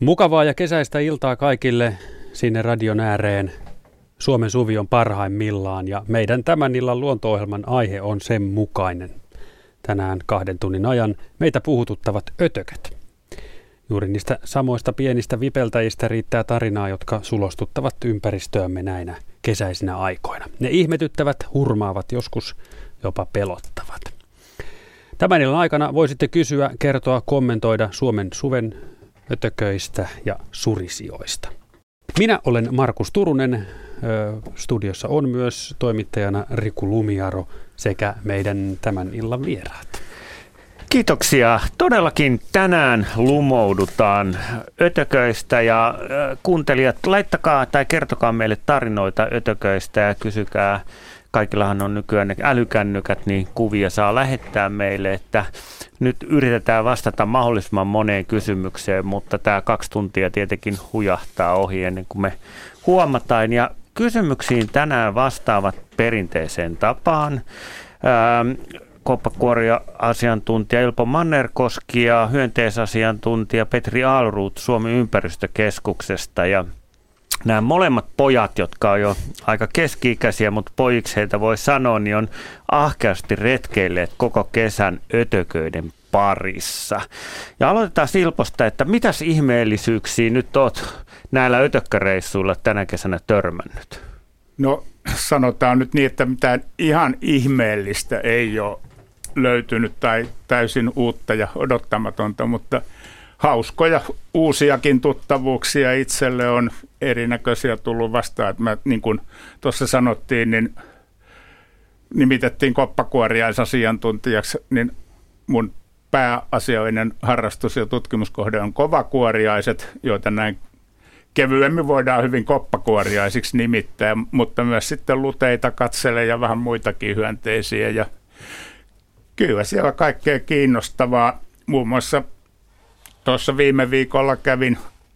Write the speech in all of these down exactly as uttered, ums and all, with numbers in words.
Mukavaa ja kesäistä iltaa kaikille sinne radion ääreen. Suomen suvi on parhaimmillaan ja meidän tämän illan luonto-ohjelman aihe on sen mukainen. Tänään kahden tunnin ajan meitä puhututtavat ötökät. Juuri niistä samoista pienistä vipeltäjistä riittää tarinaa, jotka sulostuttavat ympäristöämme näinä kesäisinä aikoina. Ne ihmetyttävät, hurmaavat, joskus jopa pelottavat. Tämän illan aikana voisitte kysyä, kertoa, kommentoida Suomen suven ötököistä ja surisioista. Minä olen Markus Turunen. Studiossa on myös toimittajana Riku Lumiaro sekä meidän tämän illan vieraat. Kiitoksia. Todellakin tänään lumoudutaan ötököistä ja kuuntelijat, laittakaa tai kertokaa meille tarinoita ötököistä ja kysykää. Kaikillahan on nykyään ne älykännykät, niin kuvia saa lähettää meille, että nyt yritetään vastata mahdollisimman moneen kysymykseen, mutta tämä kaksi tuntia tietenkin hujahtaa ohi ennen kuin me huomataan. Ja kysymyksiin tänään vastaavat perinteiseen tapaan koppakuoria-asiantuntija Ilpo Mannerkoski ja hyönteisasiantuntija Petri Ahlroth Suomen ympäristökeskuksesta. Ja nämä molemmat pojat, jotka on jo aika keski-ikäisiä, mutta pojiksi heitä voi sanoa, niin on ahkeasti retkeilleet koko kesän ötököiden parissa. Ja aloitetaan Ilposta, että mitäs ihmeellisyyksiä nyt oot näillä ötökkäreissuilla tänä kesänä törmännyt? No sanotaan nyt niin, että mitään ihan ihmeellistä ei ole löytynyt tai täysin uutta ja odottamatonta, mutta hauskoja uusiakin tuttavuuksia itselle on erinäköisiä tullut vastaan. Että mä, niin kuin tuossa sanottiin, niin nimitettiin koppakuoriaisasiantuntijaksi, niin mun pääasiallinen harrastus ja tutkimuskohde on kovakuoriaiset, joita näin kevyemmin voidaan hyvin koppakuoriaisiksi nimittää, mutta myös sitten luteita katselee ja vähän muitakin hyönteisiä. Ja kyllä siellä kaikkea kiinnostavaa. Muun muassa tuossa viime viikolla kävin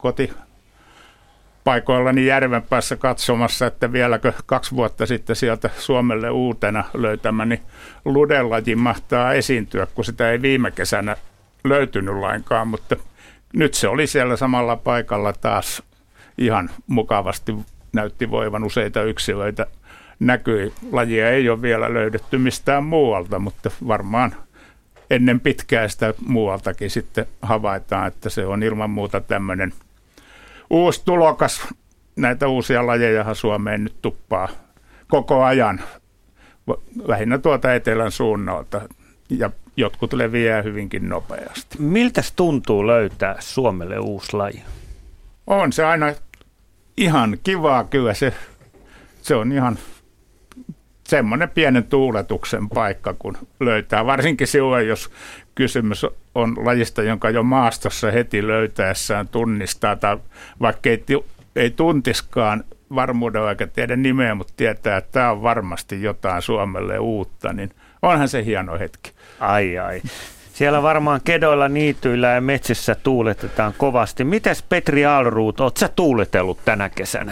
kotipaikoillani Järvenpäässä katsomassa, että vieläkö kaksi vuotta sitten sieltä Suomelle uutena löytämäni ludelaji mahtaa esiintyä, kun sitä ei viime kesänä löytynyt lainkaan, mutta nyt se oli siellä samalla paikalla taas ihan mukavasti, näytti voivan useita yksilöitä. Näkyi, lajia ei ole vielä löydetty mistään muualta, mutta varmaan ennen pitkää sitä muualtakin sitten havaitaan, että se on ilman muuta tämmöinen uusi tulokas. Näitä uusia lajejahan Suomeen nyt tuppaa koko ajan, lähinnä tuolta etelän suunnalta, ja jotkut leviää hyvinkin nopeasti. Miltäs tuntuu löytää Suomelle uusi laji? On se aina ihan kivaa, kyllä se, se on ihan semmoinen pienen tuuletuksen paikka, kun löytää. Varsinkin silloin, jos kysymys on lajista, jonka jo maastossa heti löytäessään tunnistaa, tai vaikka ei, ei tuntiskaan varmuudella eikä tiedä nimeä, mutta tietää, että tämä on varmasti jotain Suomelle uutta, niin onhan se hieno hetki. Ai ai. Siellä varmaan kedoilla, niityillä ja metsissä tuuletetaan kovasti. Mites Petri Ahlroth, oot sä tuuletellut tänä kesänä?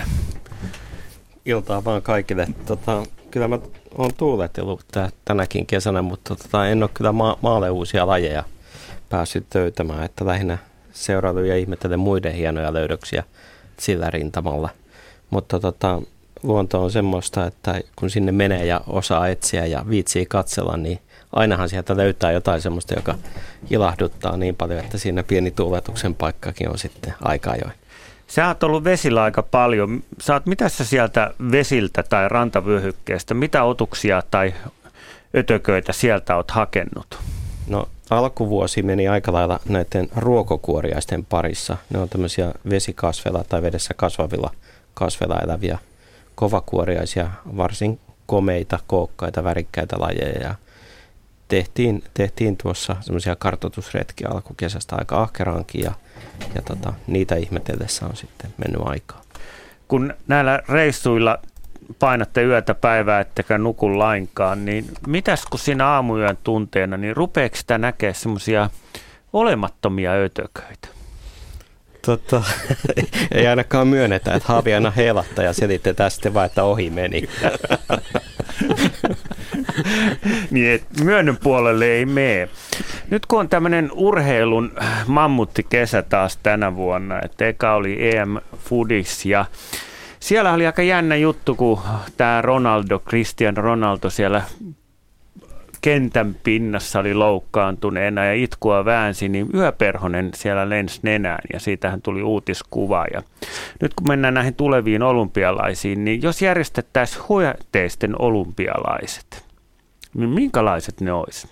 Iltaa vaan kaikille. Tota, kyllä mä oon tuuletellut tänäkin kesänä, mutta tota, en ole kyllä ma- maalle uusia lajeja päässyt löytämään. Että lähinnä seurailu ja ihmettelen muiden hienoja löydöksiä sillä rintamalla. Mutta tota, luonto on semmoista, että kun sinne menee ja osaa etsiä ja viitsii katsella, niin ainahan sieltä löytää jotain semmoista, joka ilahduttaa niin paljon, että siinä pieni tuuletuksen paikkakin on sitten aika ajoin. Sä oot ollut vesillä aika paljon. Sä oot, mitä sä sieltä vesiltä tai rantavyöhykkeestä, mitä otuksia tai ötököitä sieltä oot hakenut? No alkuvuosi meni aika lailla näiden ruokokuoriaisten parissa. Ne on tämmöisiä vesikasveilla tai vedessä kasvavilla kasveilla eläviä kovakuoriaisia, varsin komeita, kookkaita, värikkäitä lajeja. Ja tehtiin, tehtiin tuossa semmoisia kartoitusretkiä alkukesästä aika ahkeraankin ja, ja tota, niitä ihmetellessä on sitten mennyt aikaa. Kun näillä reissuilla painatte yötä päivää ettekä nuku lainkaan, niin mitäs kun siinä aamuyön tunteena, niin rupeeko sitä näkemään semmoisia olemattomia ötököitä? Tota, ei ainakaan myönnetä, että haavi aina heilahtaa ja selitetään sitten vaan, että ohi meni. Niin, että myönnyn puolelle ei mene. Nyt kun on tämmöinen urheilun mammuttikesä taas tänä vuonna, että eka oli E M-fudis ja siellä oli aika jännä juttu, kun tämä Ronaldo, Cristiano Ronaldo siellä kentän pinnassa oli loukkaantuneena ja itkua väänsi, niin yöperhonen siellä lensi nenään ja siitähän tuli uutiskuva. Ja nyt kun mennään näihin tuleviin olympialaisiin, niin jos järjestettäisiin hyönteisten olympialaiset, niin minkälaiset ne olisi?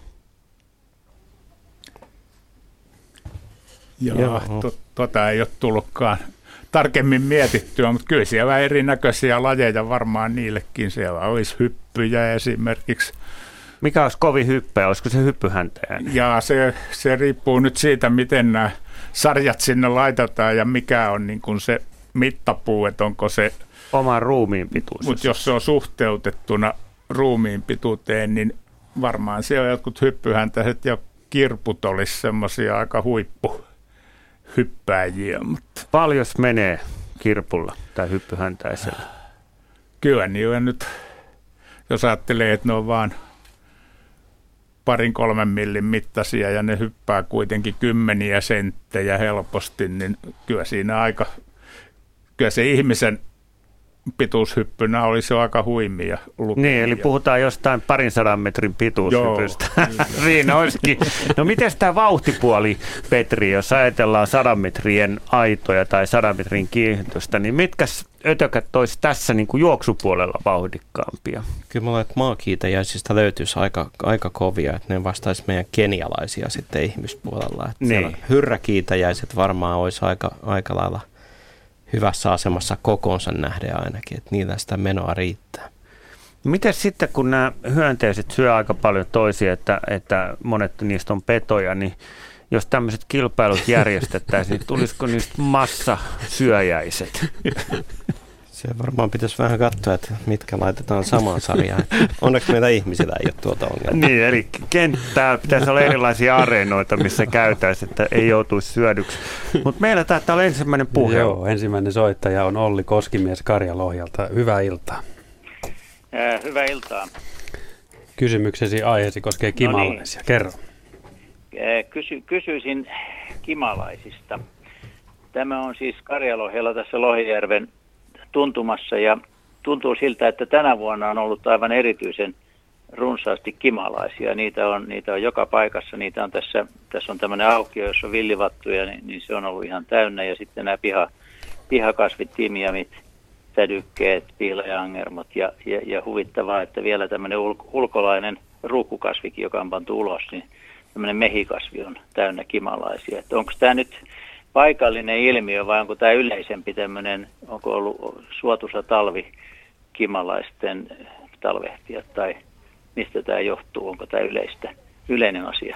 Joo, to, tota ei ole tullutkaan tarkemmin mietittyä, mutta kyllä siellä erinäköisiä lajeja varmaan niillekin. Siellä olisi hyppyjä esimerkiksi. Mikä olisi kovin hyppää? Olisiko se hyppyhäntäjä? Ja se, se riippuu nyt siitä, miten nämä sarjat sinne laitetaan ja mikä on niin kuin se mittapuu, että onko se oman ruumiin pituus. Mutta jos se on suhteutettuna ruumiin pituuteen, niin varmaan siellä jotkut hyppyhäntäiset ja kirput olisi semmoisia aika huippuhyppääjiä. Mutta paljon menee kirpulla tai hyppyhäntäisellä? Kyllä niin nyt, jos ajattelee, että ne on vaan parin kolmen millin mittaisia ja ne hyppää kuitenkin kymmeniä senttejä helposti, niin kyllä siinä aika, kyllä se ihmisen pituushyppynä olisi jo aika huimia lukemia. Niin, eli puhutaan jostain parin sadan metrin pituushypystä. Siinä olisikin. No miten tämä vauhtipuoli, Petri, jos ajatellaan sadan metrien aitoja tai sadan metrin kiihdytystä, niin mitkä ötökät olisi tässä niin kuin juoksupuolella vauhdikkaampia? Kyllä mulla että maakiitäjäisistä löytyisi aika, aika kovia, että ne vastaisi meidän kenialaisia sitten ihmispuolella. Että niin. Hyrräkiitäjäiset varmaan olisi aika, aika lailla hyvässä asemassa kokoonsa nähden ainakin, että niillä sitä menoa riittää. Miten sitten, kun nämä hyönteiset syö aika paljon toisia, että, että monet niistä on petoja, niin jos tämmöiset kilpailut järjestettäisiin, niin tulisiko niistä massasyöjäiset? Se varmaan pitäisi vähän katsoa, että mitkä laitetaan samaan sarjaan. Onneksi meillä ihmisillä ei ole tuota ongelmaa. Niin, eli kenttää pitäisi olla erilaisia areenoita, missä käytäisiin, että ei joutuisi syödyksi. Mutta meillä taitaa olla ensimmäinen puhe. Joo, ensimmäinen soittaja on Olli Koskimies Karjalohjalta. Hyvää iltaa. Äh, hyvää iltaa. Kysymyksesi aiheesi koskee kimalaisia. No niin. Kerro. Äh, kysy, kysyisin kimalaisista. Tämä on siis Karjalohjalla tässä Lohijärven tuntumassa ja tuntuu siltä, että tänä vuonna on ollut aivan erityisen runsaasti kimalaisia. Niitä on, niitä on joka paikassa. Niitä on tässä, tässä on tämmöinen aukio, jossa on villivattuja, niin, niin se on ollut ihan täynnä. Ja sitten nämä piha, pihakasvit, timiamit, tädykkeet, piilajangermot ja, ja, ja huvittavaa, että vielä tämmöinen ulko, ulkolainen ruukkukasvikin, joka on pantu ulos, niin tämmöinen mehikasvi on täynnä kimalaisia. Että onko tämä nyt paikallinen ilmiö vai onko tämä yleisempi tämmöinen, onko ollut suotuisa talvi kimalaisten talvehtia tai mistä tämä johtuu, onko tämä yleistä, yleinen asia?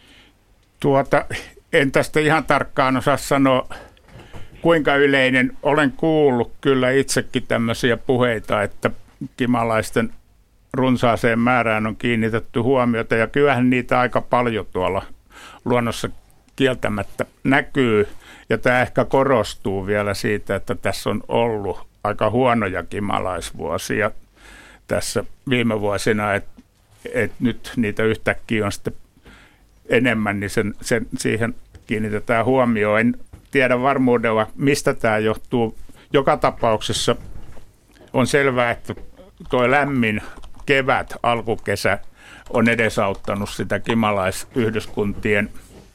Tuota, en tästä ihan tarkkaan osaa sanoa, kuinka yleinen. Olen kuullut kyllä itsekin tämmöisiä puheita, että kimalaisten runsaaseen määrään on kiinnitetty huomiota ja kyllähän niitä aika paljon tuolla luonnossa kieltämättä näkyy. Ja tämä ehkä korostuu vielä siitä, että tässä on ollut aika huonoja kimalaisvuosia tässä viime vuosina, että et nyt niitä yhtäkkiä on sitten enemmän, niin sen, sen, siihen kiinnitetään huomioon. En tiedä varmuudella, mistä tämä johtuu. Joka tapauksessa on selvää, että tuo lämmin kevät, alkukesä on edesauttanut sitä kimalaisyhdyskuntien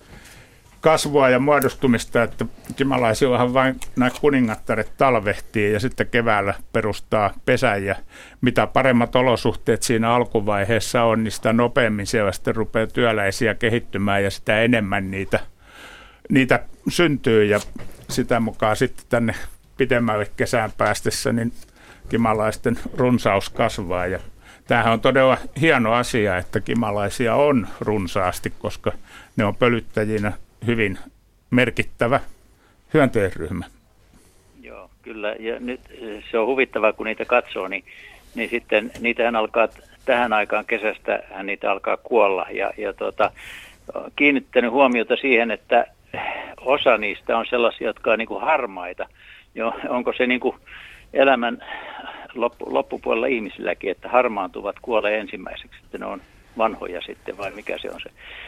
kasvua ja muodostumista, että kimalaisillahan vain nämä kuningattaret talvehtii ja sitten keväällä perustaa pesän ja mitä paremmat olosuhteet siinä alkuvaiheessa on, niin sitä nopeammin siellä sitten rupeaa työläisiä kehittymään ja sitä enemmän niitä, niitä syntyy ja sitä mukaan sitten tänne pidemmälle kesään päästessä niin kimalaisten runsaus kasvaa ja tämähän on todella hieno asia, että kimalaisia on runsaasti, koska ne on pölyttäjinä hyvin merkittävä hyönteisryhmä. Joo, kyllä. Ja nyt se on huvittavaa, kun niitä katsoo, niin, niin sitten niitähän alkaa tähän aikaan kesästä, niitä alkaa kuolla. Ja, ja tuota, kiinnittänyt huomiota siihen, että osa niistä on sellaisia, jotka on niin kuin harmaita. Jo, onko se niin kuin elämän loppu, loppupuolella ihmisilläkin, että harmaantuvat kuolee ensimmäiseksi, että ne on vanhoja sitten, vai mikä se on se,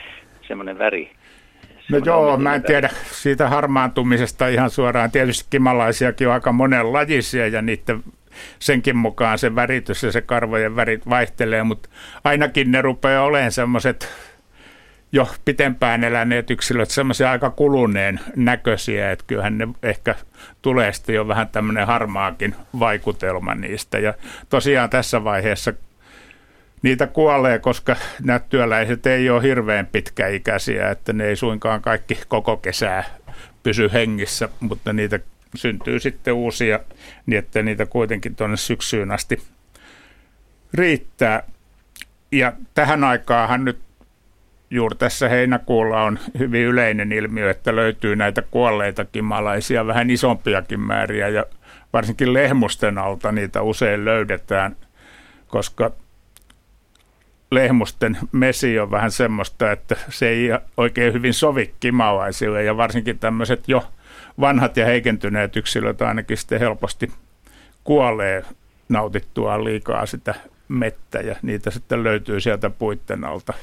semmoinen väri? No joo, mä en tiedä siitä harmaantumisesta ihan suoraan. Tietysti kimalaisiakin on aika monenlajisia ja niiden senkin mukaan se väritys ja se karvojen värit vaihtelee, mutta ainakin ne rupeaa olemaan semmoiset jo pitempään eläneet yksilöt, semmoisia aika kuluneen näköisiä, että kyllähän ne ehkä tulee sitten jo vähän tämmöinen harmaakin vaikutelma niistä. Ja tosiaan tässä vaiheessa niitä kuolee, koska nämä työläiset ei ole hirveän pitkäikäisiä, että ne ei suinkaan kaikki koko kesää pysy hengissä, mutta niitä syntyy sitten uusia, niin että niitä kuitenkin tuonne syksyyn asti riittää. Ja tähän aikaanhan nyt juuri tässä heinäkuulla on hyvin yleinen ilmiö, että löytyy näitä kuolleita kimalaisia, vähän isompiakin määriä, ja varsinkin lehmusten alta niitä usein löydetään, koska lehmusten mesi on vähän semmoista, että se ei oikein hyvin sovi kimalaisille, ja varsinkin tämmöiset jo vanhat ja heikentyneet yksilöt ainakin sitten helposti kuolee nautittuaan liikaa sitä mettä, ja niitä sitten löytyy sieltä puitten alta.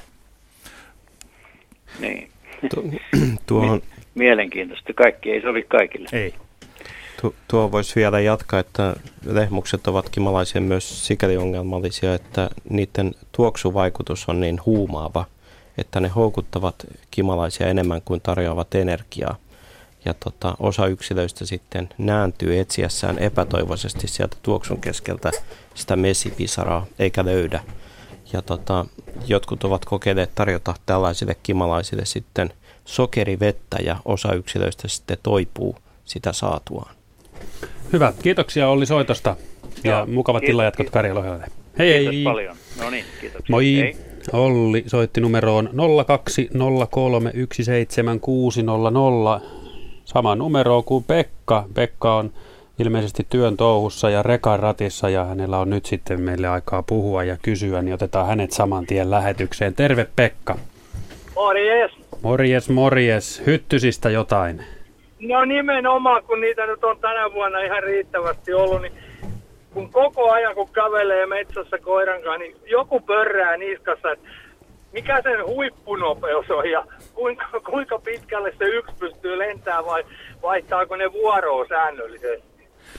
Niin. Tuohon, Mielenkiintoista. Kaikki ei sovi kaikille. Ei. tu, tuo voisi vielä jatkaa, että lehmukset ovat kimalaisia myös sikäli ongelmallisia, että niiden tuoksuvaikutus on niin huumaava, että ne houkuttavat kimalaisia enemmän kuin tarjoavat energiaa. Ja tota, osa yksilöistä sitten nääntyy etsiessään epätoivoisesti sieltä tuoksun keskeltä sitä mesipisaraa, eikä löydä. Ja tota, jotkut ovat kokeilleet tarjota tällaisille kimalaisille sitten sokerivettä, ja osa yksilöistä sitten toipuu sitä saatuaan. Hyvä, kiitoksia Olli soitosta ja Joo, mukavat kiitos, tilajatkot Karjalohjalle. Hei Kiitos hei! paljon. No niin, kiitoksia. Moi! Hei. Olli soitti numeroon nolla kaksi nolla kolme yksi seitsemän kuusi nolla nolla. Sama numero kuin Pekka. Pekka on ilmeisesti työn touhussa ja rekan ratissa, ja hänellä on nyt sitten meille aikaa puhua ja kysyä, niin otetaan hänet saman tien lähetykseen. Terve Pekka. Morjes. Morjes, morjes. Hyttysistä jotain. No nimenomaan, kun niitä nyt on tänä vuonna ihan riittävästi ollut, niin kun koko ajan kun kävelee metsässä koiran kanssa, niin joku pörrää niskassa, että mikä sen huippunopeus on ja kuinka, kuinka pitkälle se yksi pystyy lentämään vai vaihtaako ne vuoroa säännöllisesti?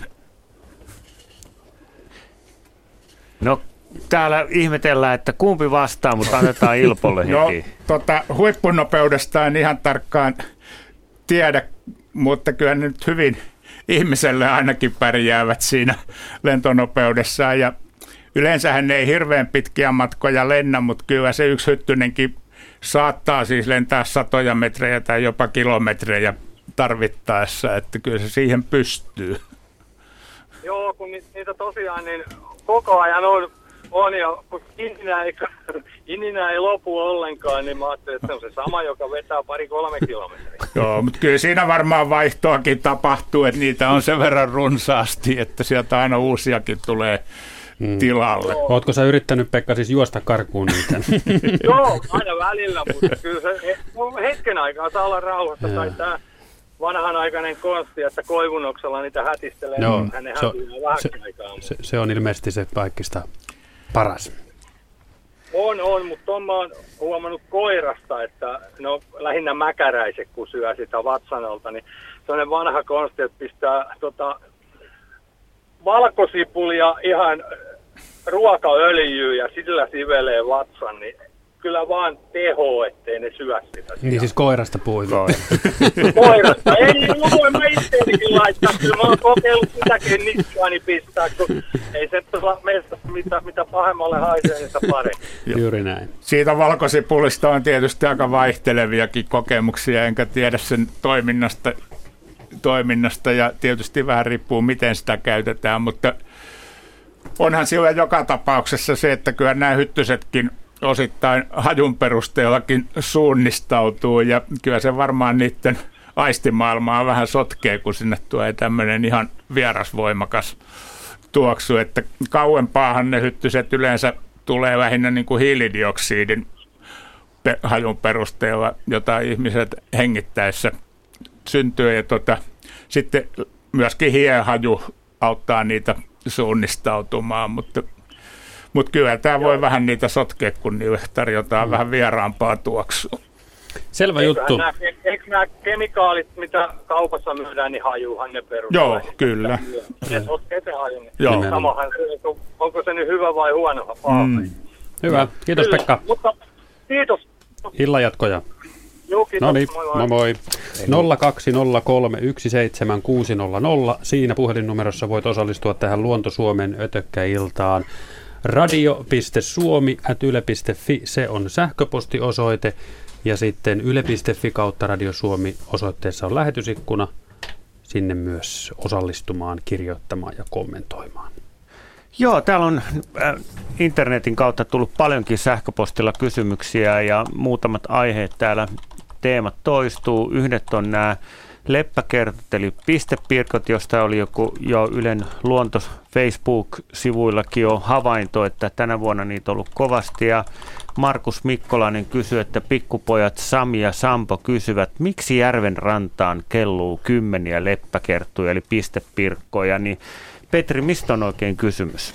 No täällä ihmetellään, että kumpi vastaa, mutta annetaan Ilpolle heti. No, tota, huippunopeudesta en ihan tarkkaan tiedä, mutta kyllä ne nyt hyvin ihmiselle ainakin pärjäävät siinä lentonopeudessaan. Ja yleensähän ne ei hirveän pitkiä matkoja lennä, mutta kyllä se yksi hyttynenkin saattaa siis lentää satoja metrejä tai jopa kilometrejä tarvittaessa, että kyllä se siihen pystyy. Joo, kun niitä tosiaan niin koko ajan on, on ja kun ininä ei, ininä ei lopu ollenkaan, niin mä ajattelin, että se on se sama, joka vetää pari-kolme kilometriä. Joo, mutta kyllä siinä varmaan vaihtoakin tapahtuu, että niitä on sen verran runsaasti, että sieltä aina uusiakin tulee mm. tilalle. Joo. Ootko sä yrittänyt, Pekka, siis juosta karkuun niitä? Joo, aina välillä, mutta kyllä se hetken aikaa saa olla rauhassa. Tai tämä vanhanaikainen konsti, että koivunoksella niitä hätistelee, Joo, niin hänen se, hätiää vähän se, aikaa. se, se on ilmeisesti se kaikista paras. On, on, mutta on mä oon huomannut koirasta, että no lähinnä mäkäräiset, kun syö sitä vatsanolta, niin sellainen vanha konsti, että pistää tota, valkosipulia ihan ruokaöljyä ja sillä sivelee vatsan, niin kyllä vaan teho, ettei ne syö sitä. Niin siis koirasta puhuit. Koirasta. Ei, voi mä itseänikin laittaa. Kyllä mä oon kokeillut sitäkin nikkaani pistää, kun ei se tuolla metsässä mitä, mitä pahemmalle haisee, niin sitä paremmin. Juuri näin. Siitä valkosipulista on tietysti aika vaihteleviakin kokemuksia, enkä tiedä sen toiminnasta, toiminnasta ja tietysti vähän riippuu, miten sitä käytetään, mutta onhan sillä joka tapauksessa se, että kyllä nämä hyttysetkin osittain hajun perusteellakin suunnistautuu, ja kyllä se varmaan niiden aistimaailmaa vähän sotkee, kun sinne tulee tämmöinen ihan vierasvoimakas tuoksu, että kauempaahan ne hyttyset yleensä tulee lähinnä niin kuin hiilidioksidin pe- hajun perusteella, jota ihmiset hengittäessä syntyy, ja tota, sitten myöskin hiehaju auttaa niitä suunnistautumaan, mutta Mutta kyllä tämä voi vähän niitä sotkea, kun niille tarjotaan mm. vähän vieraampaa tuoksua. Selvä juttu. Nämä, eikö nämä kemikaalit, mitä kaupassa myydään, niin hajuuhan ne perustaa? Joo, kyllä. Ne sotkee se haju. Joo. Samahan se, onko se nyt hyvä vai huono? Mm. Hyvä, kiitos kyllä. Pekka. Mutta kiitos. Illan jatkoja. Joo, kiitos. No niin, moi moi. moi moi. nolla kaksi nolla kolme yksi seitsemän kuusi nolla nolla. Siinä puhelinnumerossa voit osallistua tähän Luonto-Suomen ötökkäiltaan. radio piste suomi ät yle piste fi, se on sähköpostiosoite. Ja sitten yle piste fi kautta Radio Suomi osoitteessa on lähetysikkuna. Sinne myös osallistumaan, kirjoittamaan ja kommentoimaan. Joo, täällä on äh, internetin kautta tullut paljonkin sähköpostilla kysymyksiä ja muutamat aiheet täällä, teemat toistuu. Yhdet on nämä leppäkertot eli pistepirkot, josta oli joku jo Ylen luonto Facebook-sivuillakin jo havainto, että tänä vuonna niitä on ollut kovasti. Ja Markus Mikkolainen kysyy, että pikkupojat Sami ja Sampo kysyvät, miksi järven rantaan kelluu kymmeniä leppäkerttuja eli pistepirkkoja, niin Petri, mistä on oikein kysymys?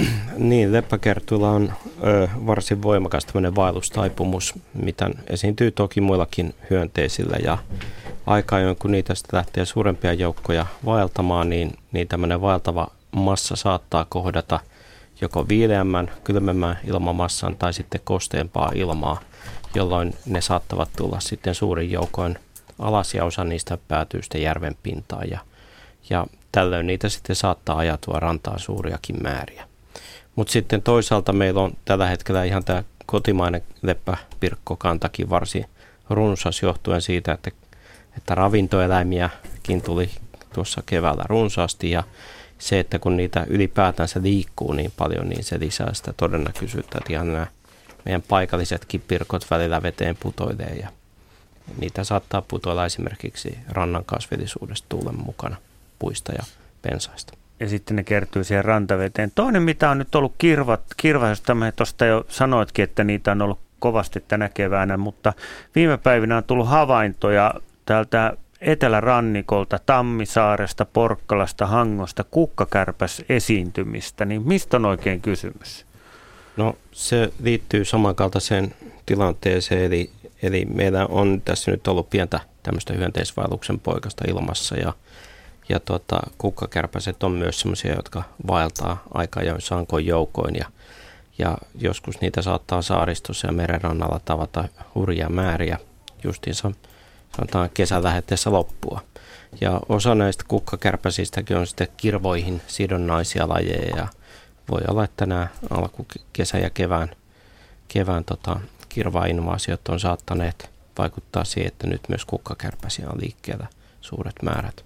Niin, leppäkertuilla on ö, varsin voimakas tämmöinen vaellustaipumus, mitä esiintyy toki muillakin hyönteisillä. Ja aika ajoin, kun niitä sitten lähtee suurempia joukkoja vaeltamaan, niin, niin tämmöinen vaeltava massa saattaa kohdata joko viileämmän, kylmemmän ilmamassan tai sitten kosteempaa ilmaa, jolloin ne saattavat tulla sitten suurin joukoin alas ja osa niistä päätyy sitten järven pintaan. Ja, ja tällöin niitä sitten saattaa ajatua rantaan suuriakin määriä. Mutta sitten toisaalta meillä on tällä hetkellä ihan tämä kotimainen leppäpirkkokantakin varsin runsas johtuen siitä, että, että ravintoeläimiäkin tuli tuossa keväällä runsaasti ja se, että kun niitä ylipäätänsä liikkuu niin paljon, niin se lisää sitä todennäköisyyttä, että ihan nämä meidän paikallisetkin pirkot välillä veteen putoilee ja niitä saattaa putoilla esimerkiksi rannan kasvillisuudesta tuulen mukana puista ja pensaista. Ja sitten ne kertyy siihen rantaveteen. Toinen, mitä on nyt ollut kirvat, kirva, josta me tuosta jo sanoitkin, että niitä on ollut kovasti tänä keväänä, mutta viime päivinä on tullut havaintoja täältä etelärannikolta, Tammisaaresta, Porkkalasta, Hangosta, kukkakärpäs esiintymistä, niin mistä on oikein kysymys? No se liittyy samankaltaiseen tilanteeseen, eli, eli meillä on tässä nyt ollut pientä tämmöistä hyönteisvaelluksen poikasta ilmassa ja Ja tuota, kukkakärpäset on myös sellaisia, jotka vaeltaa aika ajoin sankoin joukoin ja, ja joskus niitä saattaa saaristossa ja merenrannalla tavata hurjia määriä justiinsa sanotaan kesän lähetteessä loppua. Ja osa näistä kukkakärpäsistäkin on sitten kirvoihin sidonnaisia lajeja ja voi olla, että nämä alkukesän ja kevään, kevään tota, kirvainvaasiot on saattaneet vaikuttaa siihen, että nyt myös kukkakärpäsiä on liikkeellä suuret määrät.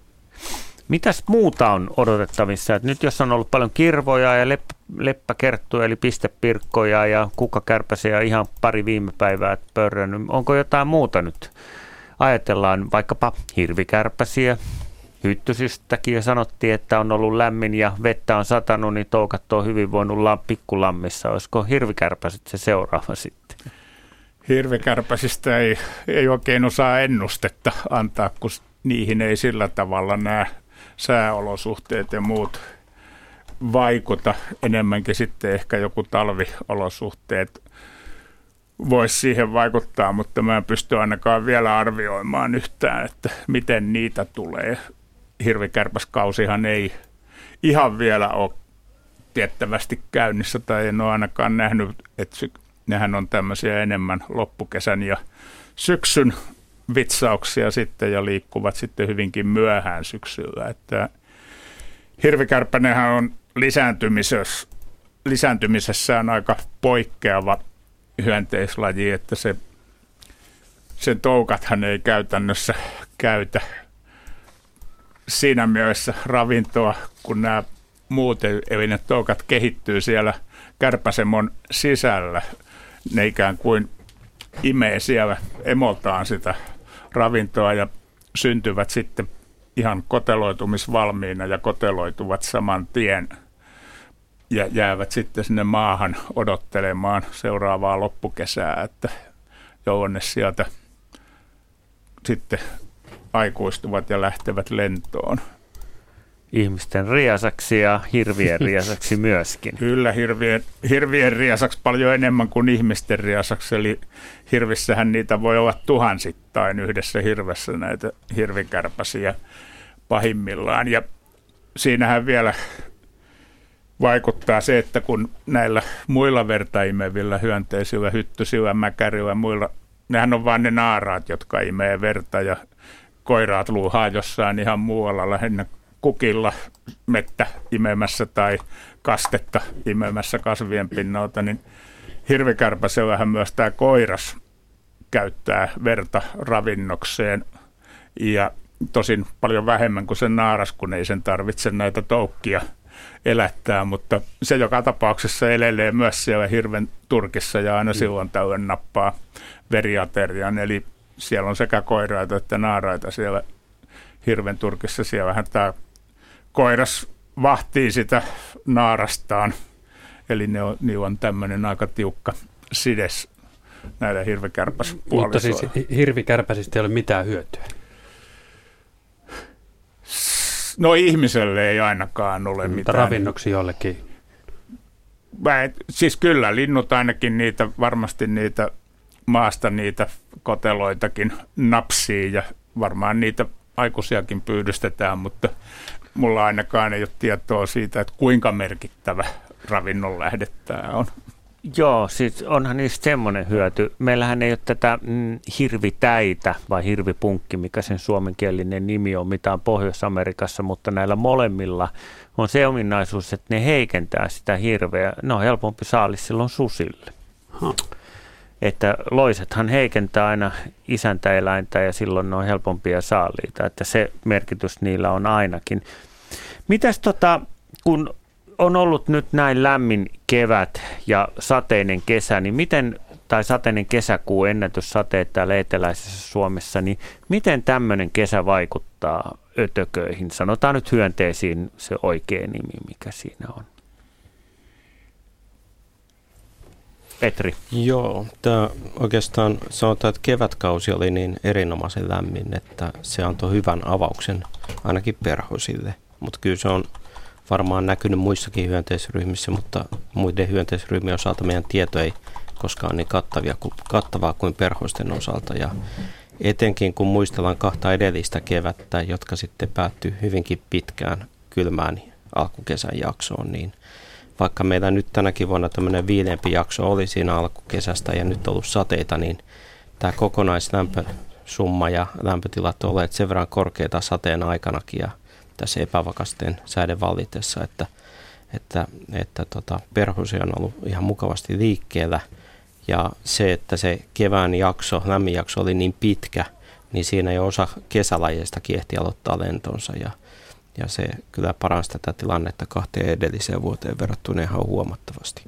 Mitäs muuta on odotettavissa? Et nyt jos on ollut paljon kirvoja ja lepp, leppäkerttuja eli pistepirkkoja ja kukkakärpäsiä ihan pari viime päivää pörrännyt, onko jotain muuta nyt? Ajatellaan vaikkapa hirvikärpäsiä, hyttysistäkin ja sanottiin, että on ollut lämmin ja vettä on satanut, niin toukat on hyvin voinut olla pikkulammissa. Olisiko hirvikärpäset se seuraava sitten? Hirvikärpäsistä ei, ei oikein osaa ennustetta antaa, kun niihin ei sillä tavalla nämä sääolosuhteet ja muut vaikuta. Enemmänkin sitten ehkä joku talviolosuhteet voisi siihen vaikuttaa, mutta mä en pysty ainakaan vielä arvioimaan yhtään, että miten niitä tulee. Hirvikärpäskausihan ei ihan vielä ole tiettävästi käynnissä tai en ole ainakaan nähnyt, että nehän on tämmöisiä enemmän loppukesän ja syksyn vitsauksia sitten ja liikkuvat sitten hyvinkin myöhään syksyllä. Että hirvikärpänenhän on lisääntymisessä, lisääntymisessään aika poikkeava hyönteislaji, että se, sen toukathan ei käytännössä käytä siinä mielessä ravintoa, kun nämä muut, eli ne toukat kehittyy siellä kärpäsemon sisällä. Ne ikään kuin imee siellä emoltaan sitä ravintoa ja syntyvät sitten ihan koteloitumisvalmiina ja koteloituvat saman tien ja jäävät sitten sinne maahan odottelemaan seuraavaa loppukesää, että jolloin ne sieltä sitten aikuistuvat ja lähtevät lentoon. ihmisten riesaksi ja hirvien riesaksi myöskin. Kyllä, hirvien, hirvien riesaksi paljon enemmän kuin ihmisten riesaksi, eli hirvissähän niitä voi olla tuhansittain yhdessä hirvessä näitä hirvikärpäsiä pahimmillaan. Ja siinähän vielä vaikuttaa se, että kun näillä muilla verta imevillä hyönteisillä, hyttysillä, mäkärillä, muilla, nehän on vain ne naaraat, jotka imee verta ja koiraat luuhaa jossain ihan muualla, lähinnä kukilla mettä imemässä tai kastetta imemässä kasvien pinnalta, niin hirvikärpäsellähän myös tämä koiras käyttää verta ravinnokseen ja tosin paljon vähemmän kuin sen naaras, kun ei sen tarvitse näitä toukkia elättää, mutta se joka tapauksessa elelee myös siellä hirven turkissa ja aina silloin tällöin nappaa veriaterian, eli siellä on sekä koiraita että naaraita siellä hirven turkissa. Siellähän tämä koiras vahtii sitä naarastaan, eli ne on, niillä on tämmöinen aika tiukka sides näillä hirvikärpäspuolisoilla. Mutta siis hirvikärpäsistä ei ole mitään hyötyä? No ihmiselle ei ainakaan ole Mutta mitään. ravinnoksi jollekin? Mä, siis kyllä, linnut ainakin niitä, varmasti niitä maasta niitä koteloitakin napsii ja varmaan niitä aikuisiakin pyydystetään, mutta mulla ainakaan ei ole tietoa siitä, että kuinka merkittävä ravinnon lähde tämä on. Joo, siis onhan niistä semmoinen hyöty. Meillähän ei ole tätä mm, hirvitäitä vai hirvipunkki, mikä sen suomenkielinen nimi on, mitä on Pohjois-Amerikassa, mutta näillä molemmilla on se ominaisuus, että ne heikentää sitä hirveä. Ne on helpompi saalis silloin susille. Huh. Että loisethan heikentää aina isäntäeläintä ja silloin ne on helpompia saaliita, että se merkitys niillä on ainakin. Mitäs tota, kun on ollut nyt näin lämmin kevät ja sateinen kesä, niin miten, tai sateinen kesäkuu, ennätyssateet täällä eteläisessä Suomessa, niin miten tämmöinen kesä vaikuttaa ötököihin? Sanotaan nyt hyönteisiin se oikea nimi, mikä siinä on. Petri. Joo, tämä oikeastaan sanotaan, että kevätkausi oli niin erinomaisen lämmin, että se antoi hyvän avauksen ainakin perhosille, mutta kyllä se on varmaan näkynyt muissakin hyönteisryhmissä, mutta muiden hyönteisryhmien osalta meidän tieto ei koskaan niin kattavia, kattavaa kuin perhosten osalta. Ja etenkin kun muistellaan kahta edellistä kevättä, jotka sitten päättyi hyvinkin pitkään kylmään alkukesän jaksoon, niin vaikka meillä nyt tänäkin vuonna tämmöinen viileämpi jakso oli siinä alkukesästä ja nyt on ollut sateita, niin tämä kokonaislämpösumma ja lämpötilat ovat olleet sen verran korkeita sateen aikanakin ja tässä epävakasten säiden vallitessa, että, että, että tota, perhosia on ollut ihan mukavasti liikkeellä. Ja se, että se kevään jakso, lämmin jakso oli niin pitkä, niin siinä jo osa kesälajeistakin ehti aloittaa lentonsa. Ja, ja se kyllä paransi tätä tilannetta kahteen edelliseen vuoteen verrattuna ihan huomattavasti.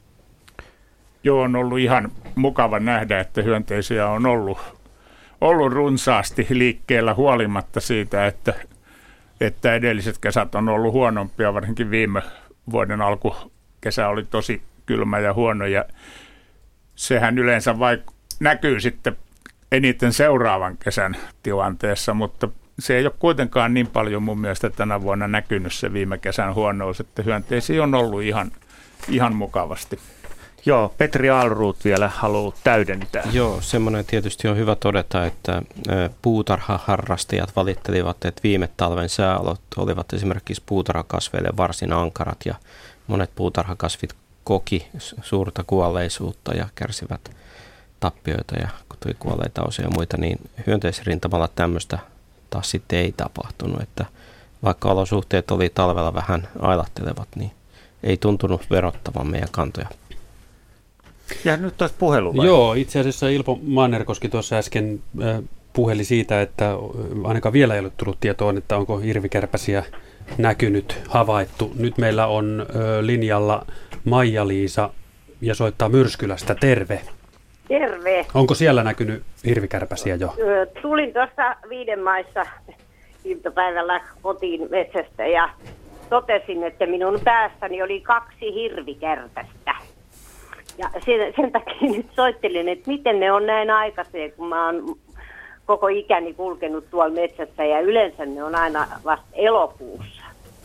Joo, on ollut ihan mukava nähdä, että hyönteisiä on ollut, ollut runsaasti liikkeellä huolimatta siitä, että että edelliset kesät on ollut huonompia, varsinkin viime vuoden alkukesä oli tosi kylmä ja huono, ja sehän yleensä vaik- näkyy sitten eniten seuraavan kesän tilanteessa, mutta se ei ole kuitenkaan niin paljon mun mielestä tänä vuonna näkynyt se viime kesän huonous, että hyönteisiä on ollut ihan, ihan mukavasti. Joo, Petri Alruut vielä haluaa täydentää. Joo, semmoinen tietysti on hyvä todeta, että puutarhaharrastajat valittelivat, että viime talven sääolot olivat esimerkiksi puutarhakasveille varsin ankarat ja monet puutarhakasvit koki suurta kuolleisuutta ja kärsivät tappioita ja tuli kuolleita osia ja muita, niin hyönteisrintamalla tämmöistä taas sitten ei tapahtunut, että vaikka olosuhteet oli talvella vähän ailahtelevat, niin ei tuntunut verottavan meidän kantoja. Ja nyt taas puhelu vai? Joo, itse asiassa Ilpo Mannerkoski tuossa äsken äh, puheli siitä, että ainakaan vielä ei ole tullut tietoon, että onko hirvikärpäsiä näkynyt, havaittu. Nyt meillä on äh, linjalla Maija-Liisa ja soittaa Myrskylästä. Terve. Terve. Onko siellä näkynyt hirvikärpäsiä jo? Tulin tuossa viiden maissa iltapäivällä kotiin metsästä ja totesin, että minun päässäni oli kaksi hirvikärpästä. Ja sen, sen takia nyt soittelin, että miten ne on näin aikaisia, kun mä oon koko ikäni kulkenut tuolla metsässä ja yleensä ne on aina vasta elokuussa.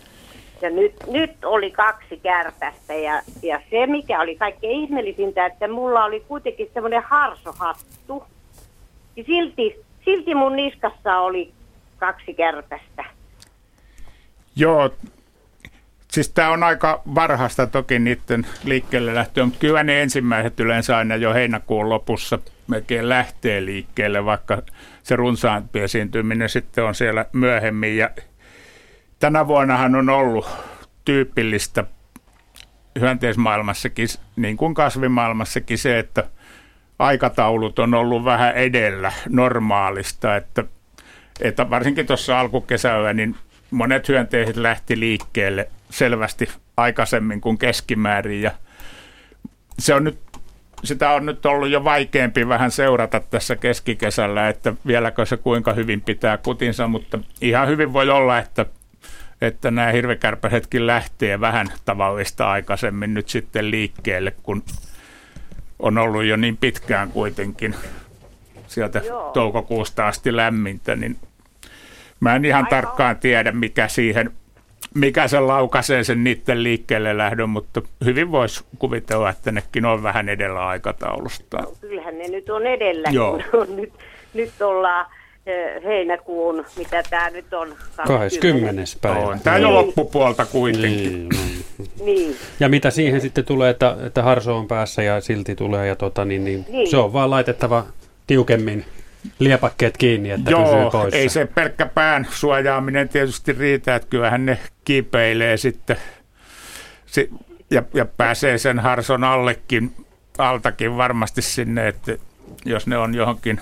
Ja nyt, nyt oli kaksi kärpästä ja, ja se, mikä oli kaikkein ihmeellisintä, että mulla oli kuitenkin semmoinen harsohattu. Ja silti, silti mun niskassa oli kaksi kärpästä. Joo, siis tämä on aika varhaista toki niiden liikkeelle lähtöä, mutta kyllä ne ensimmäiset yleensä aina jo heinäkuun lopussa melkein lähtee liikkeelle, vaikka se runsaampi esiintyminen sitten on siellä myöhemmin. Ja tänä vuonnahan on ollut tyypillistä hyönteismaailmassakin, niin kuin kasvimaailmassakin se, että aikataulut on ollut vähän edellä normaalista, että, että varsinkin tuossa alkukesällä niin monet hyönteiset lähti liikkeelle selvästi aikaisemmin kuin keskimäärin ja se on nyt, sitä on nyt ollut jo vaikeampi vähän seurata tässä keskikesällä, että vieläkö se kuinka hyvin pitää kutinsa, mutta ihan hyvin voi olla, että, että nämä hirvikärpäsetkin lähtee vähän tavallista aikaisemmin nyt sitten liikkeelle, kun on ollut jo niin pitkään kuitenkin sieltä Joo. toukokuusta asti lämmintä, niin mä en ihan Aika tarkkaan tiedä, mikä siihen, mikä se laukaisee sen niiden liikkeelle lähdön, mutta hyvin voisi kuvitella, että nekin on vähän edellä aikataulusta. No, kyllähän ne nyt on edellä, Joo. kun on nyt, nyt ollaan heinäkuun, mitä tämä nyt on? kahdeskymmenes päivä. On tämä jo loppupuolta kuitenkin. Niin, niin. Ja mitä siihen sitten tulee, että, että harso on päässä ja silti tulee, ja tota, niin, niin, niin. se on vaan laitettava tiukemmin liepakkeet kiinni, että Joo, pysyy poissa. Ei se pelkkä pään suojaaminen tietysti riitä, että kyllähän ne kiipeilee sitten ja, ja pääsee sen harson allekin, altakin varmasti sinne, että jos ne on johonkin.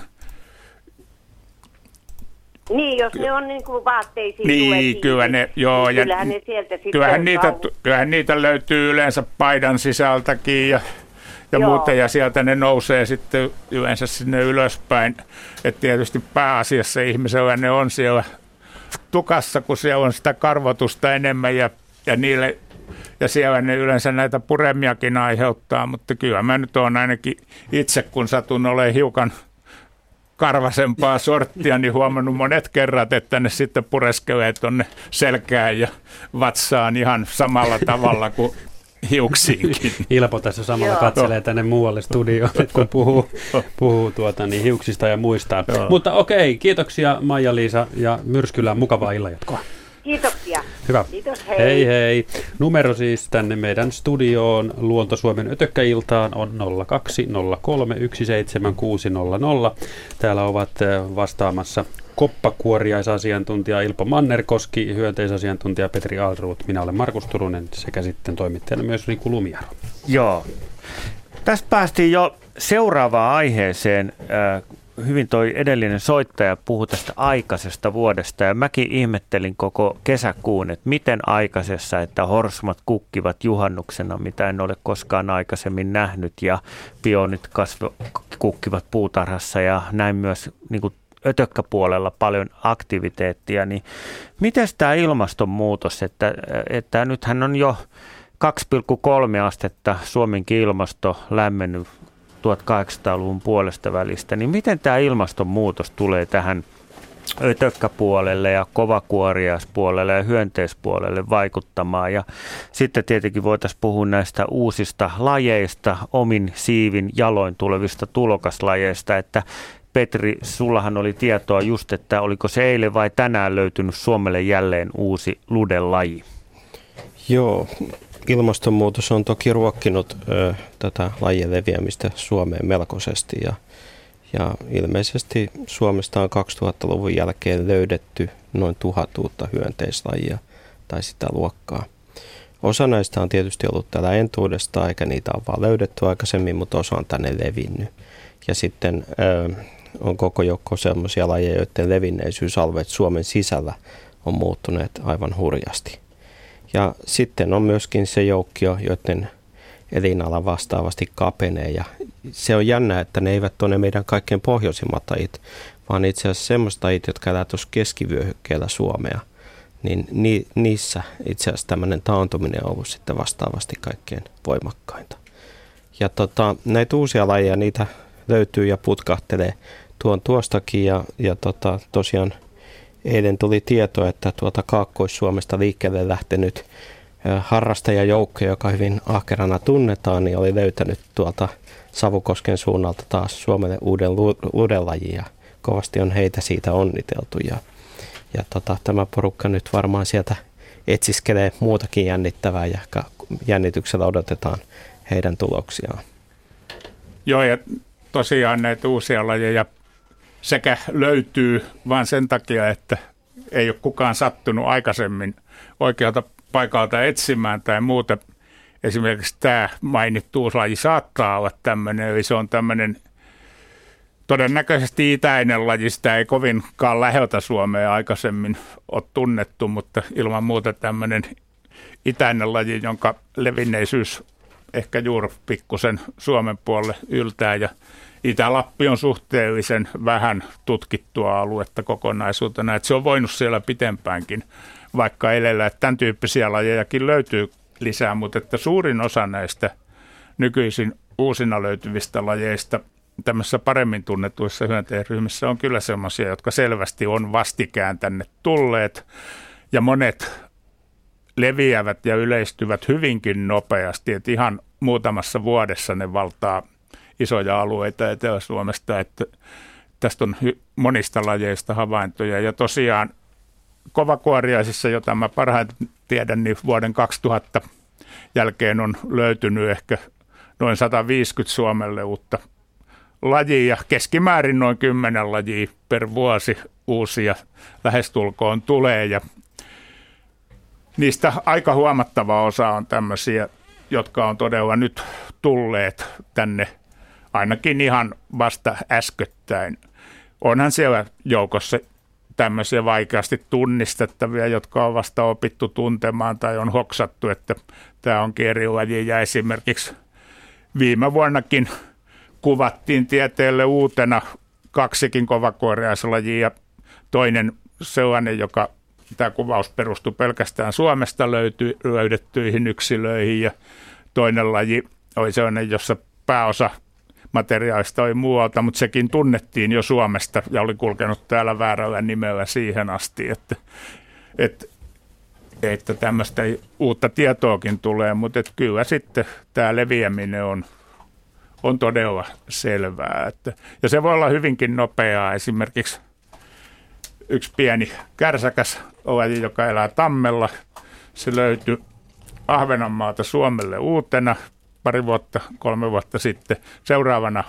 Niin, jos ne on niin kuin vaatteisiin niin, kyllä ne, joo, ja kyllähän ne sieltä sitten kyllähän niitä, kyllähän niitä löytyy yleensä paidan sisältäkin ja ja Joo. muuten, ja sieltä ne nousee sitten yleensä sinne ylöspäin. Että tietysti pääasiassa ihmisellä ne on siellä tukassa, kun siellä on sitä karvotusta enemmän, ja, ja, niille, ja siellä ne yleensä näitä puremiakin aiheuttaa, mutta kyllä mä nyt oon ainakin itse, kun satun olemaan hiukan karvasempaa sorttia, niin huomannut monet kerrat, että ne sitten pureskelee tuonne selkään ja vatsaan ihan samalla tavalla kuin hiuksiinkin. Ilpo tässä samalla Joo. katselee tänne muualle studioon, kun puhuu, puhuu tuota, niin hiuksista ja muistaa. Joo. Mutta okei, kiitoksia Maija-Liisa ja Myrskylän mukavaa illanjatkoa. Kiitoksia. Hyvä. Kiitos, hei. Hei hei. Numero siis tänne meidän studioon Luonto-Suomen Ötökkäiltaan on nolla kaksi nolla kolme yksi seitsemän kuusi nolla nolla. Täällä ovat vastaamassa koppakuoriaisasiantuntija Ilpo Mannerkoski, hyönteisasiantuntija Petri Alruut, minä olen Markus Turunen sekä sitten toimittajana myös Riku Lumiaro. Joo. Tässä päästiin jo seuraavaan aiheeseen. Hyvin toi edellinen soittaja puhui tästä aikaisesta vuodesta ja mäkin ihmettelin koko kesäkuun, että miten aikaisessa, että horsmat kukkivat juhannuksena, mitä en ole koskaan aikaisemmin nähnyt ja pionit kasvo, kukkivat puutarhassa ja näin myös niin kuin ötökkäpuolella paljon aktiviteettia, niin miten tämä ilmastonmuutos, että, että nythän on jo kaksi pilkku kolme astetta Suomenkin ilmasto lämmennyt tuhatkahdeksansataaluvun puolesta välistä, niin miten tämä ilmastonmuutos tulee tähän ötökkäpuolelle ja kovakuoriaispuolelle ja hyönteispuolelle vaikuttamaan. Ja sitten tietenkin voitaisiin puhua näistä uusista lajeista, omin siivin jaloin tulevista tulokaslajeista, että Petri, sullahan oli tietoa just, että oliko se eilen vai tänään löytynyt Suomelle jälleen uusi ludelaji? Joo, ilmastonmuutos on toki ruokkinut ö, tätä lajien leviämistä Suomeen melkoisesti ja, ja ilmeisesti Suomesta on kaksituhattaluvun jälkeen löydetty noin tuhat uutta hyönteislajia tai sitä luokkaa. Osa näistä on tietysti ollut täällä entuudesta, eikä niitä ole vaan löydetty aikaisemmin, mutta osa on tänne levinnyt. Ja sitten ö, on koko joukko sellaisia lajeja, joiden levinneisyys-alueet Suomen sisällä on muuttuneet aivan hurjasti. Ja sitten on myöskin se joukkio, joiden elinala vastaavasti kapenee. Ja se on jännä, että ne eivät ole ne meidän kaikkein pohjoisimmat lajit, vaan itse asiassa semmoista lajit, jotka elää tuossa keskivyöhykkeellä Suomea. Niin ni, niissä itse asiassa tämmöinen taantuminen on ollut sitten vastaavasti kaikkein voimakkainta. Ja tota, näitä uusia lajeja, niitä löytyy ja putkahtelee tuon tuostakin ja, ja tota, tosiaan eilen tuli tieto, että tuota Kaakkois-Suomesta liikkeelle lähtenyt harrastajajoukko, joka hyvin ahkerana tunnetaan, niin oli löytänyt tuolta Savukosken suunnalta taas Suomelle uuden ludelajin ja kovasti on heitä siitä onniteltu. Ja, ja tota, tämä porukka nyt varmaan sieltä etsiskelee muutakin jännittävää ja jännityksellä odotetaan heidän tuloksiaan. Joo, ja tosiaan näitä uusia lajeja sekä löytyy vain sen takia, että ei ole kukaan sattunut aikaisemmin oikealta paikalta etsimään tai muuta. Esimerkiksi tämä mainittu uusi laji saattaa olla tämmöinen, eli se on tämmöinen todennäköisesti itäinen laji, sitä ei kovinkaan läheltä Suomea aikaisemmin ole tunnettu, mutta ilman muuta tämmöinen itäinen laji, jonka levinneisyys ehkä juuri pikkusen Suomen puolelle yltää, ja Itä-Lappi on suhteellisen vähän tutkittua aluetta kokonaisuutena, että se on voinut siellä pitempäänkin, vaikka edellä, että tämän tyyppisiä lajejakin löytyy lisää, mutta että suurin osa näistä nykyisin uusina löytyvistä lajeista tämmöisissä paremmin tunnetuissa hyönteiryhmissä on kyllä semmoisia, jotka selvästi on vastikään tänne tulleet, ja monet leviävät ja yleistyvät hyvinkin nopeasti, että ihan muutamassa vuodessa ne valtaa isoja alueita Etelä-Suomesta, että tästä on monista lajeista havaintoja, ja tosiaan kovakuoriaisissa, jota mä parhaiten tiedän, niin vuoden kaksituhatta jälkeen on löytynyt ehkä noin sata viisikymmentä Suomelle uutta lajia, keskimäärin noin kymmenen lajia per vuosi uusia lähestulkoon tulee, ja niistä aika huomattava osa on tämmöisiä, jotka on todella nyt tulleet tänne ainakin ihan vasta äskettäin. Onhan siellä joukossa tämmöisiä vaikeasti tunnistettavia, jotka on vasta opittu tuntemaan tai on hoksattu, että tämä onkin eri laji. Ja esimerkiksi viime vuonnakin kuvattiin tieteelle uutena kaksikin kovakuoriaislajia ja toinen sellainen, joka tämä kuvaus perustui pelkästään Suomesta löyty, löydettyihin yksilöihin, ja toinen laji oli sellainen, jossa pääosa materiaalista oli muualta, mutta sekin tunnettiin jo Suomesta ja oli kulkenut täällä väärällä nimellä siihen asti, että, että, että tämmöistä uutta tietoakin tulee, mutta että kyllä sitten tämä leviäminen on, on todella selvää. Että, ja se voi olla hyvinkin nopeaa. Esimerkiksi yksi pieni kärsäkäs laji, joka elää tammella, se löytyi Ahvenanmaalta Suomelle uutena pari vuotta, kolme vuotta sitten. Seuraavana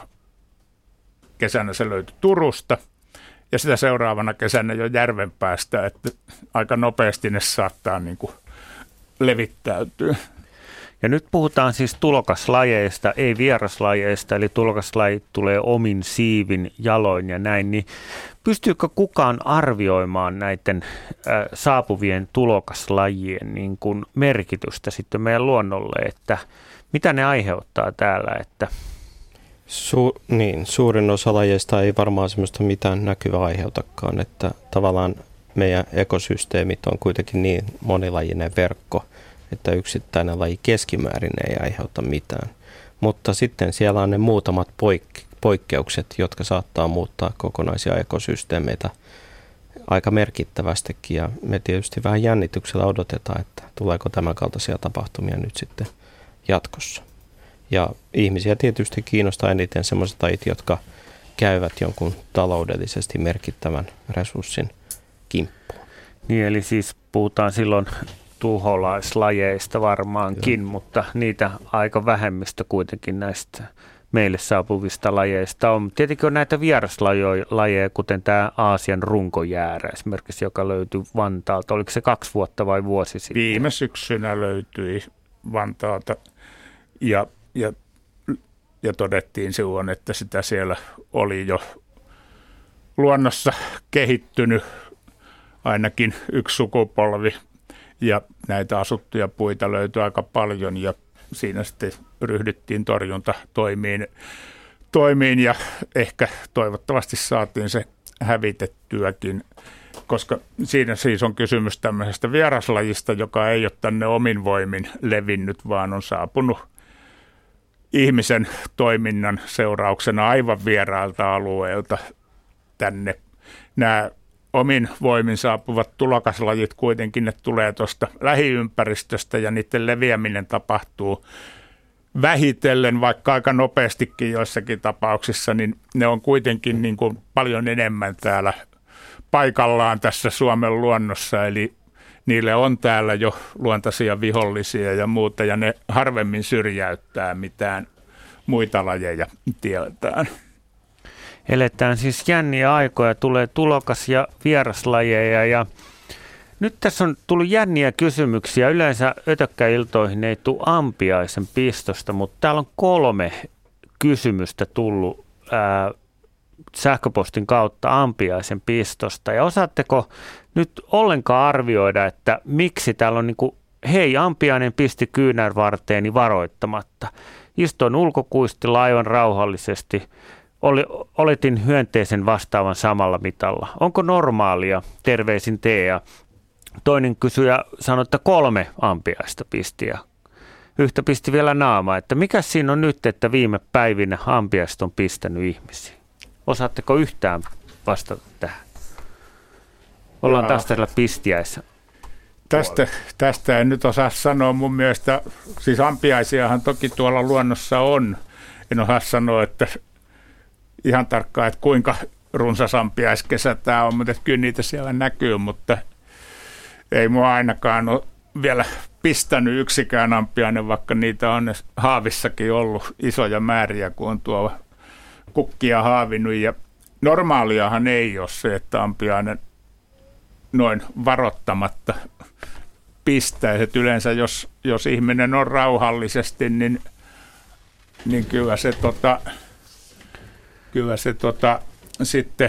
kesänä se löytyi Turusta ja sitä seuraavana kesänä jo Järvenpäästä, että aika nopeasti ne saattaa niin kuin levittäytyä. Ja nyt puhutaan siis tulokaslajeista, ei vieraslajeista, eli tulokaslajit tulee omin siivin, jaloin ja näin, niin pystyykö kukaan arvioimaan näiden äh, saapuvien tulokaslajien niin kuin merkitystä sitten meidän luonnolle, että mitä ne aiheuttaa täällä? Että Su- niin, suurin osa lajeista ei varmaan semmoista mitään näkyvää aiheutakaan, että tavallaan meidän ekosysteemit on kuitenkin niin monilajinen verkko, että yksittäinen laji keskimäärin ei aiheuta mitään. Mutta sitten siellä on ne muutamat poik- poikkeukset, jotka saattaa muuttaa kokonaisia ekosysteemeitä aika merkittävästikin. Ja me tietysti vähän jännityksellä odotetaan, että tuleeko tämän kaltaisia tapahtumia nyt sitten jatkossa. Ja ihmisiä tietysti kiinnostaa eniten sellaiset lajit, jotka käyvät jonkun taloudellisesti merkittävän resurssin kimppuun. Niin, eli siis puhutaan silloin tuholaislajeista varmaankin, Joo. mutta niitä aika vähemmistö kuitenkin näistä meille saapuvista lajeista on. Tietenkin on näitä vieraslajeja, kuten tämä Aasian runkojäärä esimerkiksi, joka löytyi Vantaalta. Oliko se kaksi vuotta vai vuosi sitten? Viime syksynä löytyi Vantaalta ja, ja, ja todettiin silloin, että sitä siellä oli jo luonnossa kehittynyt ainakin yksi sukupolvi. Ja näitä asuttuja puita löytyi aika paljon ja siinä sitten ryhdyttiin torjuntatoimiin toimiin ja ehkä toivottavasti saatiin se hävitettyäkin, koska siinä siis on kysymys tämmöisestä vieraslajista, joka ei ole tänne omin voimin levinnyt, vaan on saapunut ihmisen toiminnan seurauksena aivan vierailta alueelta tänne. Nämä omin voimin saapuvat tulokaslajit kuitenkin, ne tulee tuosta lähiympäristöstä ja niiden leviäminen tapahtuu vähitellen, vaikka aika nopeastikin joissakin tapauksissa, niin ne on kuitenkin niin kuin paljon enemmän täällä paikallaan tässä Suomen luonnossa, eli niille on täällä jo luontaisia vihollisia ja muuta, ja ne harvemmin syrjäyttää mitään muita lajeja tieltään. Eletään siis jänniä aikoja, tulee tulokas- ja vieraslajeja, ja nyt tässä on tullut jänniä kysymyksiä. Yleensä ötökkäiltoihin ei tule ampiaisen pistosta, mutta täällä on kolme kysymystä tullut ää, sähköpostin kautta ampiaisen pistosta. Ja osaatteko nyt ollenkaan arvioida, että miksi täällä on niin kuin, hei, ampiainen pisti kyynärvarteeni varoittamatta. Istuin ulkokuistilla aivan rauhallisesti. Oli, oletin hyönteisen vastaavan samalla mitalla. Onko normaalia? Terveisin Tea. Toinen kysyjä sanoi, että kolme ampiaista pisti ja yhtä pisti vielä naama. Että mikä siinä on nyt, että viime päivinä ampiaiset on pistänyt ihmisiä? Osaatteko yhtään vastata tähän? Ollaan taas tällä pistiäissä. Tästä, tästä en nyt osaa sanoa mun mielestä. Siis ampiaisiahan toki tuolla luonnossa on. En osaa sanoa, että ihan tarkkaan, että kuinka runsas ampiaiskesä tämä on, mutta kyllä niitä siellä näkyy, mutta ei mua ainakaan ole vielä pistänyt yksikään ampiainen, vaikka niitä on haavissakin ollut isoja määriä, kun on tuolla kukkia haavinut. Ja normaaliahan ei ole se, että ampiainen noin varoittamatta pistäisi. Että yleensä jos, jos ihminen on rauhallisesti, niin, niin kyllä se, tota, kyllä se tota, sitten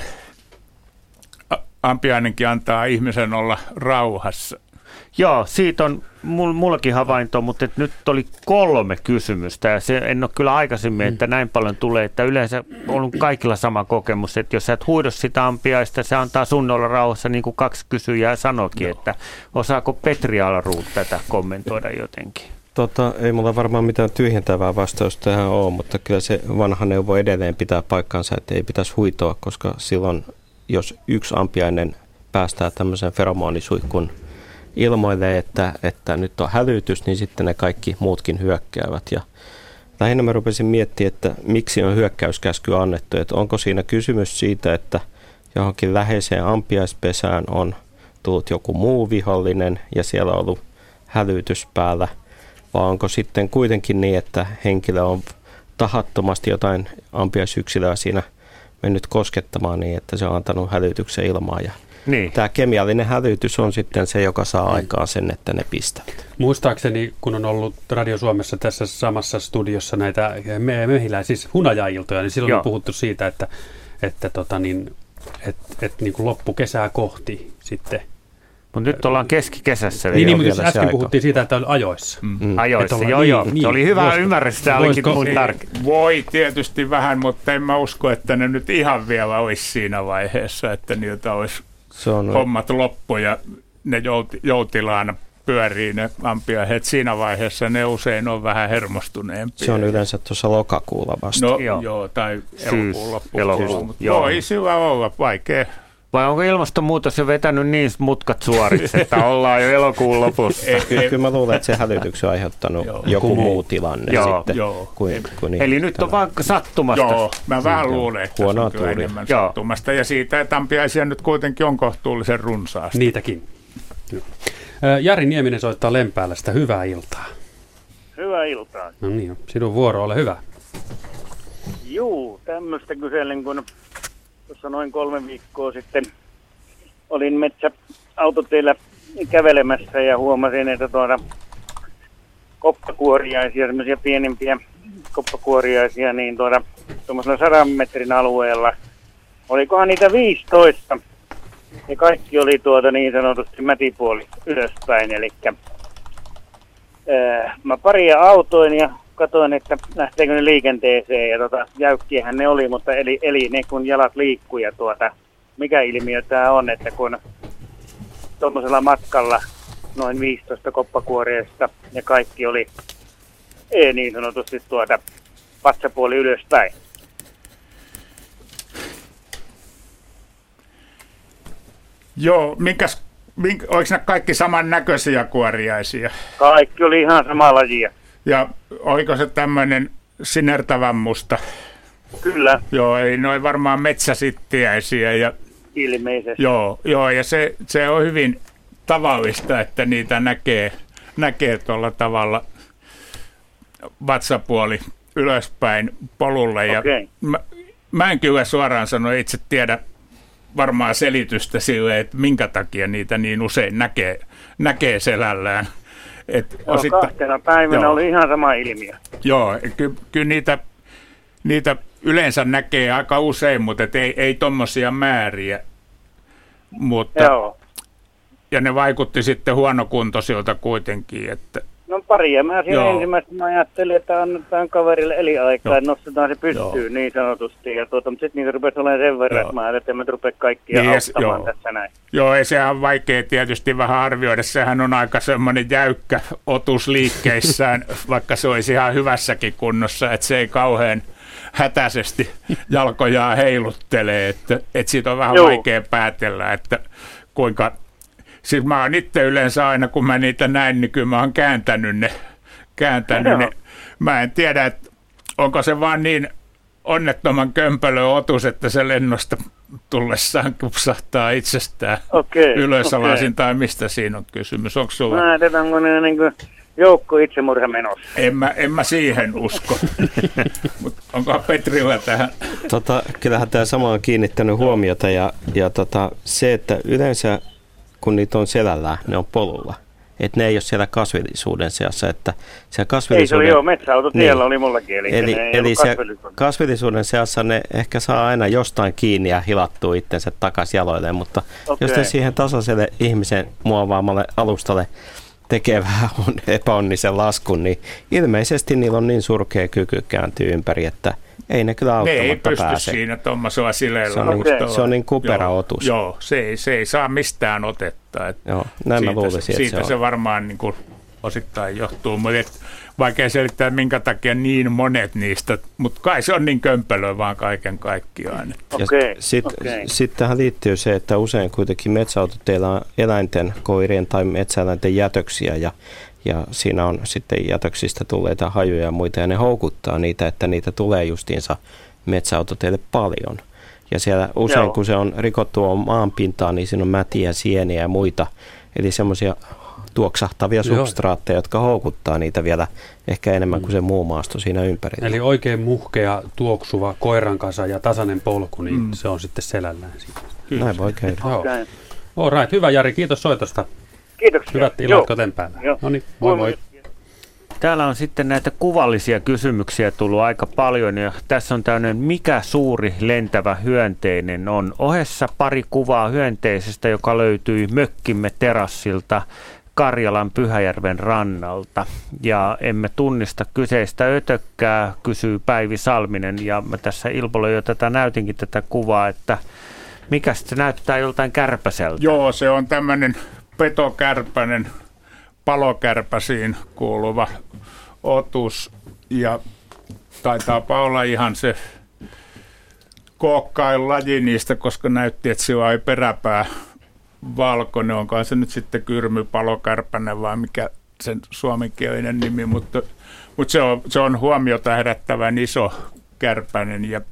ampiainenkin antaa ihmisen olla rauhassa. Joo, siitä on mullakin havainto, mutta nyt oli kolme kysymystä ja se en ole kyllä aikaisemmin, että näin paljon tulee, että yleensä on kaikilla sama kokemus, että jos sä et huido sitä ampiaista, se antaa sun olla rauhassa, niin kuin kaksi kysyjää sanoikin, no. Että osaako Petri Alaruut tätä kommentoida jotenkin? Tota, ei mulla varmaan mitään tyhjentävää vastausta tähän ole, mutta kyllä se vanha neuvo edelleen pitää paikkansa, että ei pitäisi huitoa, koska silloin, jos yksi ampiainen päästää tämmöisen feromonisuihkun ilmoilee, että, että nyt on hälytys, niin sitten ne kaikki muutkin hyökkäävät. Ja lähinnä mä rupesin miettimään, että miksi on hyökkäyskäsky annettu, että onko siinä kysymys siitä, että johonkin läheiseen ampiaispesään on tullut joku muu vihollinen ja siellä on ollut hälytys päällä, vai onko sitten kuitenkin niin, että henkilö on tahattomasti jotain ampiaisyksilöä siinä mennyt koskettamaan niin, että se on antanut hälytyksen ilmaan ja niin. Tämä kemiallinen hälytys on sitten se, joka saa mm. aikaan sen, että ne pistävät. Muistaakseni, kun on ollut Radio Suomessa tässä samassa studiossa näitä mehiläisiä, siis hunajailtoja, niin silloin Joo. on puhuttu siitä, että, että tota niin, et, et niin kuin loppukesää kohti sitten. Mutta nyt ollaan keskikesässä. Niin, niin mutta äsken puhuttiin siitä, että on ajoissa. Mm. Ajoissa, joo niin, joo. Niin, se oli hyvä ymmärrys, tämä olikin mun tärkeä. Voi tietysti vähän, mutta en mä usko, että ne nyt ihan vielä olisi siinä vaiheessa, että niiltä olisi on hommat loppu ja ne jouti, joutilaana pyörii ne ampiaiset. Siinä vaiheessa ne usein on vähän hermostuneempia. Se on yleensä tuossa lokakuulla vasta. No joo, joo tai elokuun loppuun. Mutta voi syvä olla, vaikea. Vai onko ilmastonmuutos jo vetänyt niin mutkat suoriksi, että ollaan jo elokuun lopussa? Kyllä mä luulen, että se hälytyksen on aiheuttanut joo. joku muu tilanne joo. sitten. Joo. Kuin, kuin Eli nyt on vaan sattumasta. Joo, mä vähän joo. luulen, että Huonoa se on enemmän joo. sattumasta. Ja siitä, että ampiaisia nyt kuitenkin on kohtuullisen runsaasti. Niitäkin. Jari Nieminen soittaa Lempäälästä. Hyvää iltaa. Hyvää iltaa. No niin, sinun vuoro, ole hyvä. Juu, tämmöistä kyselen, kun tuossa noin kolme viikkoa sitten olin metsäautoteillä kävelemässä ja huomasin, että tuota koppakuoriaisia, semmoisia pienempiä koppakuoriaisia, niin tuota tuommoisella sadan metrin alueella, olikohan niitä viisitoista, ja kaikki oli tuota niin sanotusti mätipuoli ylöspäin, eli ää, mä paria autoin ja katoin, että lähteekö ne liikenteeseen ja tota, jäykkiähän ne oli, mutta eli, eli ne kun jalat liikkuu ja tuota, mikä ilmiö tämä on, että kun tuommoisella matkalla noin viisitoista koppakuoriaista ja kaikki oli ei niin sanotusti tuota vatsapuoli ylöspäin. Joo, minkäs, mink, oliko ne kaikki samannäköisiä kuoriaisia? Kaikki oli ihan sama lajia. Ja oliko se tämmöinen sinertävän musta? Kyllä. Joo, ei noin varmaan metsäsittiäisiä. Ja, ilmeisesti. Joo, joo ja se, se on hyvin tavallista, että niitä näkee, näkee tuolla tavalla vatsapuoli ylöspäin polulle. Ja okay. mä, mä en kyllä suoraan sano itse tiedä varmaan selitystä sille, että minkä takia niitä niin usein näkee, näkee selällään. Et joo, osittain, kahtena päivänä joo. oli ihan sama ilmiö. Joo, kyllä ky niitä, niitä yleensä näkee aika usein, mutta et ei, ei tommosia määriä. Mutta, joo. Ja ne vaikutti sitten huonokuntoisilta kuitenkin. Että, no paria mä siinä ensimmäisenä mä ajattelin, että annetaan kaverille eliaikaa, että nostetaan se pystyyn joo. niin sanotusti. Ja tuota, mutta sitten niitä rupesi olemaan sen verran, joo. että mä ajattelin, että mä rupea kaikkia niin, auttamaan joo. tässä näin. Joo, ei sehän on vaikea tietysti vähän arvioida. Sehän on aika semmoinen jäykkä otus liikkeissään, vaikka se olisi ihan hyvässäkin kunnossa, että se ei kauhean hätäisesti jalkojaan heiluttele. Että, että siitä on vähän joo. vaikea päätellä, että kuinka... Siis mä oon itse yleensä aina, kun mä niitä näin, niin kyllä mä oon kääntänyt ne. Kääntänyt ne. Mä en tiedä, että onko se vaan niin onnettoman kömpelö otus, että se lennosta tullessaan kupsahtaa itsestään okay, ylösalaisin, okay. tai mistä siinä on kysymys. Onko sulla? Mä ajatellaan, kun ne niin kuin joukko itsemurha menossa. En mä, en mä siihen usko. Mut onkohan Petrillä tähän? Tota, kyllähän tämä sama on kiinnittänyt huomiota, ja, ja tota, se, että yleensä kun niitä on selällään, ne on polulla. Että ne ei ole siellä kasvillisuuden seassa. Että siellä kasvillisuuden... Ei se oli joo, metsäautotiellä niin. oli mullakin. Eli, eli, eli se kasvillisuuden. kasvillisuuden seassa ne ehkä saa aina jostain kiinni ja hilattua itsensä takaisin jaloilleen. Mutta okay. jos ne siihen tasaiselle ihmisen muovaamalle alustalle tekee vähän epäonnisen laskun, niin ilmeisesti niillä on niin surkea kyky kääntyä ympäri, että ei ne kyllä auttamatta pääse. Ne ei pysty pääse. Siinä tuommoisella sileillä se on, niin, se on niin kupera joo, otus. Joo, se ei, se ei saa mistään otetta. Että joo, näin siitä, mä luulisin, että siitä se, se varmaan niin kuin osittain johtuu, mutta et, vaikea selittää, minkä takia niin monet niistä, mutta kai se on niin kömpelöä vaan kaiken kaikkiaan. Okay, Sitten okay. sit tähän liittyy se, että usein kuitenkin metsäautoteillä on eläinten, koirien tai metsäeläinten jätöksiä, ja Ja siinä on sitten jätöksistä tulleita hajuja ja muita, ja ne houkuttaa niitä, että niitä tulee justiinsa metsäautoteille paljon. Ja siellä usein, Joo. kun se on rikottua maanpintaa, niin siinä on mätiä, sieniä ja muita. Eli semmoisia tuoksahtavia Joo. substraatteja, jotka houkuttaa niitä vielä ehkä enemmän kuin se muu maasto siinä ympärillä. Eli oikein muhkea, tuoksuva koiran kanssa ja tasainen polku, niin mm. se on sitten selällään siitä. Kyllä. Näin voi käydä. Okay. All right. Hyvä Jari, kiitos soitosta. Kiitoksia. Hyvät illat koten päällä. No niin, moi moi. Täällä on sitten näitä kuvallisia kysymyksiä tullut aika paljon, ja tässä on tämmöinen, mikä suuri lentävä hyönteinen on. Ohessa pari kuvaa hyönteisestä, joka löytyi mökkimme terassilta Karjalan Pyhäjärven rannalta. Ja emme tunnista kyseistä ötökkää, kysyy Päivi Salminen, ja mä tässä Ilpolle jo tätä näytinkin tätä kuvaa, että mikä se näyttää joltain kärpäseltä? Joo, se on tämmöinen petokärpänen, palokärpäsiin kuuluva otus, ja taitaapa olla ihan se kookkain laji niistä, koska näytti, että sillä ei peräpää valkoinen, onkaan se nyt sitten kyrmypalokärpänen vai mikä sen suomenkielinen nimi, mutta, mutta se, on, se on huomiota herättävän iso kärpänen ja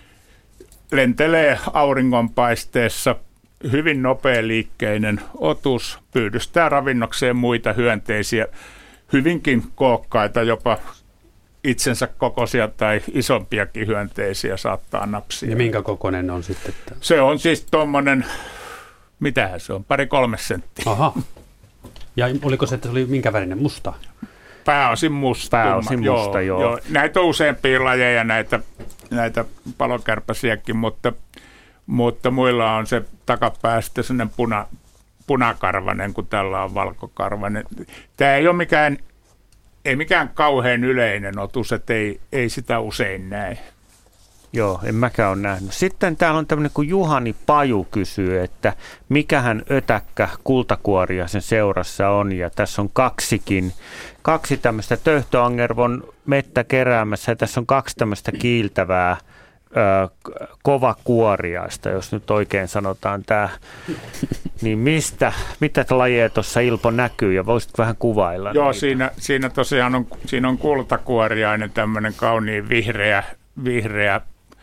lentelee auringonpaisteessa. Hyvin nopealiikkeinen otus, pyydystää ravinnokseen muita hyönteisiä, hyvinkin kookkaita, jopa itsensä kokoisia tai isompiakin hyönteisiä saattaa napsia. Ja minkä kokoinen on sitten? Se on siis tuommoinen, mitähän se on, pari kolme senttiä. Aha. Ja oliko se, että se oli minkä värinen, musta? Pääosin musta. Pääosin musta, joo. joo. joo. Näitä on useampia lajeja, näitä, näitä palokärpäsiäkin, mutta... Mutta muilla on se takapäästä sellainen puna, punakarvanen, kun tällä on valkokarvanen. Tämä ei ole mikään, ei mikään kauhean yleinen otus, että ei, ei sitä usein näe. Joo, en mäkään ole nähnyt. Sitten täällä on tämmöinen, kun Juhani Paju kysyy, että mikähän ötäkkä kultakuoria sen seurassa on, ja tässä on kaksikin. Kaksi tämmöistä töyhtöangervon mettä keräämässä, ja tässä on kaksi tämmöistä kiiltävää kovakuoriaista, jos nyt oikein sanotaan tämä, niin mistä, mitä lajeja tuossa Ilpo näkyy ja voisitko vähän kuvailla? Joo, siinä, siinä tosiaan on, siinä on kultakuoriainen, tämmöinen kauniin vihreä, vihreä,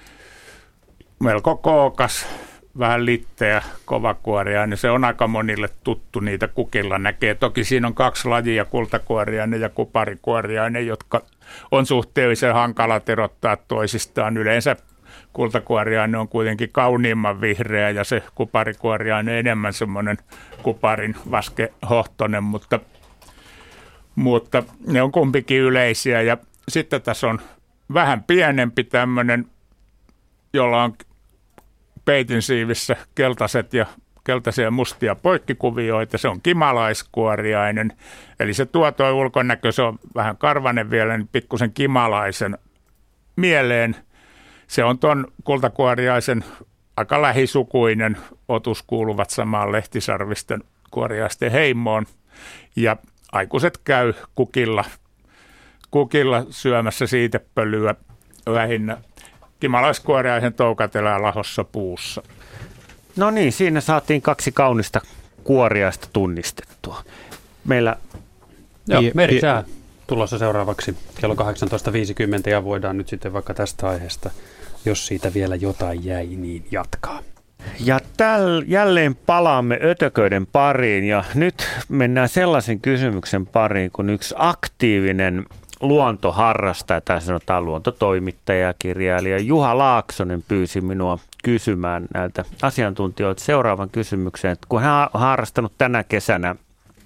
melko kookas, vähän litteä, kovakuoriainen. Se on aika monille tuttu, niitä kukilla näkee. Toki siinä on kaksi lajia, kultakuoriainen ja kuparikuoriainen, jotka on suhteellisen hankalat erottaa toisistaan. Yleensä kultakuoriainen on kuitenkin kauniimman vihreä ja se kuparikuoriainen enemmän semmoinen kuparin vaskehohtoinen, mutta, mutta ne on kumpikin yleisiä. Ja sitten tässä on vähän pienempi tämmöinen, jolla on peitin siivissä keltaiset ja keltaisia mustia poikkikuvioita. Se on kimalaiskuoriainen, eli se tuo tuo ulkonäkö, se on vähän karvanen vielä, niin pikkusen kimalaisen mieleen. Se on tuon kultakuoriaisen aika lähisukuinen, otus kuuluvat samaan lehtisarvisten kuoriaisten heimoon. Ja aikuiset käy kukilla, kukilla syömässä siitepölyä lähinnä. Kimalaiskuoriaisen toukatelää lahossa puussa. No niin, siinä saatiin kaksi kaunista kuoriaista tunnistettua. Meillä Joo, merisää tulossa seuraavaksi kello kahdeksantoista viisikymmentä ja voidaan nyt sitten vaikka tästä aiheesta, jos siitä vielä jotain jäi, niin jatkaa. Ja täl, jälleen palaamme ötököiden pariin ja nyt mennään sellaisen kysymyksen pariin, kun yksi aktiivinen luontoharrastaja, tai sanotaan luontotoimittaja ja kirjailija Juha Laaksonen pyysi minua kysymään näiltä asiantuntijoilta seuraavan kysymyksen, että kun hän on harrastanut tänä kesänä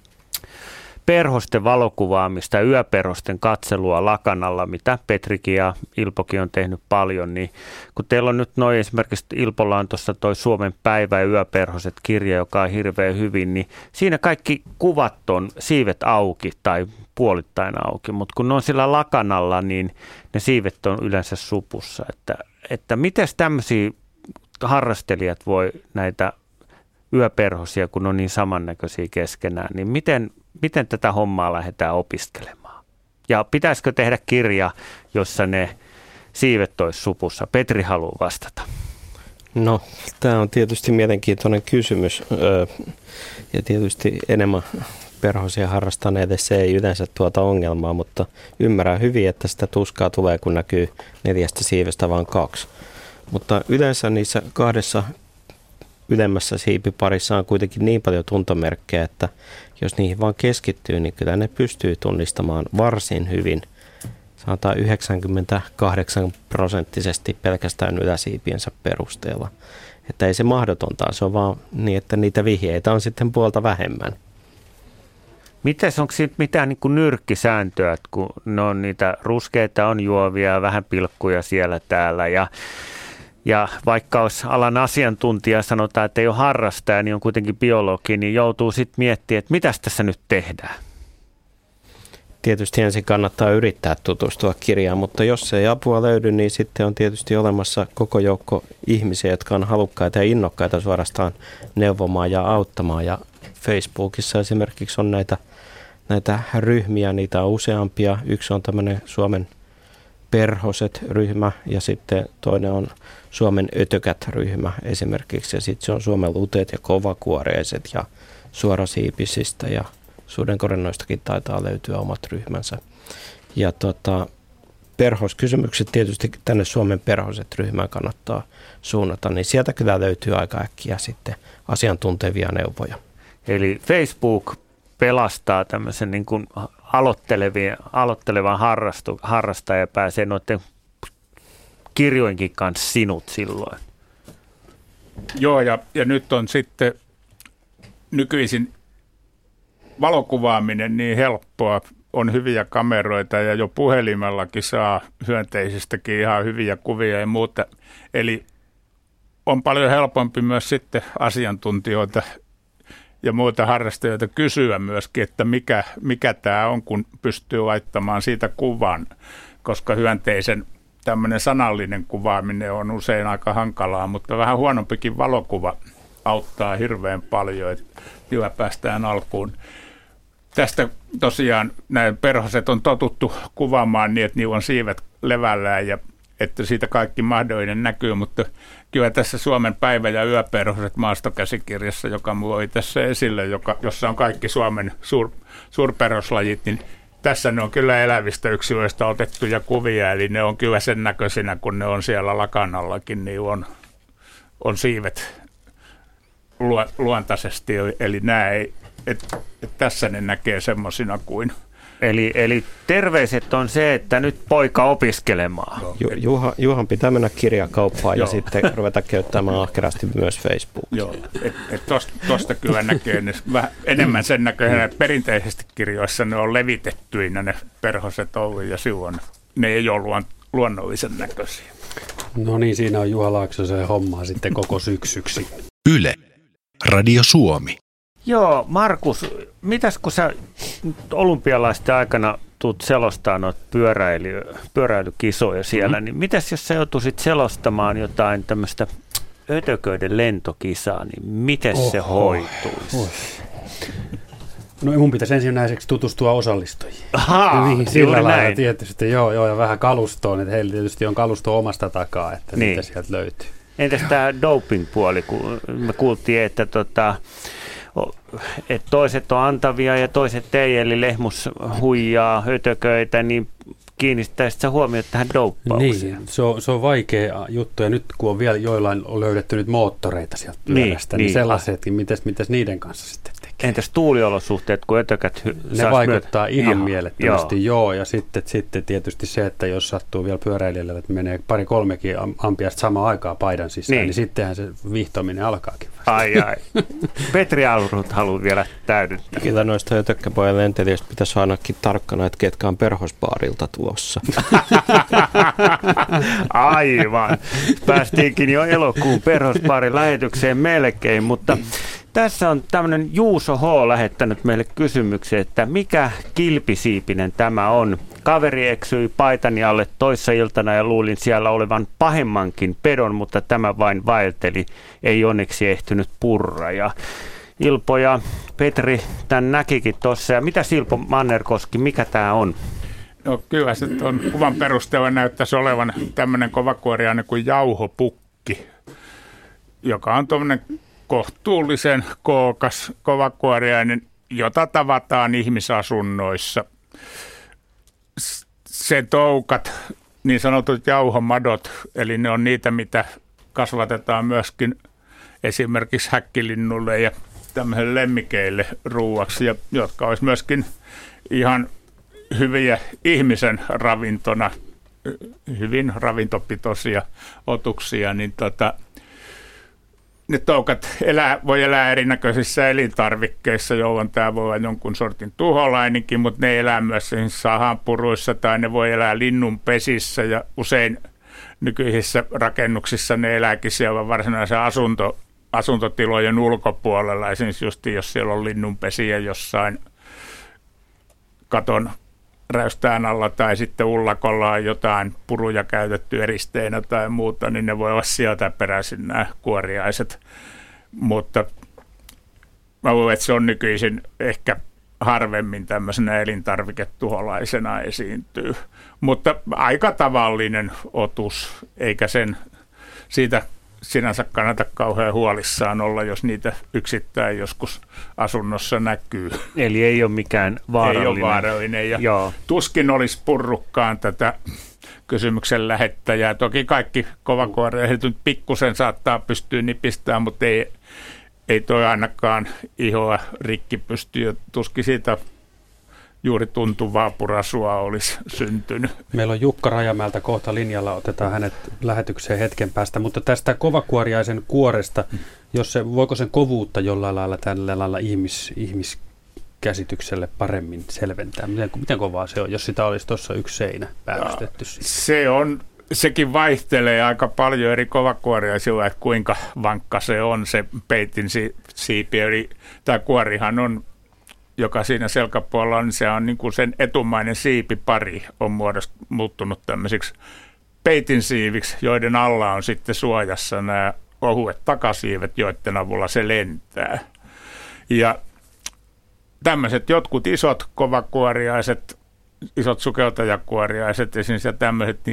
perhosten valokuvaamista ja yöperhosten katselua lakanalla, mitä Petrikin ja Ilpokin on tehnyt paljon, niin kun teillä on nyt noin esimerkiksi Ilpolla on tuossa toi Suomen päivä- ja yöperhoset kirja, joka on hirveän hyvin, niin siinä kaikki kuvat on siivet auki tai puolittain auki, mutta kun ne on sillä lakanalla, niin ne siivet on yleensä supussa, että, että miten tämmöisiä harrastelijat voi näitä yöperhosia, kun on niin samannäköisiä keskenään, niin miten Miten tätä hommaa lähdetään opiskelemaan? Ja pitäisikö tehdä kirja, jossa ne siivet olisi supussa? Petri haluaa vastata. No, tämä on tietysti mielenkiintoinen kysymys. Ja tietysti enemmän perhosia harrastaneille se ei yleensä tuota ongelmaa, mutta ymmärrän hyvin, että sitä tuskaa tulee, kun näkyy neljästä siivestä vain kaksi. Mutta yleensä niissä kahdessa ylemmässä siipiparissa on kuitenkin niin paljon tuntomerkkejä, että jos niihin vaan keskittyy, niin kyllä ne pystyy tunnistamaan varsin hyvin, sanotaan yhdeksänkymmentäkahdeksan prosenttisesti pelkästään yläsiipiensä perusteella. Että ei se mahdotonta, se on vaan niin, että niitä vihjeitä on sitten puolta vähemmän. Mites, onko siitä mitään niin kuin nyrkkisääntöä, että kun ne on niitä ruskeita, on juovia, vähän pilkkuja siellä täällä ja Ja vaikka olisi alan asiantuntija, sanotaan, että ei ole harrastaja, niin on kuitenkin biologi, niin joutuu sitten miettimään, että mitäs tässä nyt tehdään. Tietysti ensin kannattaa yrittää tutustua kirjaan, mutta jos ei apua löydy, niin sitten on tietysti olemassa koko joukko ihmisiä, jotka on halukkaita ja innokkaita suorastaan neuvomaan ja auttamaan. Ja Facebookissa esimerkiksi on näitä, näitä ryhmiä, niitä on useampia. Yksi on tämmöinen Suomen perhoset-ryhmä ja sitten toinen on Suomen ötökät-ryhmä esimerkiksi ja sitten se on Suomen luteet ja kovakuoreiset ja suorasiipisistä ja sudenkorennoistakin taitaa löytyä omat ryhmänsä. Ja tota, perhoskysymykset tietysti tänne Suomen perhoset-ryhmään kannattaa suunnata, niin sieltä kyllä löytyy aika äkkiä sitten asiantuntevia neuvoja. Eli Facebook pelastaa tämmöisen niin kuin aloittelevan harrastu, harrastaja pääsee noiden kirjoinkin kanssa sinut silloin. Joo, ja, ja nyt on sitten nykyisin valokuvaaminen niin helppoa. On hyviä kameroita ja jo puhelimellakin saa hyönteisistäkin ihan hyviä kuvia ja muuta. Eli on paljon helpompi myös sitten asiantuntijoita ja muita harrastajia kysyä myöskin, että mikä, mikä tämä on, kun pystyy laittamaan siitä kuvan, koska hyönteisen tämmöinen sanallinen kuvaaminen on usein aika hankalaa, mutta vähän huonompikin valokuva auttaa hirveän paljon, että hyvä päästään alkuun. Tästä tosiaan nämä perhoset on totuttu kuvaamaan niin, että niillä on siivet levällään ja että siitä kaikki mahdollinen näkyy, mutta kyllä tässä Suomen päivä- ja yöperhoset maastokäsikirjassa, joka mulla oli tässä esille, joka, jossa on kaikki Suomen suur, suurperhoslajit, niin tässä ne on kyllä elävistä yksilöistä otettuja kuvia, eli ne on kyllä sen näköisinä, kun ne on siellä lakanallakin, niin on, on siivet luontaisesti, eli nämä ei, et, et tässä ne näkee semmoisina kuin. Eli, eli terveiset on se, että nyt poika opiskelemaan. Ju, Juha, Juhan pitää mennä kirjakauppaan ja sitten ruveta käyttämään ahkerasti myös Facebookia. Joo, et, et tosta, tosta kyllä näkee ne, vähän enemmän sen näköisenä, että perinteisesti kirjoissa ne on levitettyinä ne perhoset ollut ja silloin ne ei ole luon, luonnollisen näköisiä. No niin, siinä on Juha Laaksosen hommaa sitten koko syksyksi. Yle, Radio Suomi. Joo, Markus, mitäs kun sä olympialaisten aikana tuut selostaa noita pyöräily, pyöräilykisoja siellä, mm-hmm. niin mitäs jos sä joutuisit selostamaan jotain tämmöistä ötököiden lentokisaa, niin miten oh, se hoituisi? Oh. No mun pitäisi ensimmäiseksi tutustua osallistujiin. Ahaa, niin, sillä lailla tietysti, joo, joo, ja vähän kalustoon, että heillä tietysti on kalusto omasta takaa, että niin. Mitä sieltä löytyy. Entäs tämä doping-puoli, kun me kuultiin, että tota, että toiset on antavia ja toiset ei, eli lehmus huijaa ötököitä, niin kiinnittäisit sä huomioon tähän douppaukseen? Niin, se on, se on vaikea juttu, ja nyt kun on vielä joillain on löydetty nyt moottoreita sieltä pyörästä, niin, niin sellaisetkin, mites, mites niiden kanssa sitten tekee? Entäs tuuliolosuhteet, kun ötökät hy- ne vaikuttaa myöt- ihan joo, mielettömästi, joo. joo, ja sitten, sitten tietysti se, että jos sattuu vielä pyöräilijälle, että menee pari kolmekin ampiasta samaan aikaan paidan sisään, niin, niin sittenhän se vihtominen alkaakin vasta. Ai ai. Petri Alrut haluaa vielä täydyttää. Kyllä noista ötökkäpojan lentelijöistä pitäisi ainakin tarkkana, että ketkä on perhosbaarilta tulossa. Aivan. Päästiinkin jo elokuun perhosbaarin lähetykseen melkein, mutta tässä on tämmöinen Juuso H. lähettänyt meille kysymyksen, että mikä kilpisiipinen tämä on. Kaveri eksyi paitani alle toissa iltana ja luulin siellä olevan pahemmankin pedon, mutta tämä vain vaelteli. Ei onneksi ehtynyt purra. Ja Ilpo ja Petri tämän näkikin tuossa. Ja mitä Ilpo Mannerkoski, mikä tämä on? No kyllä se on kuvan perusteella näyttäisi olevan tämmöinen kovakuoriainen kuin jauhopukki, joka on tuommoinen kohtuullisen kookas kovakuoriainen, jota tavataan ihmisasunnoissa. Sen toukat, niin sanotut jauhomadot, eli ne on niitä, mitä kasvatetaan myöskin esimerkiksi häkkilinnulle ja tämmöiselle lemmikeille ruuaksi, ja jotka olisi myöskin ihan hyviä ihmisen ravintona, hyvin ravintopitoisia otuksia, niin tota, ne toukat elää, voi elää erinäköisissä elintarvikkeissa, jolloin tämä voi olla jonkun sortin tuholainenkin, mutta ne elää myös sahanpuruissa tai ne voi elää linnun pesissä ja usein nykyisissä rakennuksissa ne elääkin siellä varsinaisen asunto, asuntotilojen ulkopuolella. Esimerkiksi just jos siellä on linnunpesiä jossain katon räystään alla tai sitten ullakolla on jotain puruja käytetty eristeenä tai muuta, niin ne voi olla sieltä peräisin nämä kuoriaiset. Mutta mä luulen, että se on nykyisin ehkä harvemmin tämmöisenä elintarviketuholaisena esiintyy. Mutta aika tavallinen otus, eikä sen siitä sinänsä kannata kauhean huolissaan olla, jos niitä yksittäin joskus asunnossa näkyy. Eli ei ole mikään vaarallinen. Ei ole vaarallinen. Ja Joo. tuskin olisi purrukkaan tätä kysymyksen lähettäjää. Toki kaikki kovakuoreiset nyt pikkusen saattaa pystyä nipistämään, mutta ei, ei toi ainakaan ihoa rikki pysty. Tuskin siitä juuri tuntuvaa purasua olisi syntynyt. Meillä on Jukka Rajamäeltä kohta linjalla, otetaan hänet lähetykseen hetken päästä, mutta tästä kovakuoriaisen kuoresta, jos se, voiko sen kovuutta jollain lailla tällä lailla ihmis, ihmiskäsitykselle paremmin selventää? Miten, miten kovaa se on, jos sitä olisi tuossa yksi seinä päällystetty? Se on, sekin vaihtelee aika paljon eri kovakuoriaisilla, että kuinka vankka se on se peitin siipi, eli tämä kuorihan on, joka siinä selkäpuolella on, niin se on niin kuin sen etumainen siipipari on muodost, muuttunut tämmöisiksi peitinsiiviksi, joiden alla on sitten suojassa nämä ohuet takasiivet, joiden avulla se lentää. Ja tämmöiset jotkut isot kovakuoriaiset, isot sukeltajakuoriaiset esimerkiksi ja tämmöiset, niin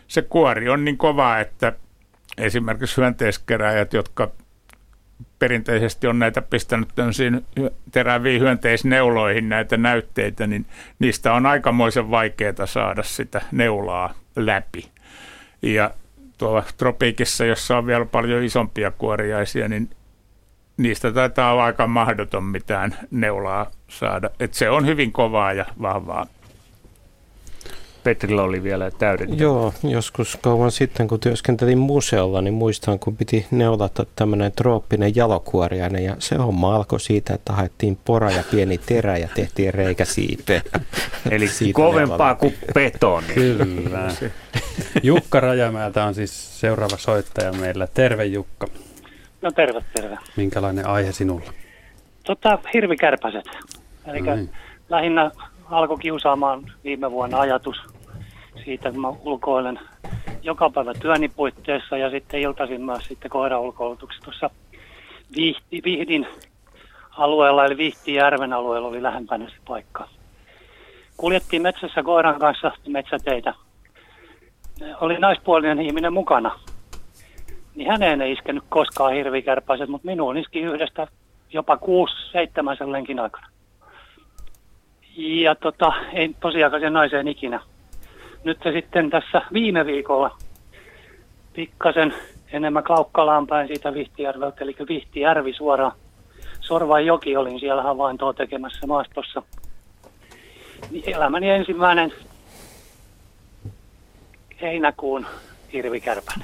se kuori on niin kova, että esimerkiksi hyönteiskeräjät, jotka perinteisesti on näitä pistänyt teräviin hyönteisneuloihin näitä näytteitä, niin niistä on aikamoisen vaikeaa saada sitä neulaa läpi. Ja tuolla tropiikissa, jossa on vielä paljon isompia kuoriaisia, niin niistä taitaa olla aika mahdoton mitään neulaa saada. Et se on hyvin kovaa ja vahvaa. Petrillä oli vielä täydentää. Joo, joskus kauan sitten, kun työskentelin museolla, niin muistan, kun piti neulata tämmöinen trooppinen jalokuoriainen, ja se homma alkoi siitä, että haettiin pora ja pieni terä ja tehtiin reikä siipeen. Eli kovempaa kuin betoni. Kyllä. Jukka Rajamäeltä on siis seuraava soittaja meillä. Terve Jukka. No terve, terve. Minkälainen aihe sinulla? Tota, hirvikärpäset. Eli Noin. lähinnä alkoi kiusaamaan viime vuonna ajatus siitä, kun mä ulkoilen joka päivä työni puitteissa ja sitten iltaisin myös sitten koiraulkoilutuksessa tuossa Vihti, Vihdin alueella, eli Vihtijärven alueella oli lähempänä se paikka. Kuljettiin metsässä koiran kanssa metsäteitä. Oli naispuolinen ihminen mukana. Niin häneen ei iskenyt koskaan hirvikärpäset, mutta minuun iski yhdestä jopa kuusi, seitsemän sen lenkin aikana. Ja tota, ei tosiaan sen naiseen ikinä. Nyt se sitten tässä viime viikolla pikkasen enemmän Klaukkalaan päin siitä Vihtijärveltä, eli Vihtijärvi suoraan. Sorvanjoki olin siellä havaintoa tekemässä maastossa. Niin elämäni ensimmäinen heinäkuun hirvikärpänen.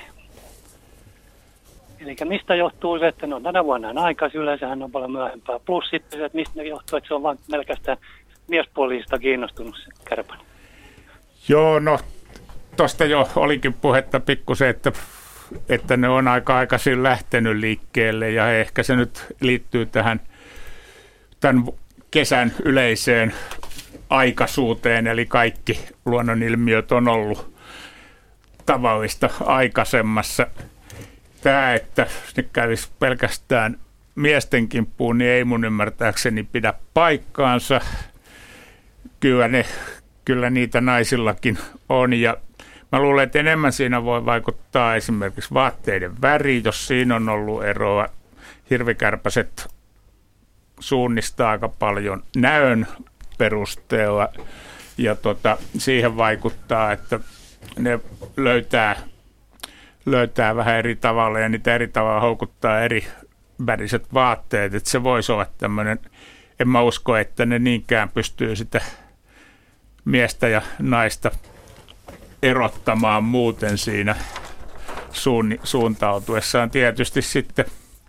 Eli mistä johtuu se, että ne on tänä vuonna aikaisin, yleensähän on paljon myöhempää. Plus sitten se, että mistä ne johtuu, että se on vain melkästään miespuolisista kiinnostunut se kärpänen. Joo, no tuosta jo olikin puhetta pikkusen, että, että ne on aika aikaisin lähtenyt liikkeelle ja ehkä se nyt liittyy tähän tämän kesän yleiseen aikaisuuteen, eli kaikki luonnonilmiöt on ollut tavallista aikaisemmassa. Tämä, että ne kävisi pelkästään miesten kimppuun, niin ei mun ymmärtääkseni pidä paikkaansa. Kyllä, ne, kyllä niitä naisillakin on, ja mä luulen, että enemmän siinä voi vaikuttaa esimerkiksi vaatteiden väri, jos siinä on ollut eroa. Hirvikärpäset suunnistaa aika paljon näön perusteella, ja tota, siihen vaikuttaa, että ne löytää, löytää vähän eri tavalla, ja niitä eri tavalla houkuttaa eri väriset vaatteet, että se voisi olla tämmöinen, en mä usko, että ne niinkään pystyy sitä miestä ja naista erottamaan muuten siinä suun, suuntautuessaan. Tietysti sitten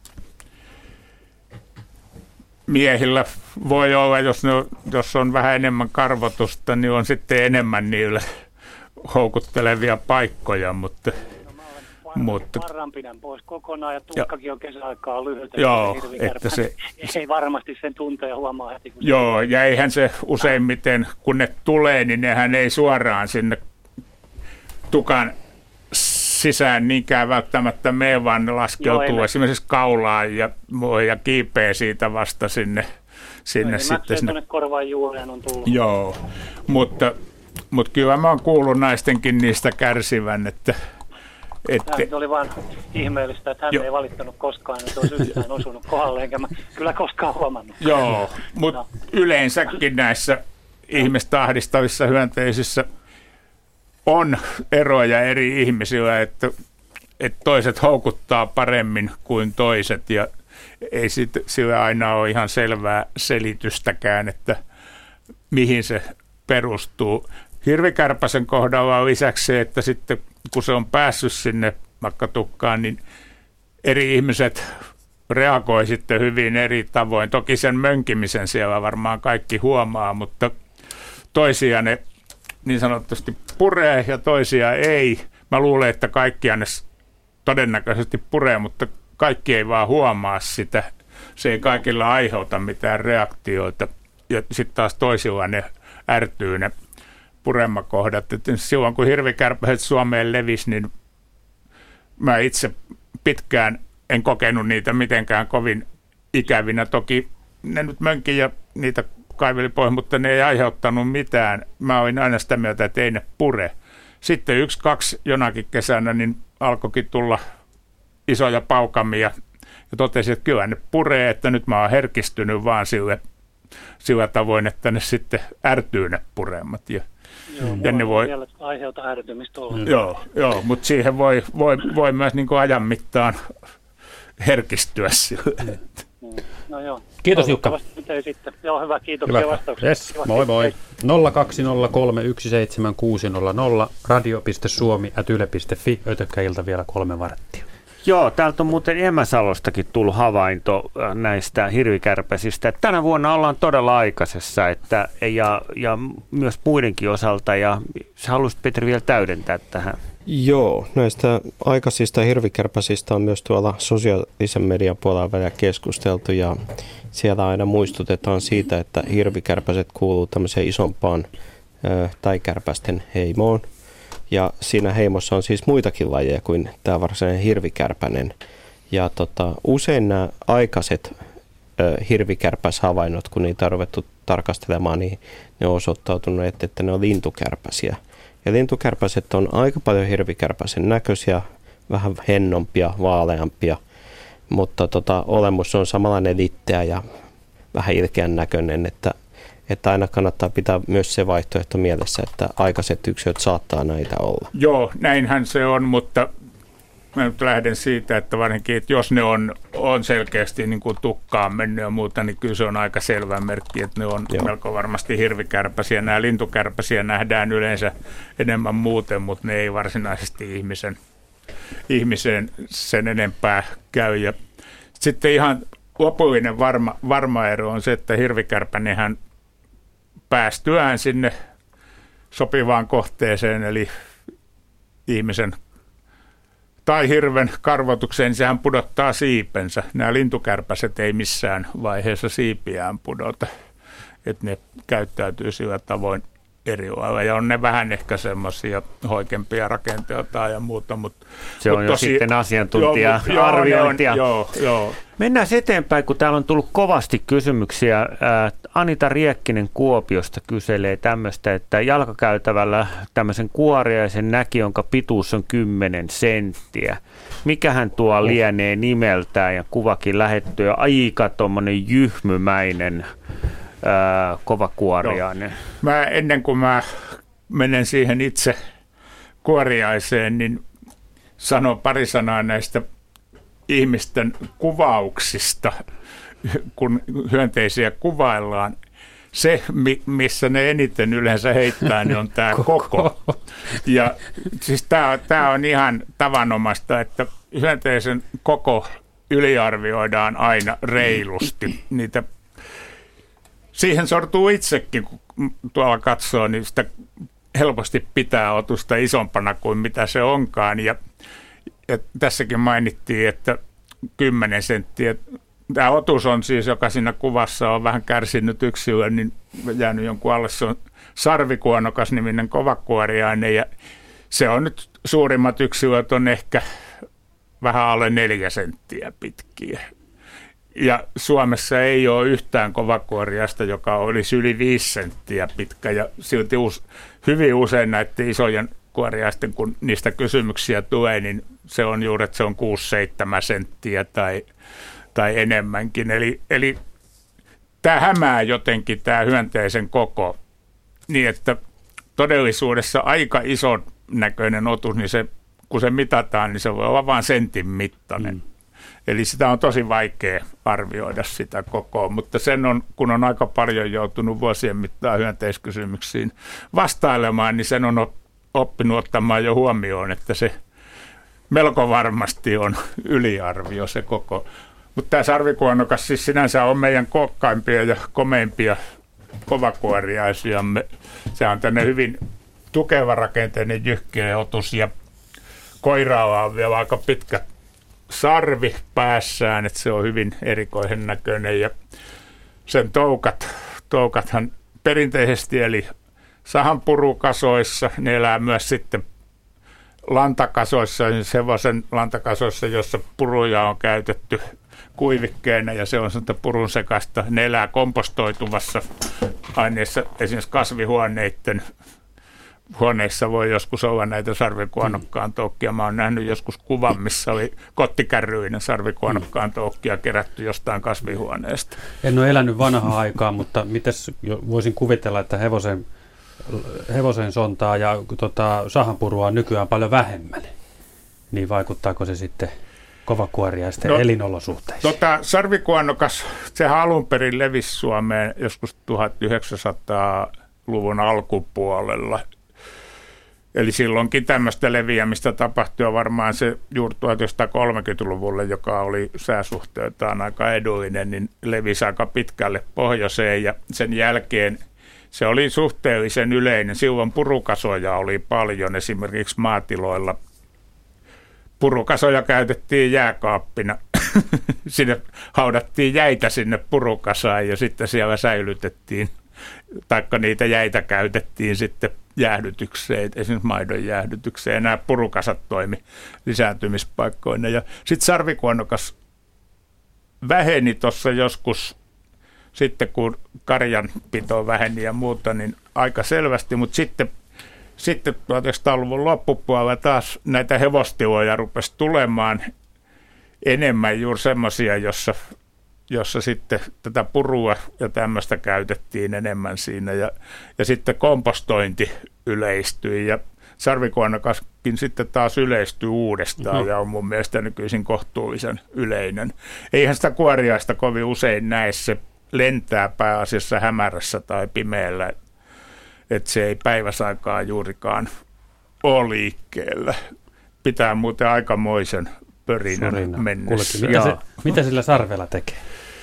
miehillä voi olla, jos, ne on, jos on vähän enemmän karvotusta, niin on sitten enemmän niille houkuttelevia paikkoja, mutta Mutta varran pidän pois kokonaan ja tukkakin on kesäaikaa lyhyt. Joo, että se, ei varmasti sen tuntee ja huomaa heti. Kun joo, ja eihän se useimmiten, kun ne tulee, niin nehän ei suoraan sinne tukan sisään niinkään välttämättä mene, vaan ne laskeutuu joo, esimerkiksi kaulaan ja, ja kiipee siitä vasta sinne, sinne no, sitten. Sinne korvaan juureen on tullut. Joo, mutta, mutta kyllä mä oon kuullut naistenkin niistä kärsivän, että Ette. Se oli vaan ihmeellistä, että hän jo. ei valittanut koskaan, että olisi yhtään osunut kohdalle, enkä mä kyllä koskaan huomannut. Joo, mutta no. yleensäkin näissä ihmistä ahdistavissa hyönteisissä on eroja eri ihmisillä, että, että toiset houkuttaa paremmin kuin toiset, ja ei sit, sillä aina ole ihan selvää selitystäkään, että mihin se perustuu. Hirvikärpäsen kohdalla on lisäksi se, että sitten kun se on päässyt sinne makkatukkaan, niin eri ihmiset reagoi sitten hyvin eri tavoin. Toki sen mönkimisen siellä varmaan kaikki huomaa, mutta toisia ne niin sanotusti puree ja toisia ei. Mä luulen, että kaikkia ne todennäköisesti puree, mutta kaikki ei vaan huomaa sitä. Se ei kaikilla aiheuta mitään reaktioita. Ja sitten taas toisilla ne ärtyy ne puremakohdat. Että silloin kun hirvikärpäset Suomeen levisi, niin mä itse pitkään en kokenut niitä mitenkään kovin ikävinä. Toki ne nyt mönkin ja niitä kaiveli pois, mutta ne ei aiheuttanut mitään. Mä olin aina sitä mieltä, että ei ne pure. Sitten yksi, kaksi jonakin kesänä niin alkoikin tulla isoja paukamia ja totesi, että kyllä ne puree, että nyt mä oon herkistynyt vaan sille, sillä tavoin, että ne sitten ärtyy ne puremat. Ja, joo, ja ne voi vielä aiheuta ärtymistä olla. Mm. Joo, joo, mutta siihen voi, voi, voi myös niin kuin ajan mittaan herkistyä sille. Mm. No joo. Kiitos Jukka. Sitten. Joo, hyvä, kiitoksia vastauksia. Yes, moi moi. nolla kaksi nolla kolme yksi seitsemän kuusi nolla nolla radio piste suomi ät yle piste fi, Ötökkäiltä vielä kolme varttia. Joo, täältä on muuten Emäsalostakin tullut havainto näistä hirvikärpäsistä. Tänä vuonna ollaan todella aikaisessa että, ja, ja myös muidenkin osalta. Ja sä haluaisit, Petri, vielä täydentää tähän. Joo, näistä aikaisista hirvikärpäsistä on myös tuolla sosiaalisen median puolella välillä keskusteltu ja siellä aina muistutetaan siitä, että hirvikärpäset kuuluu tämmöiseen isompaan ö, tai kärpästen heimoon. Ja siinä heimossa on siis muitakin lajeja kuin tämä varsinainen hirvikärpänen. Ja tota, usein nämä aikaiset ö, hirvikärpäshavainnot, kun niitä on ruvettu tarkastelemaan, niin ne on osoittautunut, että ne on lintukärpäsiä. Ja lintukärpäset on aika paljon hirvikärpäsen näköisiä, vähän hennompia, vaaleampia, mutta tota, olemus on samanlainen litteä ja vähän ilkeän näköinen, että, että aina kannattaa pitää myös se vaihtoehto mielessä, että aikaiset yksilöt saattaa näitä olla. Joo, näinhän se on, mutta mä nyt lähden siitä, että varsinkin, että jos ne on, on selkeästi niin kuin tukkaan mennyt ja muuta, niin kyllä se on aika selvä merkki, että ne on Joo. melko varmasti hirvikärpäsiä. Nämä lintukärpäsiä nähdään yleensä enemmän muuten, mutta ne ei varsinaisesti ihmisen, ihmiseen sen enempää käy. Ja sitten ihan lopullinen varma, varma ero on se, että hirvikärpänenhän päästyään sinne sopivaan kohteeseen, eli ihmisen tai hirven karvotukseen, niin sehän pudottaa siipensä. Nämä lintukärpäset ei missään vaiheessa siipiään pudota, että ne käyttäytyy sillä tavoin eri lailla. Ja on ne vähän ehkä semmoisia hoikempia rakenteeltaan ja muuta. Mutta, se on mutta jo tosi, sitten asiantuntija-arviointia. Joo, joo. Mennään eteenpäin, kun täällä on tullut kovasti kysymyksiä. Anita Riekkinen Kuopiosta kyselee tämmöistä, että jalkakäytävällä tämmöisen kuoriaisen näki, jonka pituus on kymmenen senttiä. Mikähän tuo lienee nimeltään ja kuvakin lähettyä aika tommonen jyhmymäinen ää, kovakuoriainen. No. Mä ennen kuin mä menen siihen itse kuoriaiseen, niin sanon pari sanaa näistä ihmisten kuvauksista, kun hyönteisiä kuvaillaan. Se, missä ne eniten yleensä heittää, niin on tämä koko. Ja siis tämä, tämä on ihan tavanomaista, että hyönteisen koko yliarvioidaan aina reilusti. Niitä, siihen sortuu itsekin, kun tuolla katsoo, niin sitä helposti pitää otusta isompana kuin mitä se onkaan. Ja Ja tässäkin mainittiin, että kymmenen senttiä. Tämä otus on siis, joka siinä kuvassa on vähän kärsinyt yksilö, niin jäänyt jonkun alle. Se on sarvikuonokas niminen kovakuoriainen ja se on nyt suurimmat yksilöt on ehkä vähän alle neljä senttiä pitkiä. Ja Suomessa ei ole yhtään kovakuoriasta, joka olisi yli viisi senttiä pitkä ja silti us, hyvin usein näiden isojen kuoriaisten, kun niistä kysymyksiä tulee, niin se on juuri, että se on kuusi seitsemän senttiä tai, tai enemmänkin. Eli, eli tämä hämää jotenkin tämä hyönteisen koko niin, että todellisuudessa aika ison näköinen otus, niin se, kun se mitataan, niin se voi olla vain sentin mittainen. Mm. Eli sitä on tosi vaikea arvioida sitä kokoa, mutta sen on, kun on aika paljon joutunut vuosien mittaan hyönteiskysymyksiin vastailemaan, niin sen on oppinut ottamaan jo huomioon, että se melko varmasti on yliarvio se koko. Mutta tämä sarvikuonokas siis sinänsä on meidän kokkaimpia ja komeimpia kovakuoriaisiamme. Se on tänne hyvin tukeva rakenteinen jyhkeä otus ja koiraalla on vielä aika pitkä sarvi päässään, että se on hyvin erikoisen näköinen ja sen toukat, toukathan perinteisesti eli sahanpurukasoissa, ne elää myös sitten lantakasoissa, sellaisen lantakasoissa, jossa puruja on käytetty kuivikkeena ja se on sellaista purun sekasta. Ne elää kompostoituvassa aineessa, esimerkiksi kasvihuoneiden huoneissa voi joskus olla näitä sarvikuonokkaan toukkia. Mä oon nähnyt joskus kuvan, missä oli kottikärryinen sarvikuonokkaan toukkia kerätty jostain kasvihuoneesta. En ole elänyt vanhaa aikaa, mutta mites voisin kuvitella, että hevosen, hevosen sontaa ja tota, sahanpurua on nykyään paljon vähemmän. Niin vaikuttaako se sitten kovakuoriaisten no, elinolosuhteisiin? Tota, sarvikuonokas, sehän alun perin levisi Suomeen joskus tuhatyhdeksänsataaluvun alkupuolella. Eli silloinkin tämmöistä leviämistä tapahtui varmaan se juuri tuhatyhdeksänsataakolmekymmentäluvulle, joka oli sääsuhteeltaan aika edullinen, niin levisi aika pitkälle pohjoiseen ja sen jälkeen se oli suhteellisen yleinen. Silloin purukasoja oli paljon esimerkiksi maatiloilla. Purukasoja käytettiin jääkaappina. Sinne haudattiin jäitä sinne purukasaan ja sitten siellä säilytettiin, taikka niitä jäitä käytettiin sitten jäähdytykseen, esimerkiksi maidon jäähdytykseen. Nämä purukasat toimi lisääntymispaikkoina. Ja sitten sarvikuonokas väheni tuossa joskus, sitten kun karjanpito väheni ja muuta, niin aika selvästi, mutta sitten Sitten tuhatyhdeksänsataaluvun loppupuolella taas näitä hevostiloja rupesi tulemaan enemmän juuri semmoisia, jossa, jossa sitten tätä purua ja tämmöistä käytettiin enemmän siinä. Ja, ja sitten kompostointi yleistyi ja sarvikuonokaskin sitten taas yleistyi uudestaan mm-hmm. ja on mun mielestä nykyisin kohtuullisen yleinen. Eihän sitä kuoriaista kovin usein näe, se lentää pääasiassa hämärässä tai pimeällä. Että se ei päiväsaikaa juurikaan ole liikkeellä. Pitää muuten aikamoisen pörinän Sorina. mennessä. Mitä, se, mitä sillä sarvella tekee?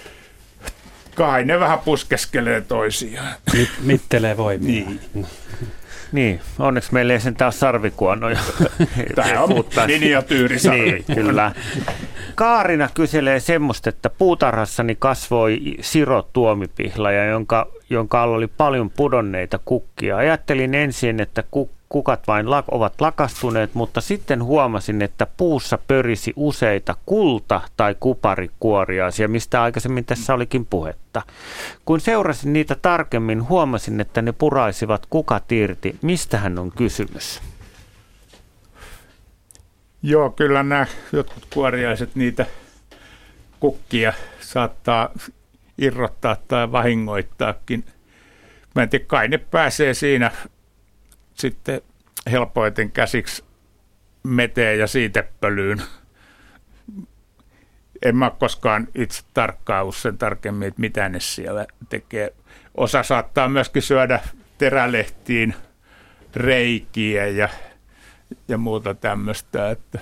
Kai ne vähän puskeskelee toisiaan. Mit, mittelee voimia. Niin. Niin, onneksi meillä ei sentään ole sarvikuonoja. Tämä on miniatyyrisarvikuono. Niin, kyllä. Kaarina kyselee semmoista, että puutarhassani kasvoi Siro tuomipihlaja, jonka, jonka alla oli paljon pudonneita kukkia. Ajattelin ensin, että kukat vain lak- ovat lakastuneet, mutta sitten huomasin, että puussa pörisi useita kulta- tai kuparikuoriaisia, mistä aikaisemmin tässä olikin puhetta. Kun seurasin niitä tarkemmin, huomasin, että ne puraisivat kukat irti. Mistähän on kysymys? Joo, kyllä nämä jotkut kuoriaiset niitä kukkia saattaa irrottaa tai vahingoittaakin. Mä en tiedä, kai ne pääsee siinä sitten helpoiten käsiksi meteen ja siitepölyyn. En mä ole koskaan itse tarkkaillut sen tarkemmin, että mitä ne siellä tekee. Osa saattaa myöskin syödä terälehtiin reikiä ja, ja muuta tämmöistä. Että.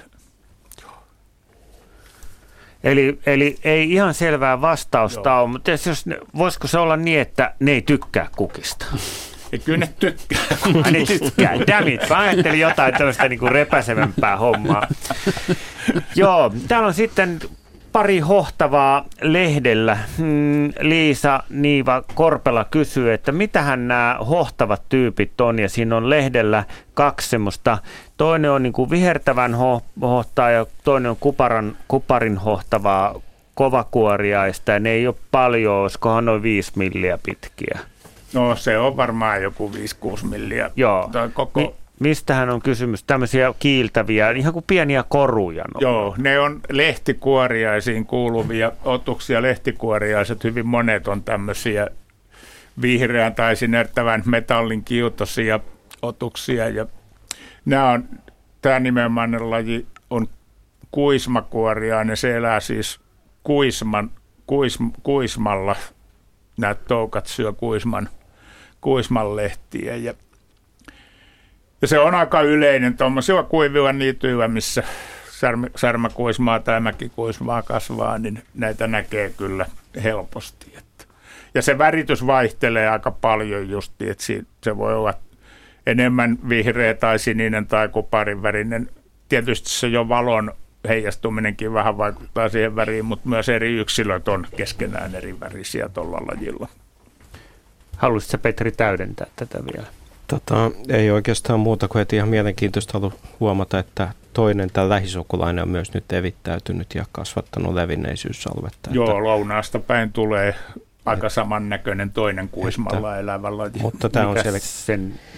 Eli, eli ei ihan selvää vastausta Joo. ole, mutta jos, voisiko se olla niin, että ne ei tykkää kukista? Ja kyllä ne tykkää. Ai ne tykkää, dammit. Mä ajattelin jotain tämmöistä niin kuin repäsevämpää hommaa. Joo, täällä on sitten pari hohtavaa lehdellä. Liisa Niiva Korpela kysyy, että mitähän nämä hohtavat tyypit on, ja siinä on lehdellä kaksi semmoista. Toinen on niin kuin vihertävän ho- hohtaa ja toinen on kuparan, kuparin hohtavaa kovakuoriaista, ja ne ei ole paljon, olisikohan noin viisi milliä pitkiä. No se on varmaan joku viisi kuusi milliä. Joo. Koko... Mi- mistähän on kysymys? Tämmöisiä kiiltäviä, ihan kuin pieniä koruja. No. Joo, ne on lehtikuoriaisiin kuuluvia otuksia. Lehtikuoriaiset, hyvin monet on tämmöisiä vihreän tai sinertävän metallin kiutoisia otuksia. Ja nämä on, tämä nimenomainen laji on kuismakuoriainen. Se elää siis kuisman, kuism, kuismalla. Nämä toukat syö kuisman, kuisman lehtiä. Ja, ja se on aika yleinen tuommoisilla kuivilla niityillä, missä särmä, särmäkuismaa tai mäkikuismaa kasvaa, niin näitä näkee kyllä helposti. Että. Ja se väritys vaihtelee aika paljon justi, että se voi olla enemmän vihreä tai sininen tai kuparin värinen. Tietysti se jo valon heijastuminenkin vähän vaikuttaa siihen väriin, mutta myös eri yksilöt on keskenään eri värisiä tuolla lajilla. Haluaisitko Petri täydentää tätä vielä? Tota, ei oikeastaan muuta kuin, että ihan mielenkiintoista ollut huomata, että toinen, tämä lähisukulainen on myös nyt evittäytynyt ja kasvattanut levinneisyysaluetta. Joo, että lounaasta päin tulee aika samannäköinen toinen kuismalla että, elävä laji. Mutta tämä on selkeä sen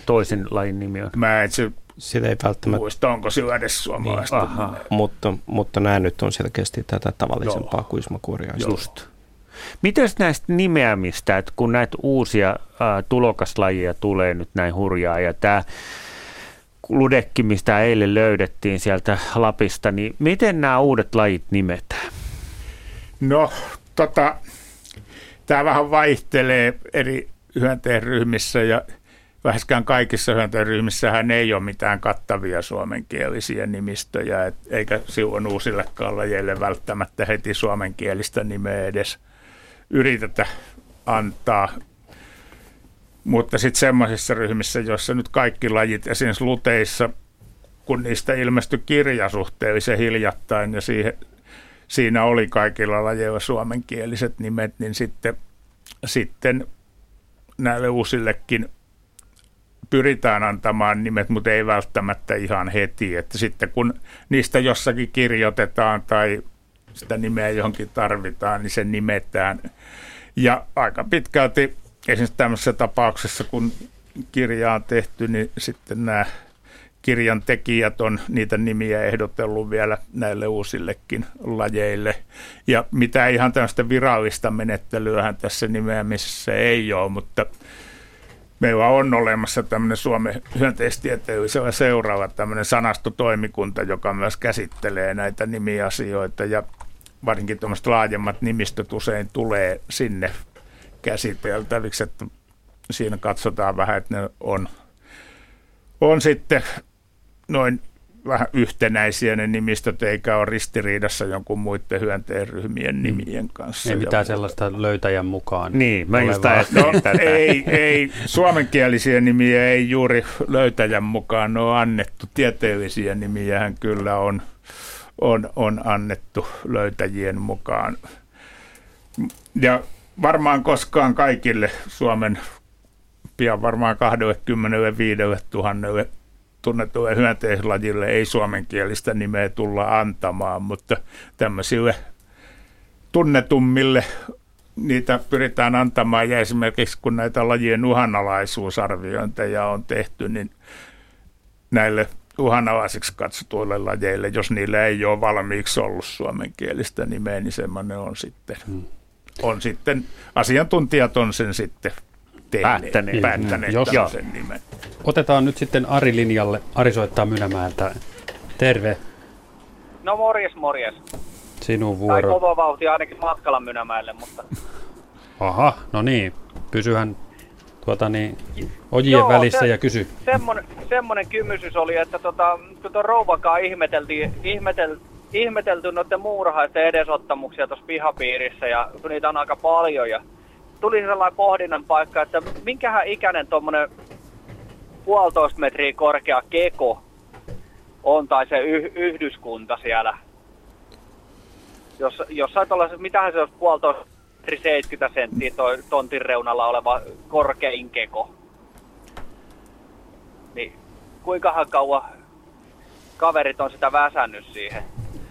toisen lajin nimi on? Mä en se Sitä ei välttämättä muista, onko se edes suomalaista. Niin, mutta, mutta nämä nyt on selkeästi tätä tavallisempaa Joo. kuismakuoriaista. Just. Mites näistä nimeämistä, että kun näitä uusia äh, tulokaslajia tulee nyt näin hurjaa, ja tämä ludekki, mistä eilen löydettiin sieltä Lapista, niin miten nämä uudet lajit nimetään? No, tota, tämä vähän vaihtelee eri hyönteiryhmissä, ja vähäskään kaikissa hyönteiryhmissähän ei ole mitään kattavia suomenkielisiä nimistöjä, et, eikä silloin uusillekaan lajeille välttämättä heti suomenkielistä nimeä edes yritetä antaa. Mutta sitten semmoisissa ryhmissä, joissa nyt kaikki lajit, esimerkiksi luteissa, kun niistä ilmestyi kirja suhteellisen hiljattain ja siihen, siinä oli kaikilla lajeilla suomenkieliset nimet, niin sitten, sitten näille uusillekin pyritään antamaan nimet, mutta ei välttämättä ihan heti. Että sitten kun niistä jossakin kirjoitetaan tai sitä nimeä johonkin tarvitaan, niin se nimetään. Ja aika pitkälti esimerkiksi tämmöisessä tapauksessa, kun kirja on tehty, niin sitten nämä kirjan tekijät on niitä nimiä ehdotellut vielä näille uusillekin lajeille. Ja mitä ihan tämmöistä virallista menettelyähän tässä nimeämisessä ei ole, mutta meillä on olemassa tämmöinen Suomen hyönteistieteellisellä seuraava tämmöinen sanastotoimikunta, joka myös käsittelee näitä nimiasioita, ja varsinkin tuommoiset laajemmat nimistöt usein tulee sinne käsiteltäviksi, että siinä katsotaan vähän, että ne on, on sitten noin vähän yhtenäisiä ne nimistöt, eikä ole ristiriidassa jonkun muiden hyönteiryhmien nimien kanssa. Ei mitään sellaista löytäjän mukaan. Niin, mä just no, ei, ei, suomenkielisiä nimiä ei juuri löytäjän mukaan ole annettu. Tieteellisiä nimiähän kyllä on, on, on annettu löytäjien mukaan. Ja varmaan koskaan kaikille Suomen pian varmaan kaksikymmentäviisi tuhatta tunnetuille hyönteislajille ei suomenkielistä nimeä tulla antamaan, mutta tämmöisille tunnetummille niitä pyritään antamaan, ja esimerkiksi kun näitä lajien uhanalaisuusarviointeja on tehty, niin näille uhanalaisiksi katsotuille lajeille, jos niillä ei ole valmiiksi ollut suomenkielistä nimeä, niin semmoinen on sitten, hmm. on sitten asiantuntijat on sen sitten päättäneet, päättäneet mm, sen nimen. Otetaan nyt sitten Ari linjalle. Ari soittaa Mynämäeltä. Terve. No morjes, morjes. Sinun vuoro. Tai kova vauhti ainakin matkalla Mynämäelle, mutta... Aha, no niin. Pysyhän tuota niin, ojien Joo, välissä se, ja kysy. Semmoinen, semmoinen kymysys oli, että tota, kun tuon rouvakaan ihmeteltiin, ihmetel, ihmetelty noiden muurahaisten edesottamuksia tuossa pihapiirissä, ja kun niitä on aika paljon, ja tuli sellainen pohdinnan paikka, että minkähän ikäinen tuommoinen puolitoista metriä korkea keko on, tai se yh- yhdyskunta siellä. Jos, jossain tuollaisessa, mitähän se olisi puolitoista metri seitsemänkymmentä senttiä toi tontin reunalla oleva korkein keko. Niin kuinkahan kauan kaverit on sitä väsännyt siihen?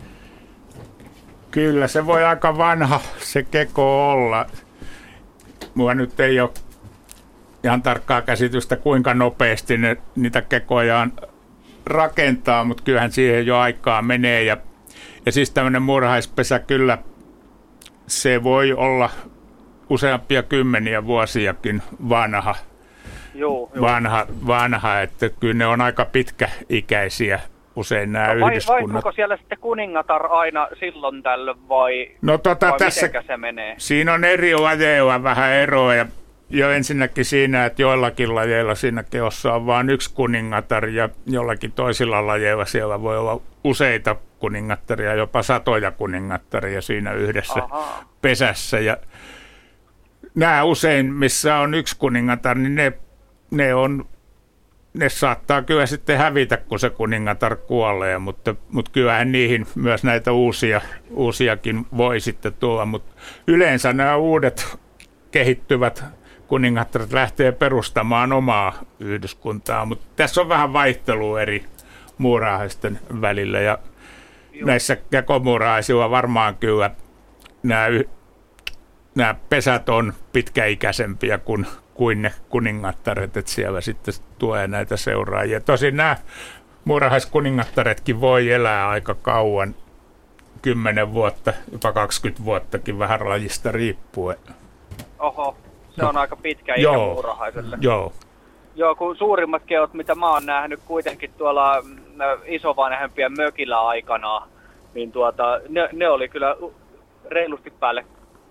Kyllä se voi aika vanha se keko olla. Mulla nyt ei ole ihan tarkkaa käsitystä, kuinka nopeasti ne, niitä kekojaan rakentaa, mutta kyllähän siihen jo aikaa menee. Ja, ja siis tämmöinen muurahaispesä kyllä, se voi olla useampia kymmeniä vuosiakin vanha. Joo, joo. Vanha, vanha, että kyllä ne on aika pitkäikäisiä usein nämä no, yhdyskunnat. Vaihtuuko siellä sitten kuningatar aina silloin tällöin vai, no, tota, vai tässä, mitenkä se menee? Siinä on eri lajeilla vähän eroa, ja jo ensinnäkin siinä, että joillakin lajeilla siinä keossa on vain yksi kuningatar, ja jollakin toisilla lajeilla siellä voi olla useita kuningattaria, jopa satoja kuningattaria siinä yhdessä Aha. pesässä. Ja nämä usein, missä on yksi kuningatar, niin ne, ne, on, ne saattaa kyllä sitten hävitä, kun se kuningatar kuolee, mutta, mutta kyllähän niihin myös näitä uusia, uusiakin voi sitten tulla, mutta yleensä nämä uudet kehittyvät kuningattaret lähtee perustamaan omaa yhdyskuntaa, mutta tässä on vähän vaihtelua eri muurahaisten välillä, ja Joo. näissä kekomuurahaisilla varmaan kyllä nämä, nämä pesät on pitkäikäisempiä kuin, kuin ne kuningattaret, että siellä sitten tulee näitä seuraajia. Tosin nämä muurahaiskuningattaretkin voi elää aika kauan, kymmenen vuotta, jopa kaksikymmentä vuottakin, vähän lajista riippuen. Oho, se on no. aika pitkä ikä muurahaiselle. Joo. Joo, kun suurimmat keot, mitä mä oon nähnyt kuitenkin tuolla isovanhempien mökillä aikana, niin tuota, ne, ne oli kyllä reilusti päälle,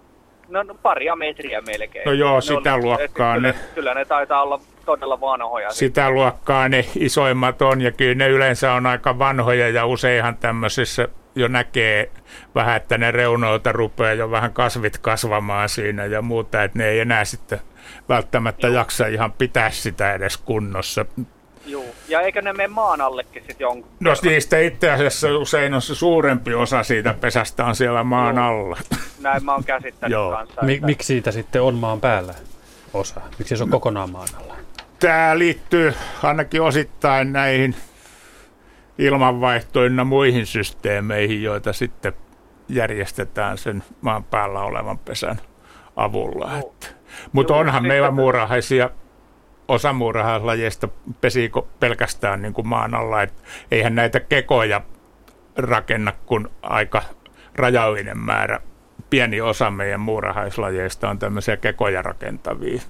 no, no paria metriä melkein. No joo, ne sitä oli, luokkaa kyllä, ne. Kyllä ne taitaa olla todella vanhoja. Sitä sitten. Luokkaa ne isoimmat on, ja kyllä ne yleensä on aika vanhoja, ja useinhan tämmöisissä jo näkee vähän, että ne reunoilta rupeaa jo vähän kasvit kasvamaan siinä ja muuta, että ne ei enää sitten välttämättä Joo. jaksa ihan pitää sitä edes kunnossa. Joo, ja eikö ne mene maan allekin sitten jonkun? No niistä itse asiassa usein on se suurempi osa siitä pesästä on siellä maan Joo. alla. Näin mä oon käsittänyt kanssa. Mi- miksi siitä sitten on maan päällä osa? Miksi se on kokonaan maan alla? Tämä liittyy ainakin osittain näihin ilmanvaihtoihin ja muihin systeemeihin, joita sitten järjestetään sen maan päällä olevan pesän avulla. No. Mutta onhan meillä muurahaisia, osa muurahaislajeista pesii pelkästään niin kuin maan alla. Et eihän näitä kekoja rakenna, kun aika rajallinen määrä. Pieni osa meidän muurahaislajeista on tämmöisiä kekoja rakentavia.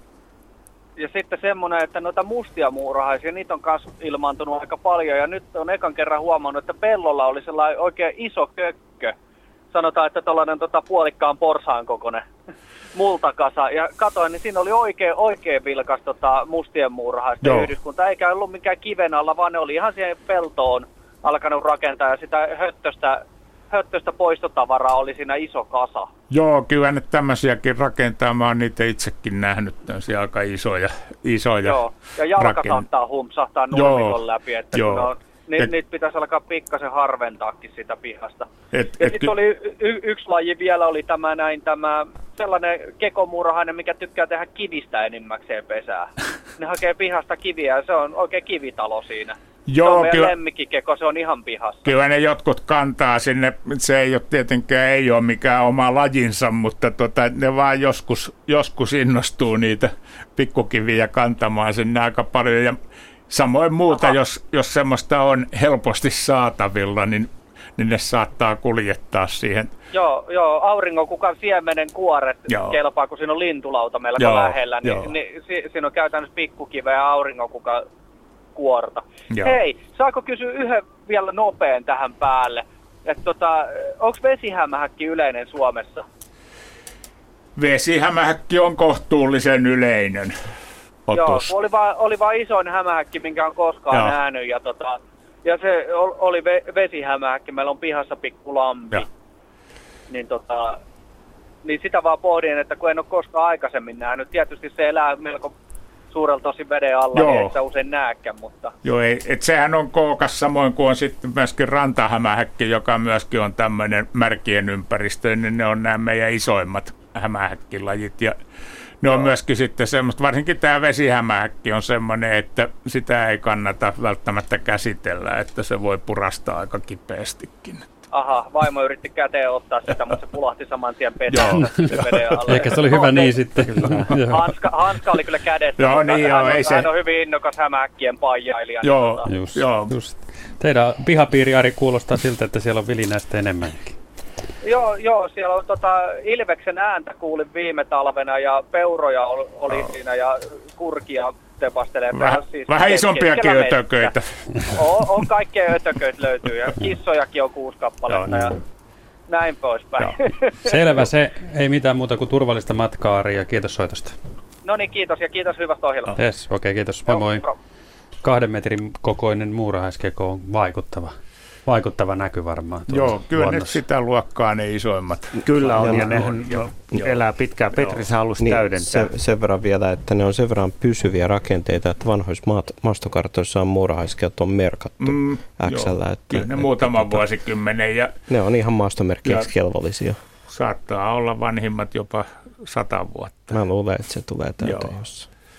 Ja sitten semmoinen, että noita mustia muurahaisia, niitä on myös ilmaantunut aika paljon. Ja nyt on ekan kerran huomannut, että pellolla oli sellainen oikein iso kökkö. Sanotaan, että tuollainen tota, puolikkaan porsaan kokoinen multakasa. Ja katoin, niin siinä oli oikein, oikein vilkas tota, mustien muurahaisten yhdyskunta. Eikä ollut mikään kiven alla, vaan ne oli ihan siihen peltoon alkanut rakentaa. Ja sitä höttöstä, höttöstä poistotavaraa oli siinä iso kasa. Joo, kyllä ne tämmöisiäkin rakentaa. Mä oon niitä itsekin nähnyt, tämmöisiä aika isoja, isoja Joo, ja jalka rakent- saattaa humpsahtaa nurmikon läpi, että kun on, ni, et, niitä pitäisi alkaa pikkasen harventaakin sitä pihasta. Et, ja sitten oli y- yksi laji vielä, oli tämä näin, tämä sellainen kekomuurahainen, mikä tykkää tehdä kivistä enimmäkseen pesää. Ne hakee pihasta kiviä ja se on oikein kivitalo siinä. Joo, se on meidän kyllä, lemmikkikeko, se on ihan pihassa. Kyllä ne jotkut kantaa sinne, se ei ole tietenkään ei ole mikään oma lajinsa, mutta tota, ne vaan joskus, joskus innostuu niitä pikkukiviä kantamaan sinne aika paljon. Ja samoin muuta, jos, jos semmoista on helposti saatavilla, niin, niin ne saattaa kuljettaa siihen. Joo, joo, auringonkukan siemenen kuoret joo. kelpaa, kun siinä on lintulauta melko joo, lähellä, niin, niin, niin si, siinä on käytännössä pikkukiveä ja auringonkukan kuorta. Joo. Hei, saako kysyä yhden vielä nopean tähän päälle? Tota, onko vesihämähäkki yleinen Suomessa? Vesihämähäkki on kohtuullisen yleinen otus. Joo, oli vaan, oli vaan isoin hämähäkki, minkä on koskaan Joo. nähnyt. Ja, tota, ja se oli ve, vesihämähäkki, meillä on pihassa pikku lampi. Niin, tota, niin sitä vaan pohdin, että kun en ole koskaan aikaisemmin nähnyt. Tietysti se elää melko suurella tosi veden alla, Joo. niin et sä usein näekään, mutta... Joo, ei, et sehän on kookas samoin kuin on sitten myöskin rantahämähäkki, joka myöskin on tämmöinen märkien ympäristö, niin ne on nämä meidän isoimmat hämähäkkilajit. Ja ne on Joo. myöskin sitten semmoista, varsinkin tämä vesihämähäkki on semmoinen, että sitä ei kannata välttämättä käsitellä, että se voi purastaa aika kipeästikin. Aha, vaimo yritti käteen ottaa sitä, mutta se pulahti saman tien pesään veden alle. Eikä se oli hyvä no, niin sitten. Hanska, Hanska oli kyllä kädessä, joo, niin joo, hän, ei on, se... hän on hyvin innokas hämähäkkien paijailija. Joo, niin, just, joo. Just. Teidän pihapiiri, Ari, kuulostaa siltä, että siellä on vilinäistä enemmänkin. Joo, joo, siellä on tota, ilveksen ääntä kuulin viime talvena ja peuroja oli, oli oh. siinä ja kurkia tepastelee. Vähän, siis vähän isompiakin ötököitä. On, on kaikkea ötököitä löytyy ja kissojakin on kuusi kappaletta ja näin poispäin. Selvä, se ei mitään muuta kuin turvallista matkaa, Ari, ja kiitos soitosta. No niin, kiitos ja kiitos hyvästä ohjelmasta. Yes, okei, okay, kiitos. Moi moi. Kahden metrin kokoinen muurahaiskeko on vaikuttava. Vaikuttava näky varmaan. Joo, kyllä luonnossa. Ne sitä luokkaa ne isoimmat. Kyllä on, ja, ja nehän jo, jo. elää pitkään. Petri, sä halusi niin, täydentää. Se, sen verran vielä, että ne on sen verran pysyviä rakenteita, että vanhoissa maat, maastokartoissa on muurahaiskeot on merkattu mm, X:llä. Että, kyllä ne että, muutaman että, vuosikymmenen. Ja, ne on ihan maastomerkkiäksi kelvollisia. Saattaa olla vanhimmat jopa sata vuotta. Mä luulen, että se tulee täyteen jossain.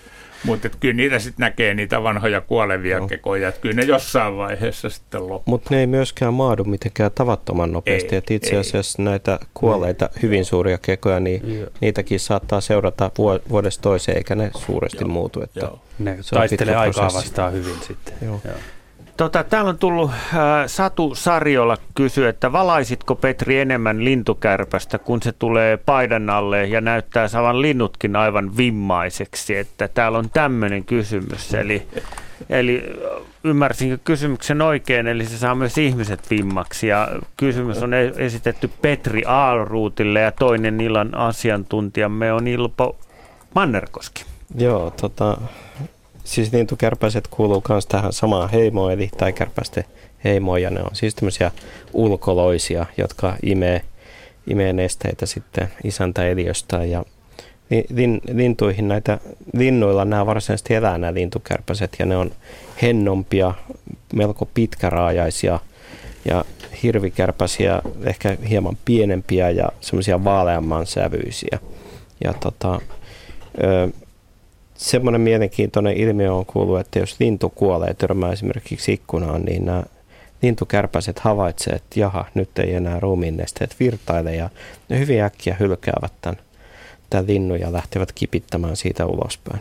Mutta kyllä niitä sitten näkee niitä vanhoja kuolevia no. kekoja, että kyllä ne jossain vaiheessa sitten loppuu. Mutta ne ei myöskään maadu mitenkään tavattoman nopeasti, että itse asiassa ei. näitä kuolleita no. hyvin suuria kekoja, niin Joo. niitäkin saattaa seurata vuodesta toiseen, eikä ne suuresti Joo. muutu. Että Joo. Ne taistelee aikaa vastaan hyvin sitten. Joo. Joo. Tota, täällä on tullut äh, Satu Sarjola kysyä, että valaisitko Petri enemmän lintukärpästä, kun se tulee paidan alle ja näyttää saavan linnutkin aivan vimmaiseksi, että täällä on tämmöinen kysymys. Eli, eli ymmärsinkö kysymyksen oikein, eli se saa myös ihmiset vimmaksi ja kysymys on esitetty Petri Aalruutille ja toinen illan asiantuntijamme on Ilpo Mannerkoski. Joo, tota... Siis lintukärpäset kuuluu myös tähän samaan heimoon, eli taikärpästen heimoon, ja ne on siis tämmöisiä ulkoloisia, jotka imee, imee nesteitä sitten isäntäeliöstä. Ja lin, lintuihin näitä, linnuilla nämä varsinaisesti elää nämä lintukärpäset, ja ne on hennompia, melko pitkäraajaisia, ja hirvikärpäsiä ehkä hieman pienempiä ja semmoisia vaaleamman sävyisiä. Ja tota... Ö, Semmoinen mielenkiintoinen ilmiö on kuullut, että jos lintu kuolee, törmää esimerkiksi ikkunaan, niin nämä lintukärpäset havaitsee, että jaha, nyt ei enää ruumiinnesteet virtaile ja ne hyvin äkkiä hylkäävät tämän, tämän linnun ja lähtevät kipittämään siitä ulospäin.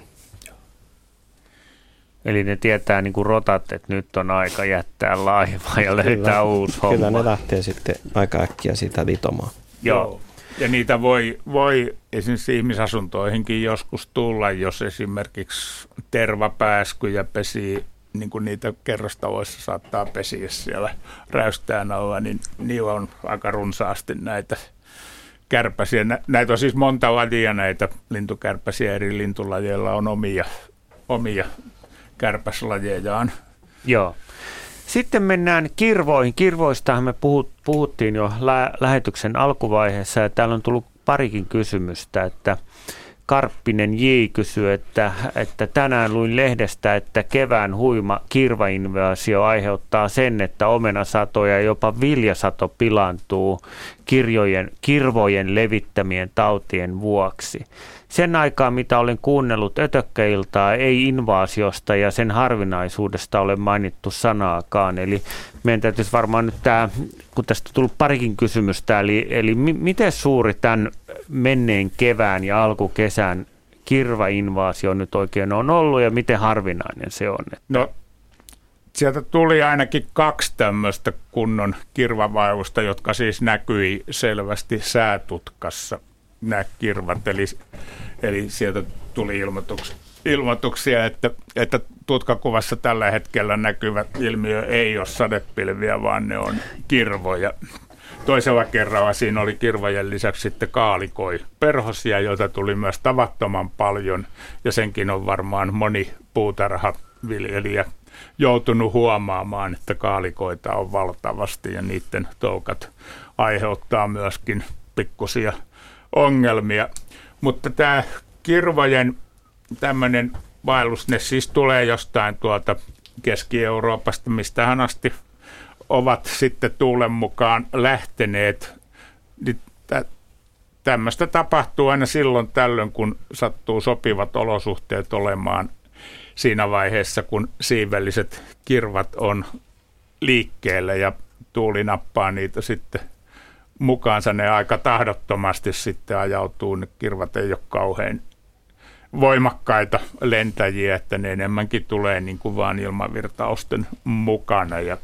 Eli ne tietää niin kuin rotat, että nyt on aika jättää laiva ja löytää kyllä, uusi homma. Kyllä ne lähtee sitten aika äkkiä sitä litomaan. Joo. Ja niitä voi, voi esimerkiksi ihmisasuntoihinkin joskus tulla, jos esimerkiksi tervapääskyjä pesii, niin kuin niitä kerrostaloissa saattaa pesiä siellä räystään alla, niin niillä on aika runsaasti näitä kärpäsiä. Näitä on siis monta lajia näitä lintukärpäsiä, eri lintulajeilla on omia, omia kärpäslajejaan. Joo. Sitten mennään kirvoihin. Kirvoistahan me puhuttiin jo lä- lähetyksen alkuvaiheessa ja täällä on tullut parikin kysymystä, että Karppinen J. kysyy, että, että tänään luin lehdestä, että kevään huima kirvainvaasio aiheuttaa sen, että omenasato ja jopa viljasato pilaantuu kirjojen, kirvojen levittämien tautien vuoksi. Sen aikaa, mitä olen kuunnellut Ötökkäiltaa, ei invaasiosta ja sen harvinaisuudesta ole mainittu sanaakaan. Eli meidän täytyisi varmaan nyt tämä, kun tästä on tullut parikin kysymystä, eli, eli mi- miten suuri tämän menneen kevään ja alkukesän kirvainvaasio nyt oikein on ollut ja miten harvinainen se on? Että... No, sieltä tuli ainakin kaksi tämmöistä kunnon kirvavaellusta, jotka siis näkyi selvästi säätutkassa. Nämä kirvat, eli, eli sieltä tuli ilmoituksia, ilmoituksia että, että tutkakuvassa tällä hetkellä näkyvä ilmiö ei ole sadepilviä, vaan ne on kirvoja. Toisella kerralla siinä oli kirvojen lisäksi sitten kaalikoi perhosia, joita tuli myös tavattoman paljon, ja senkin on varmaan moni puutarhaviljelijä joutunut huomaamaan, että kaalikoita on valtavasti, ja niiden toukat aiheuttaa myöskin pikkusia ongelmia, mutta tämä kirvojen tämmöinen vaellus, ne siis tulee jostain tuolta Keski-Euroopasta, mistähän asti ovat sitten tuulen mukaan lähteneet. Tämmöistä tapahtuu aina silloin tällöin, kun sattuu sopivat olosuhteet olemaan siinä vaiheessa, kun siivelliset kirvat on liikkeellä ja tuuli nappaa niitä sitten mukaansa, ne aika tahdottomasti sitten ajautuu, ne kirvat ei ole kauhean voimakkaita lentäjiä, että ne enemmänkin tulee niin kuin vaan ilmavirtausten mukana. Ja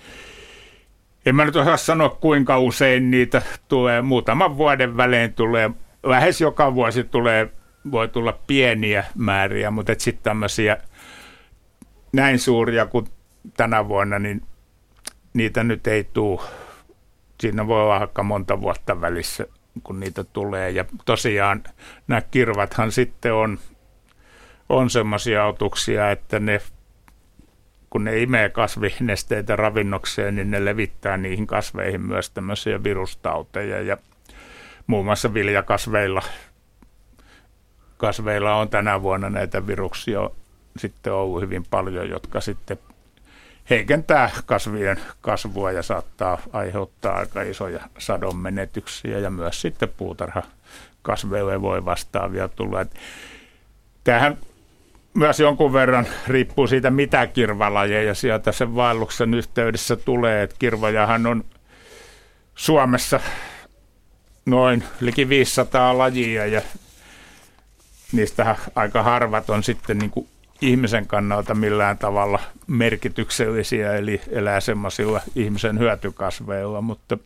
en mä nyt osaa sanoa, kuinka usein niitä tulee, muutaman vuoden välein tulee, lähes joka vuosi tulee, voi tulla pieniä määriä, mutta sitten tämmöisiä näin suuria kuin tänä vuonna, niin niitä nyt ei tule. Siinä voi olla aika monta vuotta välissä, kun niitä tulee. Ja tosiaan nämä kirvathan sitten on, on semmoisia otuksia, että ne, kun ne imee kasvinesteitä ravinnokseen, niin ne levittää niihin kasveihin myös tämmöisiä virustauteja. Ja muun muassa viljakasveilla kasveilla on tänä vuonna näitä viruksia sitten ollut hyvin paljon, jotka sitten heikentää kasvien kasvua ja saattaa aiheuttaa aika isoja sadonmenetyksiä ja myös sitten puutarhakasveille voi vastaavia tulla. Tämähän myös jonkun verran riippuu siitä, mitä kirvalajeja sieltä sen vaelluksen yhteydessä tulee. Et kirvojahan on Suomessa noin liki viisisataa lajia ja niistähän aika harvat on sitten niin kuin ihmisen kannalta millään tavalla merkityksellisiä, eli elää semmoisilla ihmisen hyötykasveilla, mutta,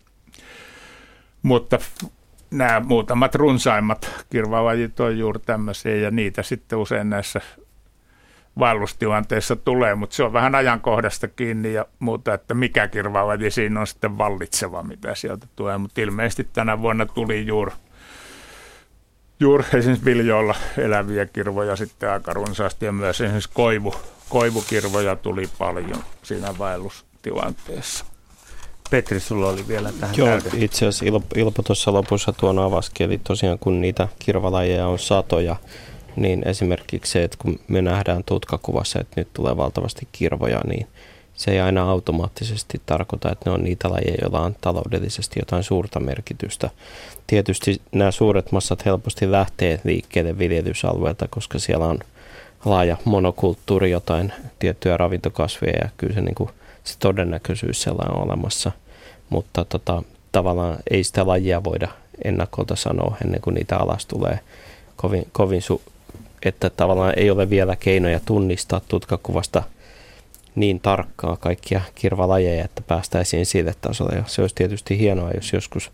mutta nämä muutamat runsaimmat kirvalajit on juuri tämmöisiä, ja niitä sitten usein näissä vaellustilanteissa tulee, mutta se on vähän ajankohdasta kiinni ja muuta, että mikä kirvalaji siinä on sitten vallitseva, mitä sieltä tulee, mutta ilmeisesti tänä vuonna tuli juuri Juuri esimerkiksi viljoilla eläviä kirvoja sitten aika runsaasti ja myös esimerkiksi koivu, koivukirvoja tuli paljon siinä vaellustilanteessa. Petri, sulla oli vielä tähän Joo, täydennys. itse asiassa Ilpo, Ilpo tuossa lopussa tuon avaskin, eli tosiaan kun niitä kirvalajeja on satoja, niin esimerkiksi se, että kun me nähdään tutkakuvassa, että nyt tulee valtavasti kirvoja, niin se ei aina automaattisesti tarkoita, että ne on niitä lajeja, joilla on taloudellisesti jotain suurta merkitystä. Tietysti nämä suuret massat helposti lähtee liikkeelle viljelysalueelta, koska siellä on laaja monokulttuuri, jotain tiettyjä ravintokasveja, ja kyllä se, niin kuin, se todennäköisyys sellainen on olemassa. Mutta tota, tavallaan ei sitä lajia voida ennakolta sanoa ennen kuin niitä alas tulee kovin, kovin su- että tavallaan ei ole vielä keinoja tunnistaa tutkakuvasta niin tarkkaa kaikkia kirvalajeja, että päästäisiin sille tasolle. Ja se olisi tietysti hienoa, jos joskus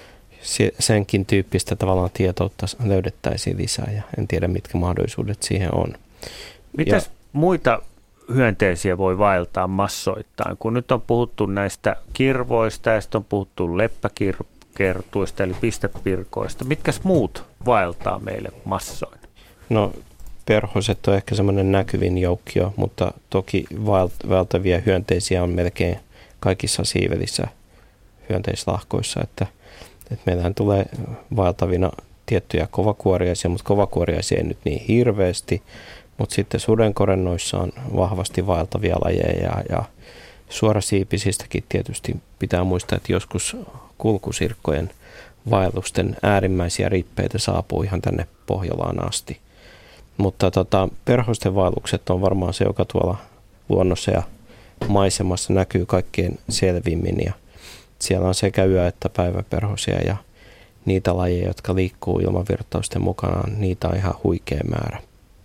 senkin tyyppistä tavallaan tietoutta löydettäisiin lisää, ja en tiedä, mitkä mahdollisuudet siihen on. Mitäs ja, muita hyönteisiä voi vaeltaa massoittain? Kun nyt on puhuttu näistä kirvoista ja sitten on puhuttu leppäkertuista eli pistepirkoista. Mitkäs muut vaeltaa meille massoin? No, perhoset on ehkä semmoinen näkyvin joukkio, mutta toki vaeltavia hyönteisiä on melkein kaikissa siivelissä hyönteislahkoissa, että, että meillähän tulee vaeltavina tiettyjä kovakuoriaisia, mutta kovakuoriaisia ei nyt niin hirveästi, mutta sitten sudenkorennoissa on vahvasti vaeltavia lajeja, ja, ja suorasiipisistäkin tietysti pitää muistaa, että joskus kulkusirkkojen vaellusten äärimmäisiä rippeitä saapuu ihan tänne Pohjolaan asti. Mutta tota, perhosten vaellukset on varmaan se, joka tuolla luonnossa ja maisemassa näkyy kaikkein selvimmin. Ja siellä on sekä yö- että päiväperhosia, ja niitä lajeja, jotka liikkuu ilmavirtausten mukana, niitä on ihan huikea määrä.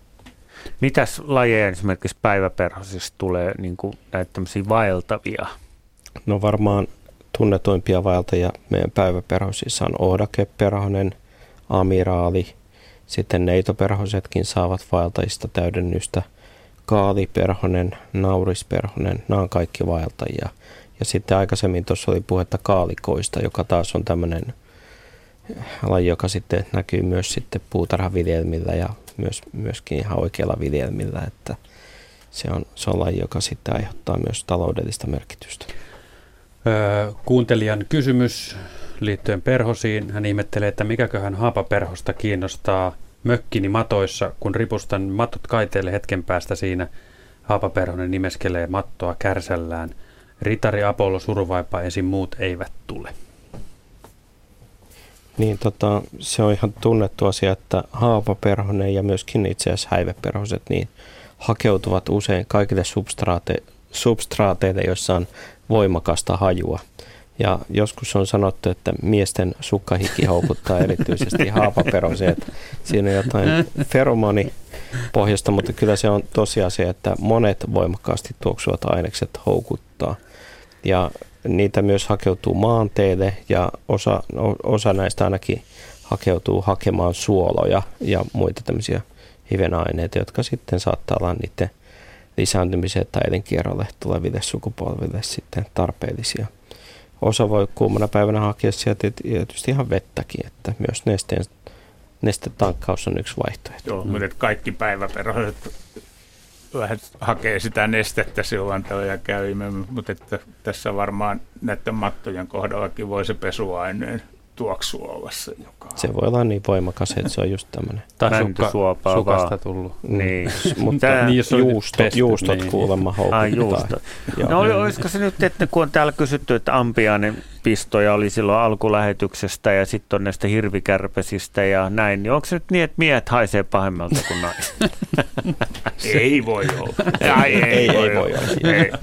Mitäs lajeja esimerkiksi päiväperhosista tulee niin kuin näitä tämmöisiä vaeltavia? No varmaan tunnetuimpia vaeltajia meidän päiväperhosissa on ohdakeperhonen, amiraali. Sitten neitoperhosetkin saavat vaeltajista täydennystä. Kaaliperhonen, naurisperhonen, nämä on kaikki vaeltajia. Ja sitten aikaisemmin tuossa oli puhetta kaalikoista, joka taas on tämmöinen laji, joka sitten näkyy myös sitten puutarhaviljelmillä ja myös, myöskin ihan oikeilla viljelmillä. Että se on, se on laji, joka sitten aiheuttaa myös taloudellista merkitystä. Öö, kuuntelijan kysymys liittyen perhosiin. Hän ihmettelee, että mikäköhän haapaperhosta kiinnostaa mökkini matoissa, kun ripustan matot kaiteelle hetken päästä siinä. Haapaperhonen nimeskelee mattoa kärsällään. Ritari, Apollo, Suruvaipa, esim. Muut eivät tule. Niin, tota, se on ihan tunnettu asia, että haapaperhonen ja myöskin itse asiassa häiväperhoset niin hakeutuvat usein kaikille substraate, substraateille, joissa on voimakasta hajua. Ja joskus on sanottu, että miesten sukkahiki houkuttaa erityisesti haapaperhosia. Siinä on jotain feromonipohjasta, mutta kyllä se on tosiasia, että monet voimakkaasti tuoksuvat ainekset houkuttaa. Ja niitä myös hakeutuu maanteille, ja osa, osa näistä ainakin hakeutuu hakemaan suoloja ja muita tämmöisiä hivenaineita, jotka sitten saattaa olla niiden lisääntymiseen tai elinkierrolle tuleville sukupolville sitten tarpeellisia. Osa voi kuumana päivänä hakea sieltä tietysti ihan vettäkin, että myös nesteen, nestetankkaus on yksi vaihtoehto. Joo, mutta kaikki päiväperhoset vähän hakee sitä nestettä silloin ja käymme, mutta että tässä varmaan näiden mattojen kohdallakin voi se pesuaineen tuoksu olla se, joka se voi olla niin voimakas, että se on just tämmöinen. Tai sukka, sukasta tullut. Niin. Mutta niin, juustot, pesty, juustot niin. Kuulemma houkuttaa. No olisiko se nyt, että kun on täällä kysytty, että ampiainen pistoja oli silloin alkulähetyksestä ja sitten on näistä hirvikärpäsistä ja näin. Niin onko se nyt niin, että miehet haisee pahemmalta kuin naiset? Ei voi olla. Ai, ei, ei, ei voi olla. Ei.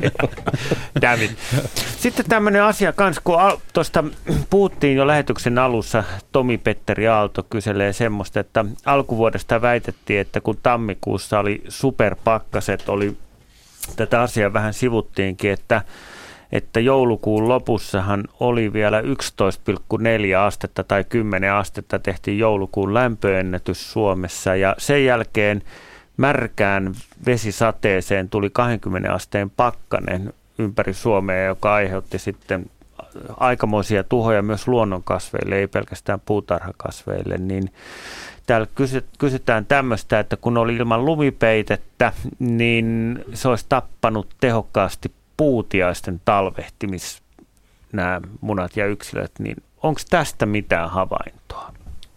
David. Sitten tämmöinen asia kanssa, kun al- tuosta puhuttiin jo lähetyksen alussa, Tomi-Petteri Aalto kyselee semmoista, että alkuvuodesta väitettiin, että kun tammikuussa oli superpakkaset, oli tätä asiaa vähän sivuttiinkin, että että joulukuun lopussahan oli vielä yksitoista pilkku neljä astetta tai kymmenen astetta tehtiin joulukuun lämpöennätys Suomessa ja sen jälkeen märkään vesisateeseen tuli kaksikymmentä asteen pakkanen ympäri Suomea, joka aiheutti sitten aikamoisia tuhoja myös luonnonkasveille, ei pelkästään puutarhakasveille, niin täällä kysytään tämmöistä, että kun oli ilman lumipeitettä, niin se olisi tappanut tehokkaasti puutiaisten talvehtimis, nämä munat ja yksilöt, niin onko tästä mitään havaintoa?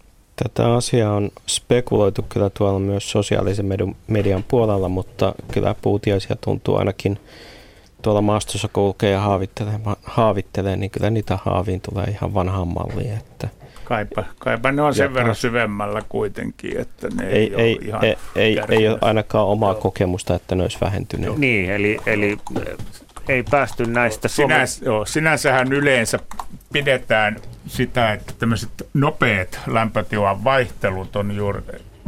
Tätä asiaa on spekuloitu kyllä tuolla myös sosiaalisen median puolella, mutta kyllä puutiaisia tuntuu ainakin tuolla maastossa kulkee ja haavittelee, haavittelee, niin kyllä niitä haaviin tulee ihan vanhaan malliin. Että Kaipa, kaipa ne on sen verran syvemmällä kuitenkin, että ne ei, ei, ei, ole ihan ei, ei, ei ole ainakaan omaa kokemusta, että ne olisi vähentyneet. Niin, eli, eli ei päästy näistä. Sinäns, joo, sinänsähän yleensä pidetään sitä, että tämmöiset nopeat lämpötilan vaihtelut on juuri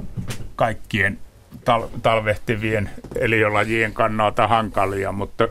kaikkien tal- talvehtivien eliölajien kannalta hankalia, mutta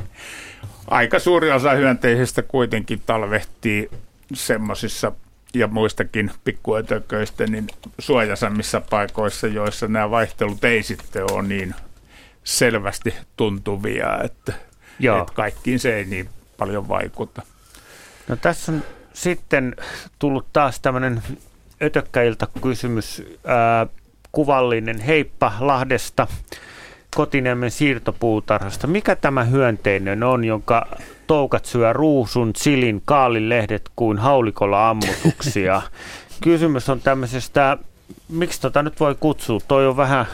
aika suuri osa hyönteisistä kuitenkin talvehtii semmoisissa ja muistakin pikkuötököistä niin suojaisemmissa paikoissa, joissa nämä vaihtelut ei sitten ole niin selvästi tuntuvia, että, että kaikkiin se ei niin paljon vaikuta. No tässä on sitten tullut taas tämmöinen ötökkäiltä kysymys, ää, kuvallinen. Heippa Lahdesta, Kotiniemen siirtopuutarhasta. Mikä tämä hyönteinen on, jonka toukat syö ruusun, silin, kaalinlehdet kuin haulikolla ammutuksia? Kysymys on tämmöisestä, miksi tota nyt voi kutsua? Toi on vähän,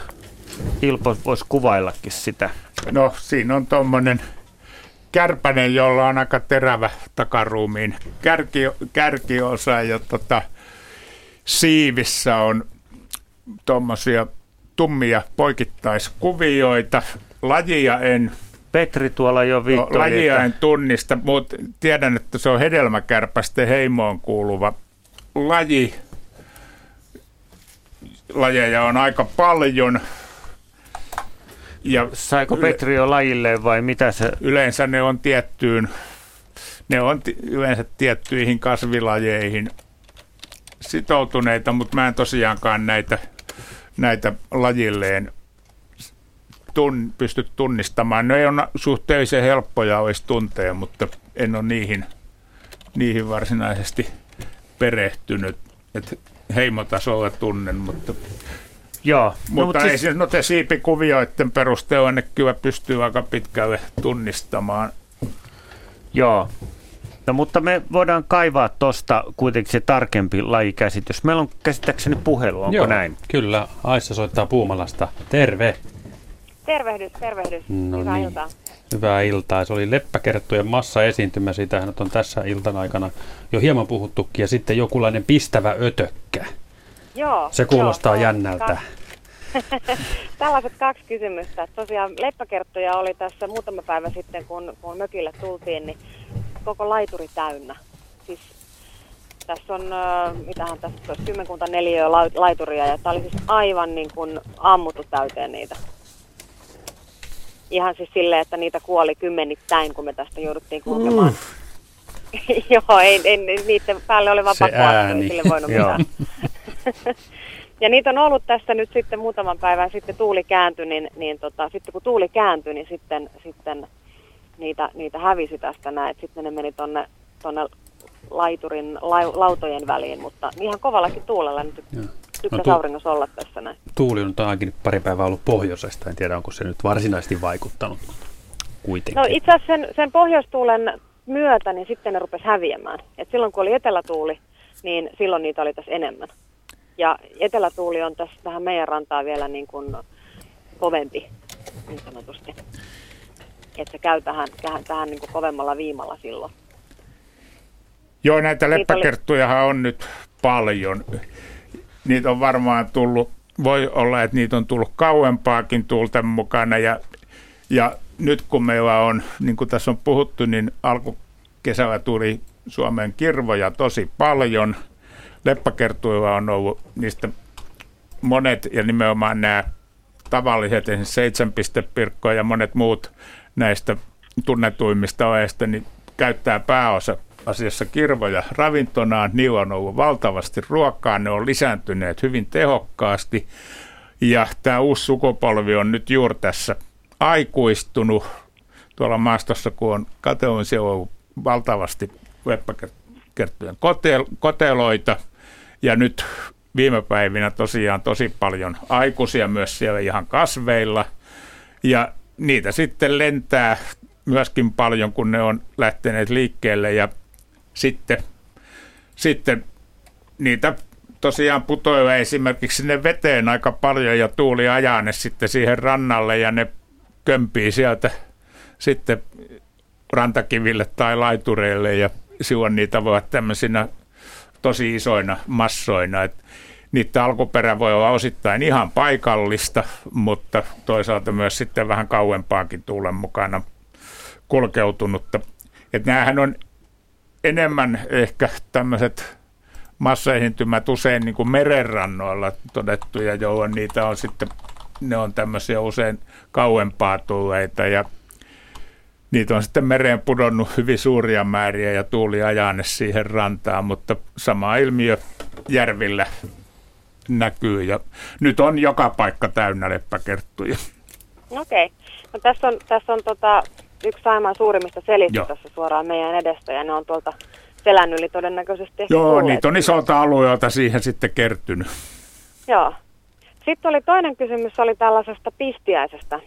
Ilpo voisi kuvaillakin sitä. No siinä on tuommoinen kärpänen, jolla on aika terävä takaruumiin kärki, kärkiosa ja tota, siivissä on tuommoisia tummia poikittaiskuvioita. Lajia en, Petri tuolla jo viittoi. No, lajia en tunnista, mutta tiedän, että se on hedelmäkärpästen heimoon kuuluva laji. Lajeja on aika paljon. Ja saiko Petri jo lajilleen vai mitä se? Yleensä ne on tiettyyn, ne on t- yleensä tiettyihin kasvilajeihin sitoutuneita, mutta mä en tosiaankaan näitä, näitä lajilleen tun, pysty tunnistamaan. Ne on suhteellisen helppoja olisi tuntea, mutta en ole niihin, niihin varsinaisesti perehtynyt. Et heimotasolla tunnen, mutta Joo, mutta no, ei siis siis noiden siipikuvioiden perusteella ne kyllä pystyy aika pitkälle tunnistamaan. Joo, no mutta me voidaan kaivaa tuosta kuitenkin se tarkempi lajikäsitys. Meillä on käsittääkseni puhelu, onko Joo, näin? Kyllä, Aissa soittaa Puumalasta. Terve. Tervehdys, tervehdys. No Hyvää niin. iltaa. Hyvää iltaa. Se oli leppäkerttujen massaesiintymä. Siitähän on tässä iltan aikana jo hieman puhuttukin. Ja sitten jokinlainen pistävä ötökkä. Joo. Se kuulostaa joo, jännältä. Tällaiset kaksi kysymystä. Tosiaan leppäkerttuja oli tässä muutama päivä sitten, kun, kun mökille tultiin, niin koko laituri täynnä. Siis tässä on, äh, mitähän tässä olisi, kymmenkunta neliöä laituria, ja tämä oli siis aivan niin kuin ammuttu täyteen niitä. Ihan siis silleen, että niitä kuoli kymmenittäin, kun me tästä jouduttiin kulkemaan. Uh. Joo, ei, ei, niiden päälle oli vaan pakko astua, ei sille voinut mitään. Ja niitä on ollut tässä nyt sitten muutaman päivän sitten tuuli kääntyi, niin, niin tota, sitten kun tuuli kääntyi, niin sitten, sitten niitä, niitä hävisi tästä näin. Sitten ne meni tonne, tonne laiturin la, lautojen väliin, mutta ihan kovallakin tuulella nyt tykkäsi no, tu- auringossa olla tässä näin. Tuuli on ainakin pari päivää ollut pohjoisesta, en tiedä onko se nyt varsinaisesti vaikuttanut, mutta kuitenkin. No itse asiassa sen, sen pohjoistuulen myötä, niin sitten ne rupesi häviämään. Et silloin kun oli etelätuuli, niin silloin niitä oli tässä enemmän. Ja etelätuuli on tässä tähän meidän rantaan vielä niin kuin kovempi, niin sanotusti. Että se käy tähän, tähän niin kuin kovemmalla viimalla silloin. Joo, näitä leppäkerttujahan on nyt paljon. Niitä on varmaan tullut, voi olla, että niitä on tullut kauempaakin tuulten mukana. Ja, ja nyt kun meillä on, niin kuin tässä on puhuttu, niin alkukesällä tuli Suomeen kirvoja tosi paljon. Leppäkerttuilla on ollut niistä monet, ja nimenomaan nämä tavalliset, esimerkiksi seitsemänpistepirkkoja ja monet muut näistä tunnetuimmista oeista, niin käyttää pääosa asiassa kirvoja ravintonaan. Niillä on ollut valtavasti ruokaa, ne on lisääntyneet hyvin tehokkaasti, ja tämä uusi sukupolvi on nyt juuri tässä aikuistunut. Tuolla maastossa, kun on katsonut, siellä on ollut valtavasti leppäkerttujen koteloita, ja nyt viime päivinä tosiaan tosi paljon aikuisia myös siellä ihan kasveilla, ja niitä sitten lentää myöskin paljon, kun ne on lähteneet liikkeelle, ja sitten, sitten niitä tosiaan putoilee esimerkiksi sinne veteen aika paljon, ja tuuli ajaa ne sitten siihen rannalle, ja ne kömpii sieltä sitten rantakiville tai laitureille, ja silloin niitä voi olla tämmöisinä tosi isoina massoina. Et niiden alkuperä voi olla osittain ihan paikallista, mutta toisaalta myös sitten vähän kauempaakin tuulen mukana kulkeutunutta. Et näähän on enemmän ehkä tämmöiset massaesiintymät usein niin kuin merenrannoilla todettuja, jolloin niitä on sitten, ne on tämmöisiä usein kauempaa tulleita, ja niitä on sitten mereen pudonnut hyvin suuria määriä ja tuuli ajaa ne siihen rantaan, mutta sama ilmiö järvillä näkyy, ja nyt on joka paikka täynnä leppäkerttuja. Okei. Okay. No, tässä on, tässä on tota, yksi Saimaan suurimmista selistä tässä suoraan meidän edestä, ja ne on tuolta selän yli todennäköisesti. Joo, tulleet. Niitä on isolta alueelta siihen sitten kertynyt. Joo. Sitten oli toinen kysymys, oli tällaisesta pistiäisestä.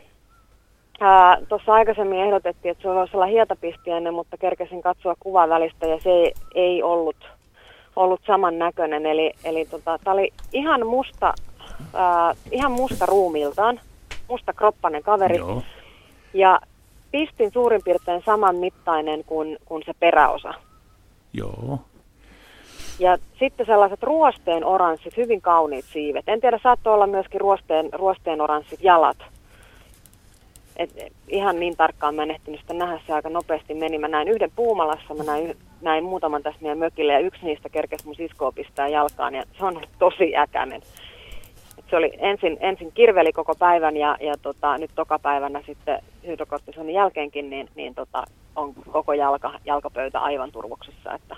Tuossa aikaisemmin ehdotettiin, että se voisi olla hietapistiäinen, mutta kerkesin katsoa kuvan välistä, ja se ei, ei ollut, ollut saman näköinen. Eli, eli tota, tämä oli ihan musta, ää, ihan musta ruumiltaan, musta kroppainen kaveri. Joo. Ja pistin suurin piirtein saman mittainen kuin, kuin se peräosa. Joo. Ja sitten sellaiset ruosteen oranssit, hyvin kauniit siivet. En tiedä, saattoi olla myöskin ruosteen, ruosteen oranssit jalat. Et ihan niin tarkkaan mä en ehtinyt sitä nähdä, se aika nopeasti meni. Mä näin yhden Puumalassa, mä näin, näin muutaman tässä meidän mökillä, ja yksi niistä kerkesi mun siskoa pistää jalkaan, ja se on tosi äkäinen. Et se oli ensin, ensin kirveli koko päivän, ja, ja tota, nyt toka päivänä sitten hydrokortisonin jälkeenkin, niin, niin tota, on koko jalka, jalkapöytä aivan turvoksissa, että,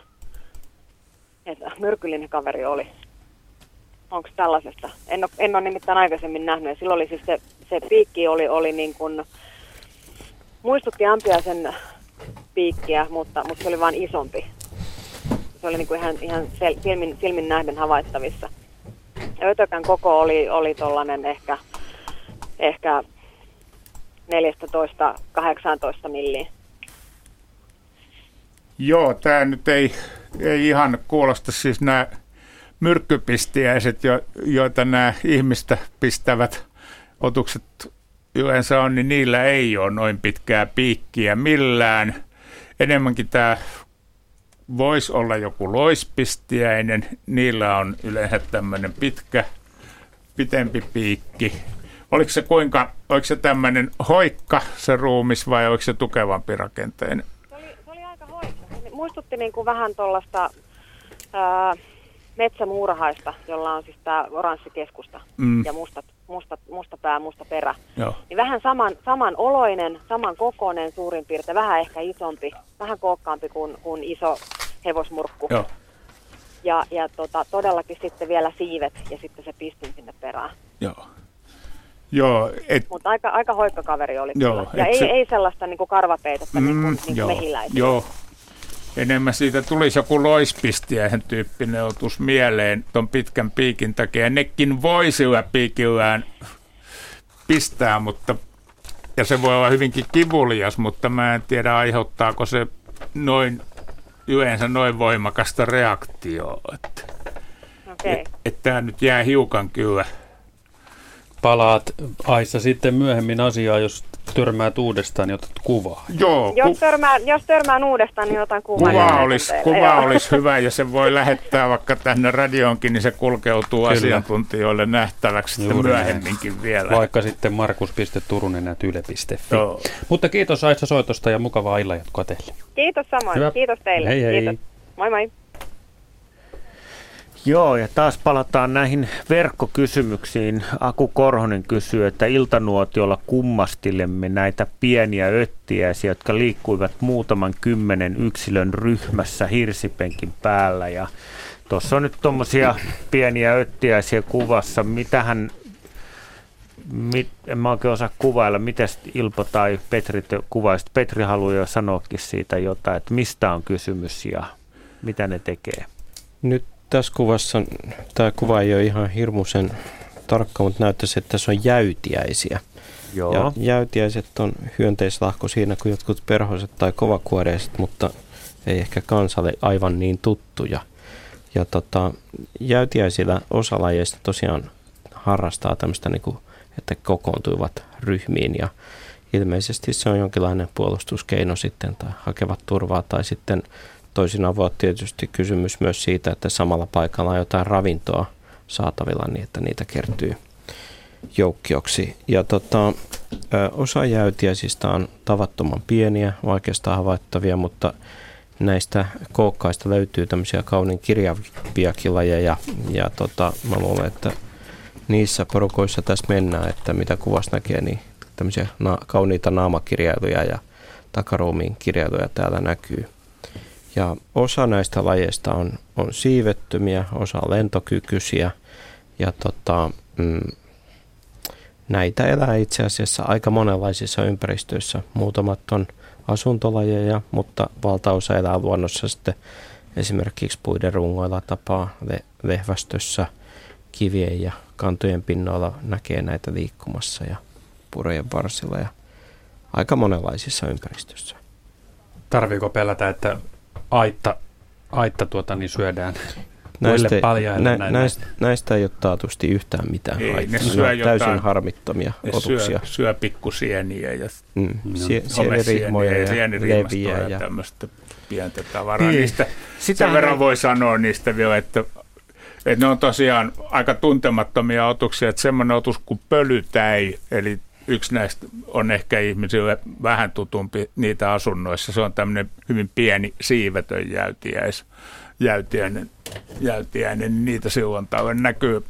että myrkyllinen kaveri oli. Onko tällaisesta? En ole, en ole nimittäin aikaisemmin nähnyt, ja silloin oli siis se, se piikki oli, oli niin kuin, muistutti ampiaisen piikkiä, mutta, mutta se oli vain isompi. Se oli niin kuin ihan, ihan sel, silmin, silmin nähden havaittavissa. Ja ötökän koko oli, oli tollainen ehkä, ehkä neljätoista kahdeksantoista milliä. Joo, tämä nyt ei, ei ihan kuulosta, siis nämä myrkkypistiäiset, jo, joita nämä ihmistä pistävät otukset yleensä on, niin niillä ei ole noin pitkää piikkiä millään. Enemmänkin tämä voisi olla joku loispistiäinen, niillä on yleensä tämmöinen pitkä, pitempi piikki. Oliko se kuinka, oliko se tämmöinen hoikka se ruumis vai oliko se tukevampi rakenteinen? Se oli, se oli aika hoikka. Muistutti niin kuin vähän tuollaista ää, metsämuurahaista, jolla on siis tämä oranssikeskusta mm. ja mustat, musta, musta pää, musta perä. Joo. Niin vähän saman, saman oloinen, saman kokoinen suurin piirtein, vähän ehkä isompi, vähän kookkaampi kuin, kuin iso hevosmurkku. Joo. Ja, ja tota, todellakin sitten vielä siivet ja sitten se pistin sinne perään. Joo. Joo, et, mutta aika, aika hoikka kaveri oli. Joo, ja ei, se, ei sellaista niin kuin karvapeitettä mm, niin kuin, niin kuin mehiläisiä. Joo. Enemmän siitä tulisi joku loispistiäisen tyyppinen otus mieleen ton pitkän piikin takia. Nekin voi sillä piikillään pistää, mutta, ja se voi olla hyvinkin kivulias, mutta mä en tiedä aiheuttaako se noin, yleensä noin voimakasta reaktioa. Että okay. et, et tää nyt jää hiukan kyllä. Palaat Aissa sitten myöhemmin asiaa, jos törmäät uudestaan, niin otat kuvaa. Joo. Jos, Ku- törmään, jos törmään uudestaan, niin otan kuvan. kuva olisi, kuva olisi hyvä ja se voi lähettää vaikka tänne radioonkin, niin se kulkeutuu Kyllä. asiantuntijoille nähtäväksi sitten myöhemminkin näin. Vielä. Vaikka sitten markus piste turunen ät yle piste fi. Joo. Mutta kiitos Aissa soitosta ja mukavaa illanjatkoa teille. Kiitos samoin. Hyvä. Kiitos teille. Hei hei. Kiitos. Moi moi. Joo, ja taas palataan näihin verkkokysymyksiin. Aku Korhonen kysyy, että iltanuotiolla kummastilemme näitä pieniä öttiäisiä, jotka liikkuivat muutaman kymmenen yksilön ryhmässä hirsipenkin päällä. Ja tuossa on nyt tuommoisia pieniä öttiäisiä kuvassa. Mitähän, mit, en mä oikein osaa kuvailla, miten Ilpo tai Petri kuvaisit. Petri haluaa jo sanoakin siitä jotain, että mistä on kysymys ja mitä ne tekee. Nyt tässä kuvassa, tämä kuva ei ole ihan hirmuisen tarkka, mutta näyttäisi, että tässä on jäytiäisiä. Joo. Ja jäytiäiset on hyönteislahko siinä kuin jotkut perhoset tai kovakuoreiset, mutta ei ehkä kansalle aivan niin tuttuja. Ja tota, jäytiäisillä osa lajeista tosiaan harrastaa tämmöistä, niin kuin, että kokoontuivat ryhmiin ja ilmeisesti se on jonkinlainen puolustuskeino sitten tai hakevat turvaa tai sitten toisinaan voi tietysti kysymys myös siitä, että samalla paikalla on jotain ravintoa saatavilla niin, että niitä kertyy joukkioksi. Ja tota, osa jäytiäisistä on tavattoman pieniä, vaikeastaan havaittavia, mutta näistä kookkaista löytyy tämmöisiä kauniin kirjaviakin lajeja. Ja tota, mä luulen, että niissä porukoissa tässä mennään, että mitä kuvassa näkee, niin tämmöisiä na- kauniita naamakirjailuja ja takaruumiin kirjailuja täällä näkyy. Ja osa näistä lajeista on, on siivettömiä, osa on lentokykyisiä ja tota, mm, näitä elää itse asiassa aika monenlaisissa ympäristöissä. Muutamat on asuntolajeja, mutta valtaosa elää luonnossa sitten esimerkiksi puiden rungoilla tapaa le- lehvästössä, kivien ja kantojen pinnoilla näkee näitä liikkumassa ja purojen varsilla ja aika monenlaisissa ympäristöissä. Tarviiko pelätä, että aitta, aitta tuota, niin syödään näistä, paljaille? Nä, näistä, näistä ei ole taatusti yhtään mitään ei, haittaa. Ne, syö ne on täysin harmittomia ne otuksia. Syö, syö pikkusieniä ja mm. Sie, sienirihmoja ja, ja leviä. Ja, ja tämmöistä pientä tavaraa. Niin. Niistä, sen verran voi sanoa niistä vielä, että, että ne on tosiaan aika tuntemattomia otuksia. Että semmoinen otus kuin pölytäi, eli yksi näistä on ehkä ihmisille vähän tutumpi niitä asunnoissa. Se on tämmöinen hyvin pieni siivetön jäytiäis, jäytiäinen, jäytiäinen. Niitä silloin tällöin näkyy.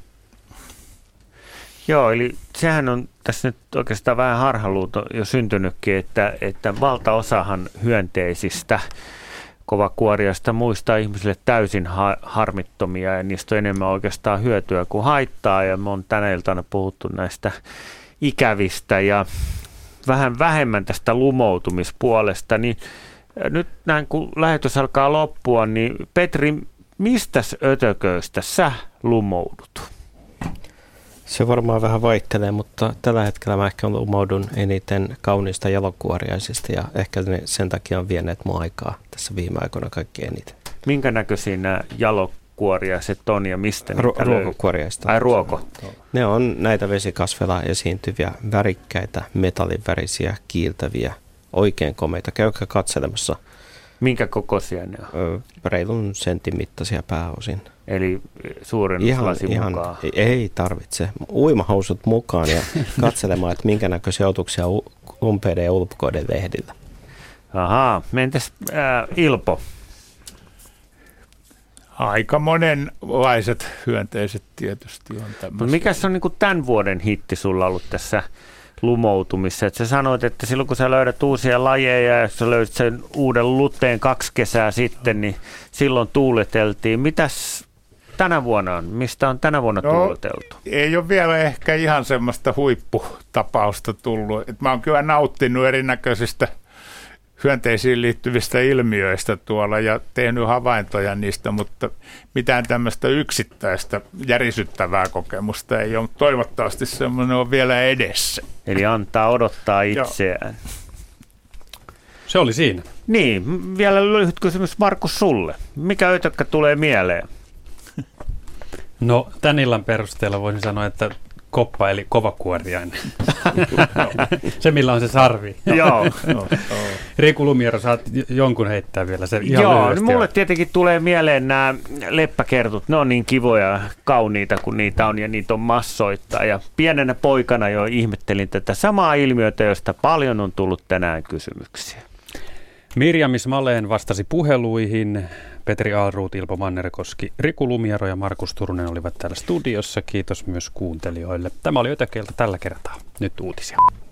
Joo, eli sehän on tässä nyt oikeastaan vähän harhaluuto jo syntynytkin, että, että valtaosahan hyönteisistä, kovakuoriaista muista ihmisille täysin ha- harmittomia ja niistä on enemmän oikeastaan hyötyä kuin haittaa. Ja me on tänä iltana puhuttu näistä ikävistä ja vähän vähemmän tästä lumoutumispuolesta, niin nyt näin kun lähetys alkaa loppua, niin Petri, mistäs ötököistä sä lumoudut? Se varmaan vähän vaihtelee, mutta tällä hetkellä mä ehkä lumoudun eniten kauniista jalokuoriaisista ja ehkä ne sen takia on vieneet mun aikaa tässä viime aikoina kaikki eniten. Minkä näköisiä nämä jalokuoriaiset on ja mistä niitä Ru- ruokokuoriaista. Ai ruoko? Ne on näitä vesikasveilla esiintyviä värikkäitä, metallivärisiä, kiiltäviä, oikein komeita. Käykää katselemassa. Minkä kokoisia ne on? Reilun sentin mittaisia pääosin. Eli suurin ihan, lasi ihan, mukaan? Ei tarvitse. Uimahousut mukaan ja katselemaan, että minkä näköisiä otuksia umpeiden ja ulpkoiden lehdillä. Ahaa, mentäs äh, Ilpo? Aika monenlaiset hyönteiset tietysti on tämmöisiä. Mikäs on niin kuin tämän vuoden hitti sulla ollut tässä lumoutumissa? Et sä sanoit, että silloin kun sä löydät uusia lajeja ja sä löydät sen uuden luteen kaksi kesää sitten, niin silloin tuuleteltiin. Mitäs tänä vuonna on? Mistä on tänä vuonna no, tuuleteltu? Ei ole vielä ehkä ihan semmoista huipputapausta tullut. Et mä oon kyllä nauttinut erinäköisistä hyönteisiin liittyvistä ilmiöistä tuolla ja tehnyt havaintoja niistä, mutta mitään tämmöistä yksittäistä järisyttävää kokemusta ei ole. Toivottavasti semmoinen on vielä edessä. Eli antaa odottaa itseään. Se oli siinä. Niin, vielä lyhyt kysymys Markus sulle. Mikä ötökkä tulee mieleen? No tämän illan perusteella voisin sanoa, että koppa eli kovakuoriainen. Se millä on se sarvi. Joo. Riku Lumiero, saat jonkun heittää vielä se ihan Joo, lyhyesti. mulle tietenkin tulee mieleen nämä leppäkertut. Ne on niin kivoja ja kauniita kuin niitä on ja niitä on massoittaa. Ja pienenä poikana jo ihmettelin tätä samaa ilmiötä, josta paljon on tullut tänään kysymyksiä. Mirjamis Maleen vastasi puheluihin. Petri Aalruut, Ilpo Mannerkoski, Riku Lumiero ja Markus Turunen olivat täällä studiossa. Kiitos myös kuuntelijoille. Tämä oli Ötökeilta tällä kertaa. Nyt uutisia.